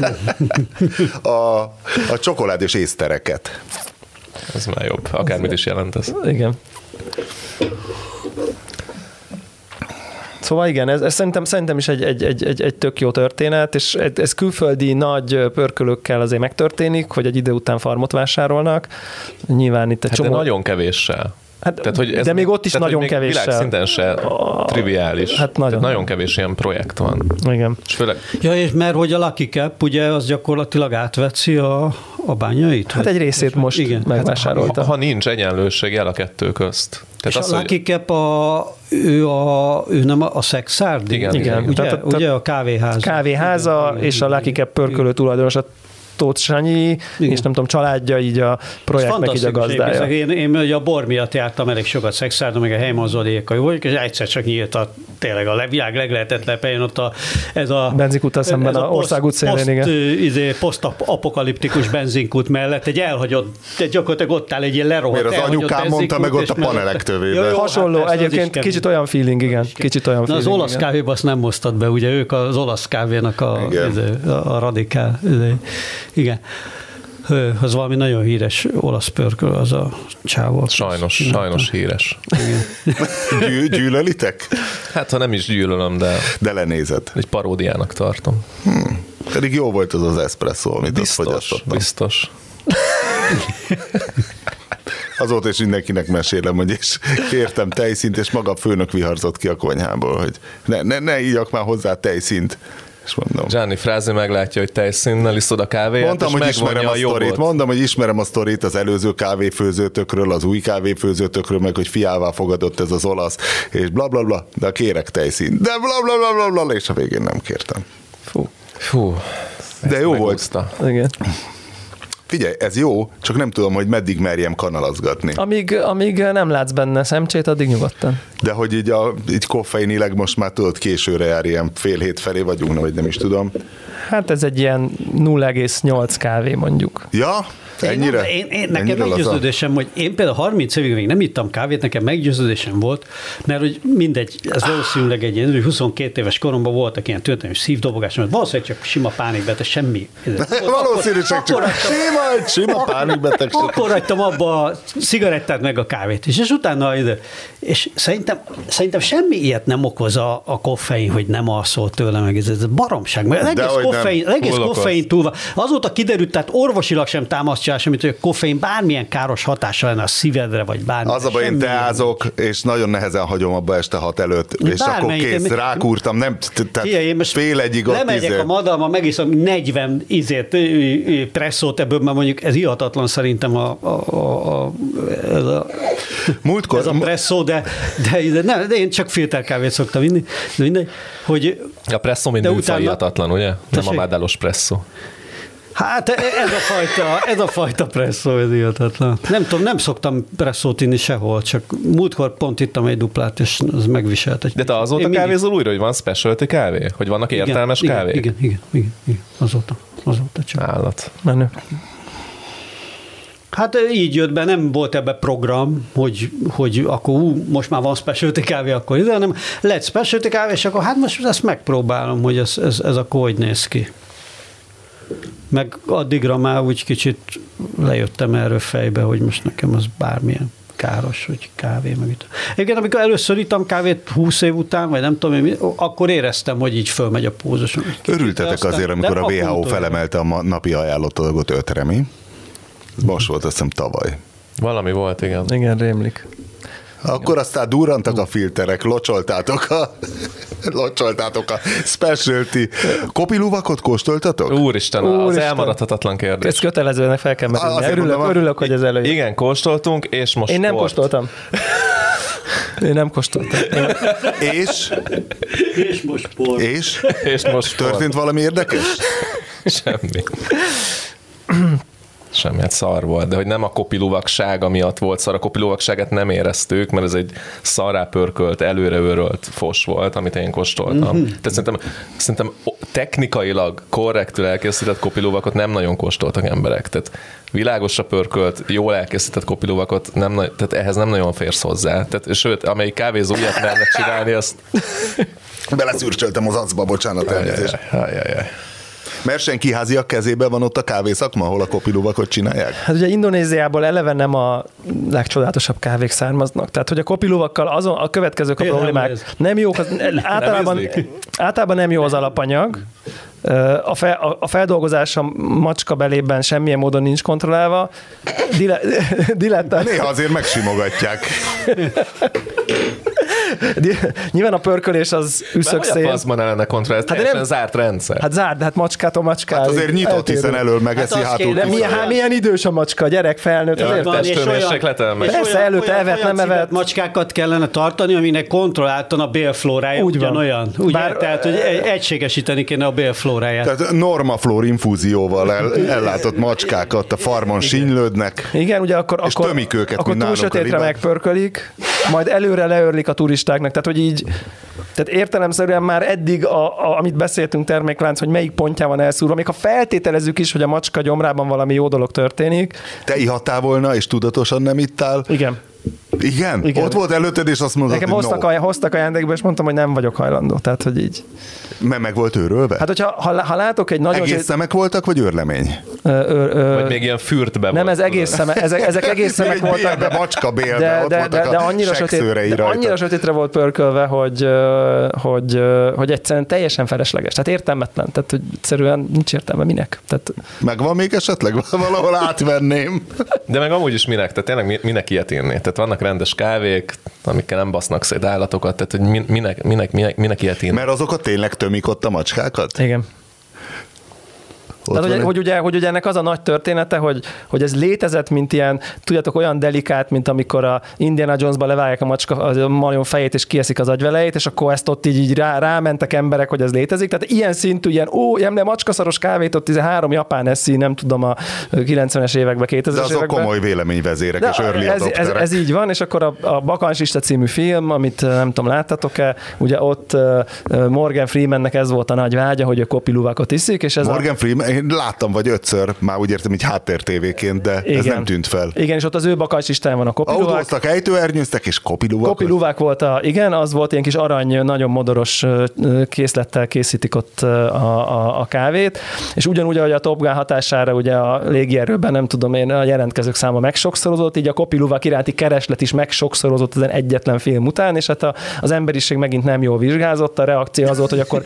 a, a csokoládés észtereket. Ez már jobb, akármit is jelent ez. Igen. Szóval igen, ez, ez szerintem, szerintem is egy, egy, egy, egy, egy tök jó történet, és ez külföldi nagy pörkölőkkel azért megtörténik, hogy egy idő után farmot vásárolnak. Nyilván itt egy hát csomó... nagyon kevéssel. Hát, tehát, hogy ez, de még ott is tehát, nagyon kevés. Világszinten se a... triviális. Hát nagyon. nagyon kevés ilyen projekt van. Igen. És főleg... Ja, és mert hogy a Lucky Cap, ugye, az gyakorlatilag átvetszi a, a bányait? Hát egy részét most igen. megvásárolta. Hát, ha, ha nincs egyenlőség el a kettő közt. Tehát és az, a Lucky hogy... Cap, a, ő, a, ő nem a Szexárd? Igen. igen. igen. Ugye, tehát, ugye a kávéház. Kávéháza igen, és igen, a Lucky Cap pörkölő tulajdonos Tóth Sanyi, igen. és nem tudom, családja így a projektnek így a gazdája. Én, én, én a bor miatt jártam elég sokat Szexárdon, meg a Heyman Zodékai volt, és egyszer csak nyílt a tényleg a világ leglehetetlen helyen ott a, ez a benzinkút szemben a országút szélén, igen. Izé, posztapokaliptikus benzinkút mellett egy elhagyott, gyakorlatilag ott áll egy ilyen lerohadt. Mert az anyukám mondta meg ott a panelek tövében. Hasonló, hát egyébként kicsit olyan feeling, igen. Kicsit olyan feeling, az olasz kávéba azt nem moztad be, ugye ők az olasz kávénak a, a, a radikál. Igen. Az valami nagyon híres olasz pörköl, az a csávó. Sajnos, sajnos híres. Gyű, gyűlölitek? Hát, ha nem is gyűlölöm, de... De lenézed. Egy paródiának tartom. Hmm. Pedig jó volt az az espresszó, amit biztos, azt fogyasztottam. Biztos. Azóta is mindenkinek mesélem, hogy és kértem tejszínt, és maga a főnök viharzott ki a konyhából, hogy ne, ne, ne ígyak már hozzá tejszínt. És mondom. Gianni Frázi meglátja, hogy tejszínnel iszod a kávéját, mondtam, és hogy ismerem a, a sztorit. Mondom, hogy ismerem a sztorit az előző kávéfőzőtökről, az új kávéfőzőtökről, meg hogy fiává fogadott ez az olasz, és blablabla, bla, bla, de kérek tejszínt. De blablabla, bla, bla, bla, és a végén nem kértem. Fú. Fú. De jó megúszta. volt. Igen. Figyelj, ez jó, csak nem tudom, hogy meddig merjem kanalazgatni. Amíg, amíg nem látsz benne szemcsét, addig nyugodtan. De hogy így, a, így koffeinileg most már tudod, későre jár, ilyen fél hét felé vagyunk, vagy nem is tudom. Hát ez egy ilyen nulla egész nyolc kávé mondjuk. Ja? Ennyire? Én, én, én, nekem meggyőződésem, hogy én például harminc évig még nem ittam kávét, nekem meggyőződésem volt, mert hogy mindegy, ez valószínűleg egy ilyen huszonkét éves koromban voltak ilyen történelmi szívdobogás, mert valószínűleg csak sima pánikbeteg, semmi. Valószínűleg csak, csak sima, sima pánikbeteg. Akkor hagytam abba a cigarettát meg a kávét is, és utána ide. És szerintem, szerintem semmi ilyet nem okoz a, a koffein, hogy nem alszol tőle, meg ez, ez baromság. Mert egész koffein, egész koffein túl van. Azóta kiderült, tehát orvosilag sem támasztja semmit, hogy a koffein bármilyen káros hatása lenne a szívedre, vagy bármi. Az a baj, én teázok, és nagyon nehezen hagyom abba este hat előtt, és akkor kész, rákúrtam, nem, tehát fél egyig ott lemegyek izé. A madalma, megiszom negyven izét, presszót ebből, mert mondjuk ez ihatatlan szerintem a, a, a, a, ez a, Múltkor, ez a presszó, de, de, de, nem, de én csak filterkávét szoktam inni, de mindegy, hogy... A presszó mind műfaj ihatatlan, ugye? Nem a mádálos presszó. Hát ez a fajta, ez a fajta presszó, ez ihatatlan. Nem tudom, nem szoktam presszót inni sehol, csak múltkor pont ittam egy duplát, és az megviselt. De te azóta mindig... kávézol újra, hogy van specialty kávé? Hogy vannak értelmes igen, kávék? Igen, igen, igen, igen, azóta, azóta csak. Állat. Menő. Hát így jött be, nem volt ebbe program, hogy, hogy akkor ú, most már van specialty kávé, akkor ide, hanem lett specialty kávé, és akkor hát most ezt megpróbálom, hogy ez, ez, ez akkor hogy néz ki. Meg addigra már úgy kicsit lejöttem erről fejbe, hogy most nekem az bármilyen káros, hogy kávé meg itt. Egyébként amikor először ittam kávét húsz év után, vagy nem tudom én, akkor éreztem, hogy így fölmegy a pózosom. Örültetek aztán, azért, amikor a vé há ó felemelte a napi ajánlott adagot ötre, mi? Ez most volt, azt hiszem tavaly. Valami volt, igen. Igen, rémlik. Akkor aztán durrantak a filterek, locsoltátok a, locsoltátok a specialty. Kopiluvakot kóstoltatok? Úristen, Úristen, az elmaradhatatlan kérdés. Ez kötelezőnek fel kell merülni. Örülök, mondom, örülök, hogy ez előjön. Igen, kóstoltunk, és most Én nem sport. kóstoltam. Én nem kóstoltam. És? És most sport. És? És most sport. Történt valami érdekes? Semmi. Semmi, hát szar volt, de hogy nem a kopiluvaksága miatt volt szar, a kopiluvakságát nem éreztük, mert ez egy szarrá pörkölt, előreőrölt fos volt, amit én kóstoltam. Mm-hmm. Tehát szerintem, szerintem technikailag korrektül elkészített kopiluvakot nem nagyon kóstoltak emberek. Tehát világosra pörkölt, jól elkészített kopiluvakot, nem, tehát ehhez nem nagyon férsz hozzá. Tehát, sőt, amelyik kávézó ilyet merne csinálni, azt... Beleszürcsöltem az acba, bocsánat, elnézést. Ajajaj. Mert senki háziak kezében van ott a kávészakma, ahol a kopiluvakot csinálják? Hát ugye Indonéziából eleve nem a legcsodálatosabb kávék származnak. Tehát, hogy a kopiluvakkal azon a következők a problémák. Nem jók, az, általában, általában nem jó az alapanyag, A, fel, a, a feldolgozás a macska belében semmilyen módon nincs kontrollálva. Dile, dilettál... Néha azért megsimogatják. Nyilván a pörkölés az üszökszél. Hogy a faszban ellene kontroll, ez hát teljesen nem, zárt rendszer. Hát zárt, de hát macskától macskáig. Hát azért nyitott, hiszen elől megeszi, hát hátul de milyen, hát milyen idős a macska, gyerek, felnőtt. Ja, testőmérsékleten meg. Persze, előtte evett, nem evett. Macskákat kellene tartani, aminek kontrolláltan a bélflórája úgy ugyanolyan. Ugye? Bár, tehát, hogy egységesíteni kéne a bélflóráját. Tehát normaflór infúzióval el, ellátott macskákat a farmon sínylődnek. Igen, ugye akkor, és akkor, tömik őket, akkor túl sötétre megpörkölik, majd előre leörlik a turistáknak. Tehát, hogy így, tehát értelemszerűen már eddig, a, a, amit beszéltünk terméklánc, hogy melyik pontján van elszúrva, még ha feltételezzük is, hogy a macska gyomrában valami jó dolog történik. Te ihattál volna, és tudatosan nem ittál? Igen. Igen? Igen? Ott volt előtted, és azt mondod, nekem hogy hoztak, no. aj- hoztak ajándékba, és mondtam, hogy nem vagyok hajlandó. Tehát, hogy így. Mert meg volt őrölve? Hát, hogyha ha, ha látok egy nagyon... Egész szemek voltak, vagy őrlemény? Ö, ö, ö, vagy még ilyen fürtbe Nem, ez egész szeme, ezek, ezek egész szemek voltak. De macska bélbe, de, ott de, voltak de, de, a annyira sötét, de annyira sötétre volt pörkölve, hogy, hogy, hogy egyszerűen teljesen felesleges. Tehát értelmetlen. Tehát, hogy egyszerűen nincs értelme. Minek? Tehát... Megvan még esetleg? Valahol átvenném. De meg amúgy is minek? Tehát tényleg minek ilyet inni? Tehát vannak rendes kávék, amikkel nem basznak szét állatokat, tehát hogy minek, minek, minek, minek ilyet inni? Mert azokat tényleg tömik ott a macskákat? Igen. Tehát, hogy, hogy, ugye, hogy ugye ennek az a nagy története, hogy, hogy ez létezett, mint ilyen, tudjátok, olyan delikát, mint amikor a Indiana Jonesba levágják a macska a majom fejét, és kieszik az agyvelejét, és akkor ezt ott így, így rá, rámentek emberek, hogy ez létezik. Tehát ilyen szintű, ilyen, ó, ilyen macskaszaros kávét ott három japán eszi, nem tudom, a kilencvenes években, kétezres években. De azok komoly véleményvezérek de és early ez, ez, ez így van, és akkor a, a Bakancsista című film, amit nem tudom, láttatok-e, ugye ott Morgan Freemannek ez volt a nagy vágya, hogy a kopiluvakot iszik, és ez Morgan a... Freeman, én láttam vagy ötször, már úgy értem, így háttértévéként, de igen. Ez nem tűnt fel. Igen, és ott az ő Bakancsistán van a kopiluvák. Autóztak, ejtőernyőztek, és kopiluvak. Kopiluvák volt a, igen, az volt ilyen kis arany, nagyon modoros készlettel készítik ott a, a, a kávét, és ugyanúgy, ahogy a Top Gun hatására ugye a légierőben, nem tudom én, a jelentkezők száma megsokszorozott, így a kopiluvák iránti kereslet is megsokszorozott ezen egyetlen film után, és hát a, az emberiség megint nem jól vizsgázott, a reakció az volt, hogy akkor...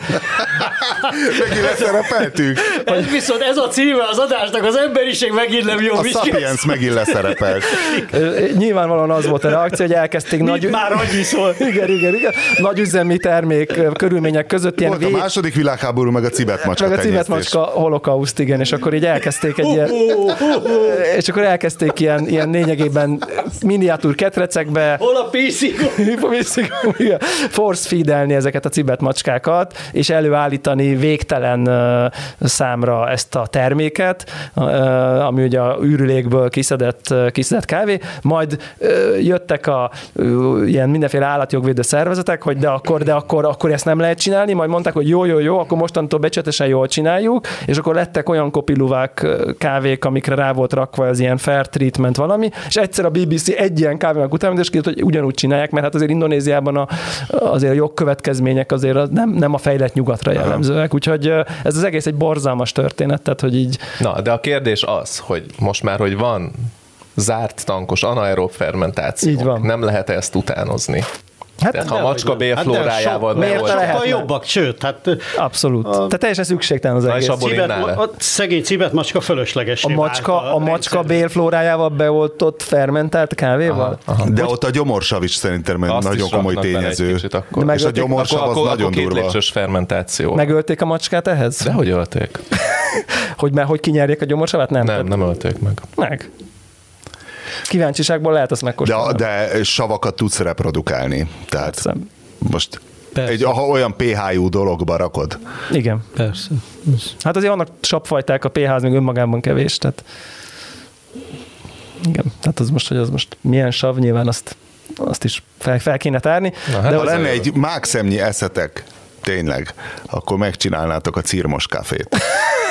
Megint leszerepeltünk. Ez viszont ez a címe az adásnak, az emberiség megint nem jó. A Sapiens megint leszerepelt. Nyilvánvalóan az volt a reakció, hogy elkezdték Mit nagy... már annyi szól. Igen, igen, igen. Nagy üzemi termék körülmények között ilyen... Volt a második világháború, meg a cibetmacska Meg a cibetmacska holokauszt, igen, és akkor így elkezdték egy ilyen... És akkor elkezdték ilyen, ilyen lényegében miniatúr ketrecekbe... Hol a píszikó? Force feedelni ezeket a cibetmacskákat, és előállítani végtelen számra ezt a terméket, ami ugye a űrülégből kiszedett, kiszedett kávé, majd jöttek a ilyen mindenféle állatjogvédő szervezetek, hogy de akkor, de akkor, akkor ezt nem lehet csinálni, majd mondták, hogy jó, jó, jó, akkor mostantól becsületesen jól csináljuk, és akkor lettek olyan kopiluvák kávék, amikre rá volt rakva ez ilyen fair treatment valami, és egyszer a bé bé cé egy ilyen kávénak után, és kérdött, hogy ugyanúgy csinálják, mert hát azért Indonéziában a, azért a jogkövetkezmények azért nem, nem a fejlett nyugatra jellemzőek, úgyhogy ez az egész egy borzalmas történet, tehát hogy így... Na, de a kérdés az, hogy most már, hogy van zárt tankos anaerob fermentáció, nem lehet ezt utánozni. Hát, tehát, ha a macska bélflórájával hát miért sokkal jobbak, sőt, hát... Abszolút. A... Tehát teljesen szükségtelen az egész. És abból cibet, a szegény cibet macska fölöslegessé A macska, a, a macska bélflórájával beoltott fermentált kávéval? Aha, aha. De ott a gyomorsav is szerintem azt nagyon komoly tényező. Akkor. És a gyomorsav akkor, az akkor, nagyon akkor durva. két lépcsős fermentáció. Megölték a macskát ehhez? Dehogy ölték. hogy már hogy kinyerjék a gyomorsavát? Nem, nem, nem ölték meg. Meg. Kíváncsiságból lehet azt megkóstolni. De, de savakat tudsz reprodukálni. Tehát persze. Most persze. Egy olyan pé há-jú dologba rakod. Igen. Persze. Hát azért vannak sapfajták, a pé há az még önmagában kevés, tehát igen, tehát az most, hogy az most milyen sav, nyilván azt, azt is fel, fel kéne tárni. Na, hát de ha lenne egy mákszemnyi eszetek, tényleg, akkor megcsinálnátok a cirmos kafét.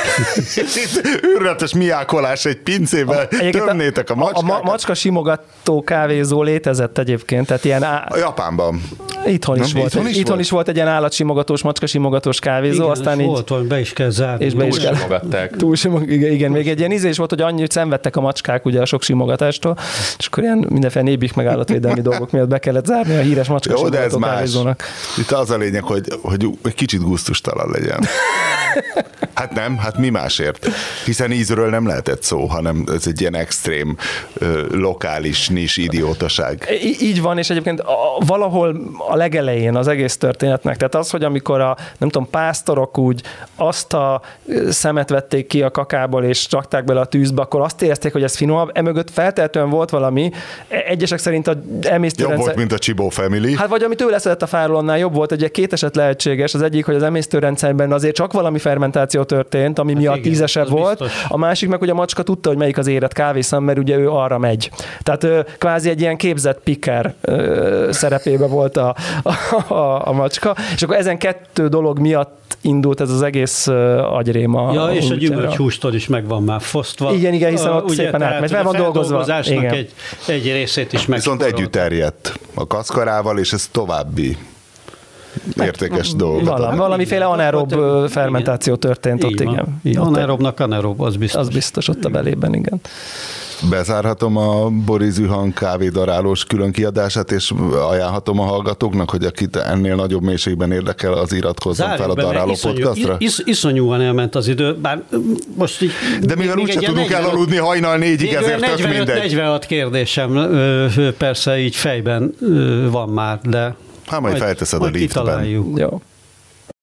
Őrületes miákolás egy pincébe, tömnétek a macskákat. A, a macska simogató kávézó létezett egyébként, tehát ilyen... Á... A Japánban. Itthon is, volt, itthon is, itthon volt? is volt egy ilyen állatsimogatós, macskasimogatós kávézó, igen, aztán így... volt, hogy be is kell zárni. És be is kell. Túlsimogatták. Túlsimog, igen, igen, még egy ilyen ízés volt, hogy annyit szenvedtek a macskák ugye a sok simogatástól, és akkor ilyen mindenféle nébik meg állatvédelmi dolgok miatt be kellett zárni a híres macskasimogató kávézónak. Itt az a lényeg, hogy, hogy egy kicsit gusztustalan legyen. Hát nem, hát mi másért? Hiszen ízről nem lehetett szó, hanem ez egy ilyen extrém, lokális, nis idiótaság. Í- így van, és egyébként a, valahol a legelején az egész történetnek, tehát az, hogy amikor a, nem tudom, pásztorok úgy azt a szemet vették ki a kakából, és rakták bele a tűzbe, akkor azt érezték, hogy ez finomabb, emögött feltehetően volt valami, egyesek szerint a emésztőrendszer... Jobb volt, mint a Csibó Family. Hát vagy ami tőle szedett a fáról, jobb volt, ugye két eset lehetséges, az egyik, hogy az emésztőrendszerben azért csak valami fermentáció történt, ami hát miatt igen, tízesebb volt. Biztos. A másik meg, hogy a macska tudta, hogy melyik az érett kávészám, mert ugye ő arra megy. Tehát ö, kvázi egy ilyen képzett picker ö, szerepébe volt a, a, a, a macska, és akkor ezen kettő dolog miatt indult ez az egész ö, agyréma. Ja, és a gyümölcshústól is megvan már fosztva. Igen, igen, hiszen ott ugye, szépen átmegy, fel van dolgozva. Igen. Egy, egy részét is meg. Viszont együtt terjedt a kaszkarával, és ez további értékes dolgokat. Valami, valamiféle anaerob fermentáció történt ott, igen. Anaerobnak anaerob, az biztos. Az biztos ott a belében, igen. Bezárhatom a Boris Zühan kávédarálós külön kiadását, és ajánlhatom a hallgatóknak, hogy akit ennél nagyobb mélységben érdekel, az iratkozzon fel a Daráló iszonyú, podcastra. Is, iszonyúan elment az idő, bár most így... De mivel úgyse tudunk elaludni hajnal négyig, ezért tök mindegy. negyvenöt kérdésem persze így fejben van már, de... Hát majd felteszed a liftben. Jó.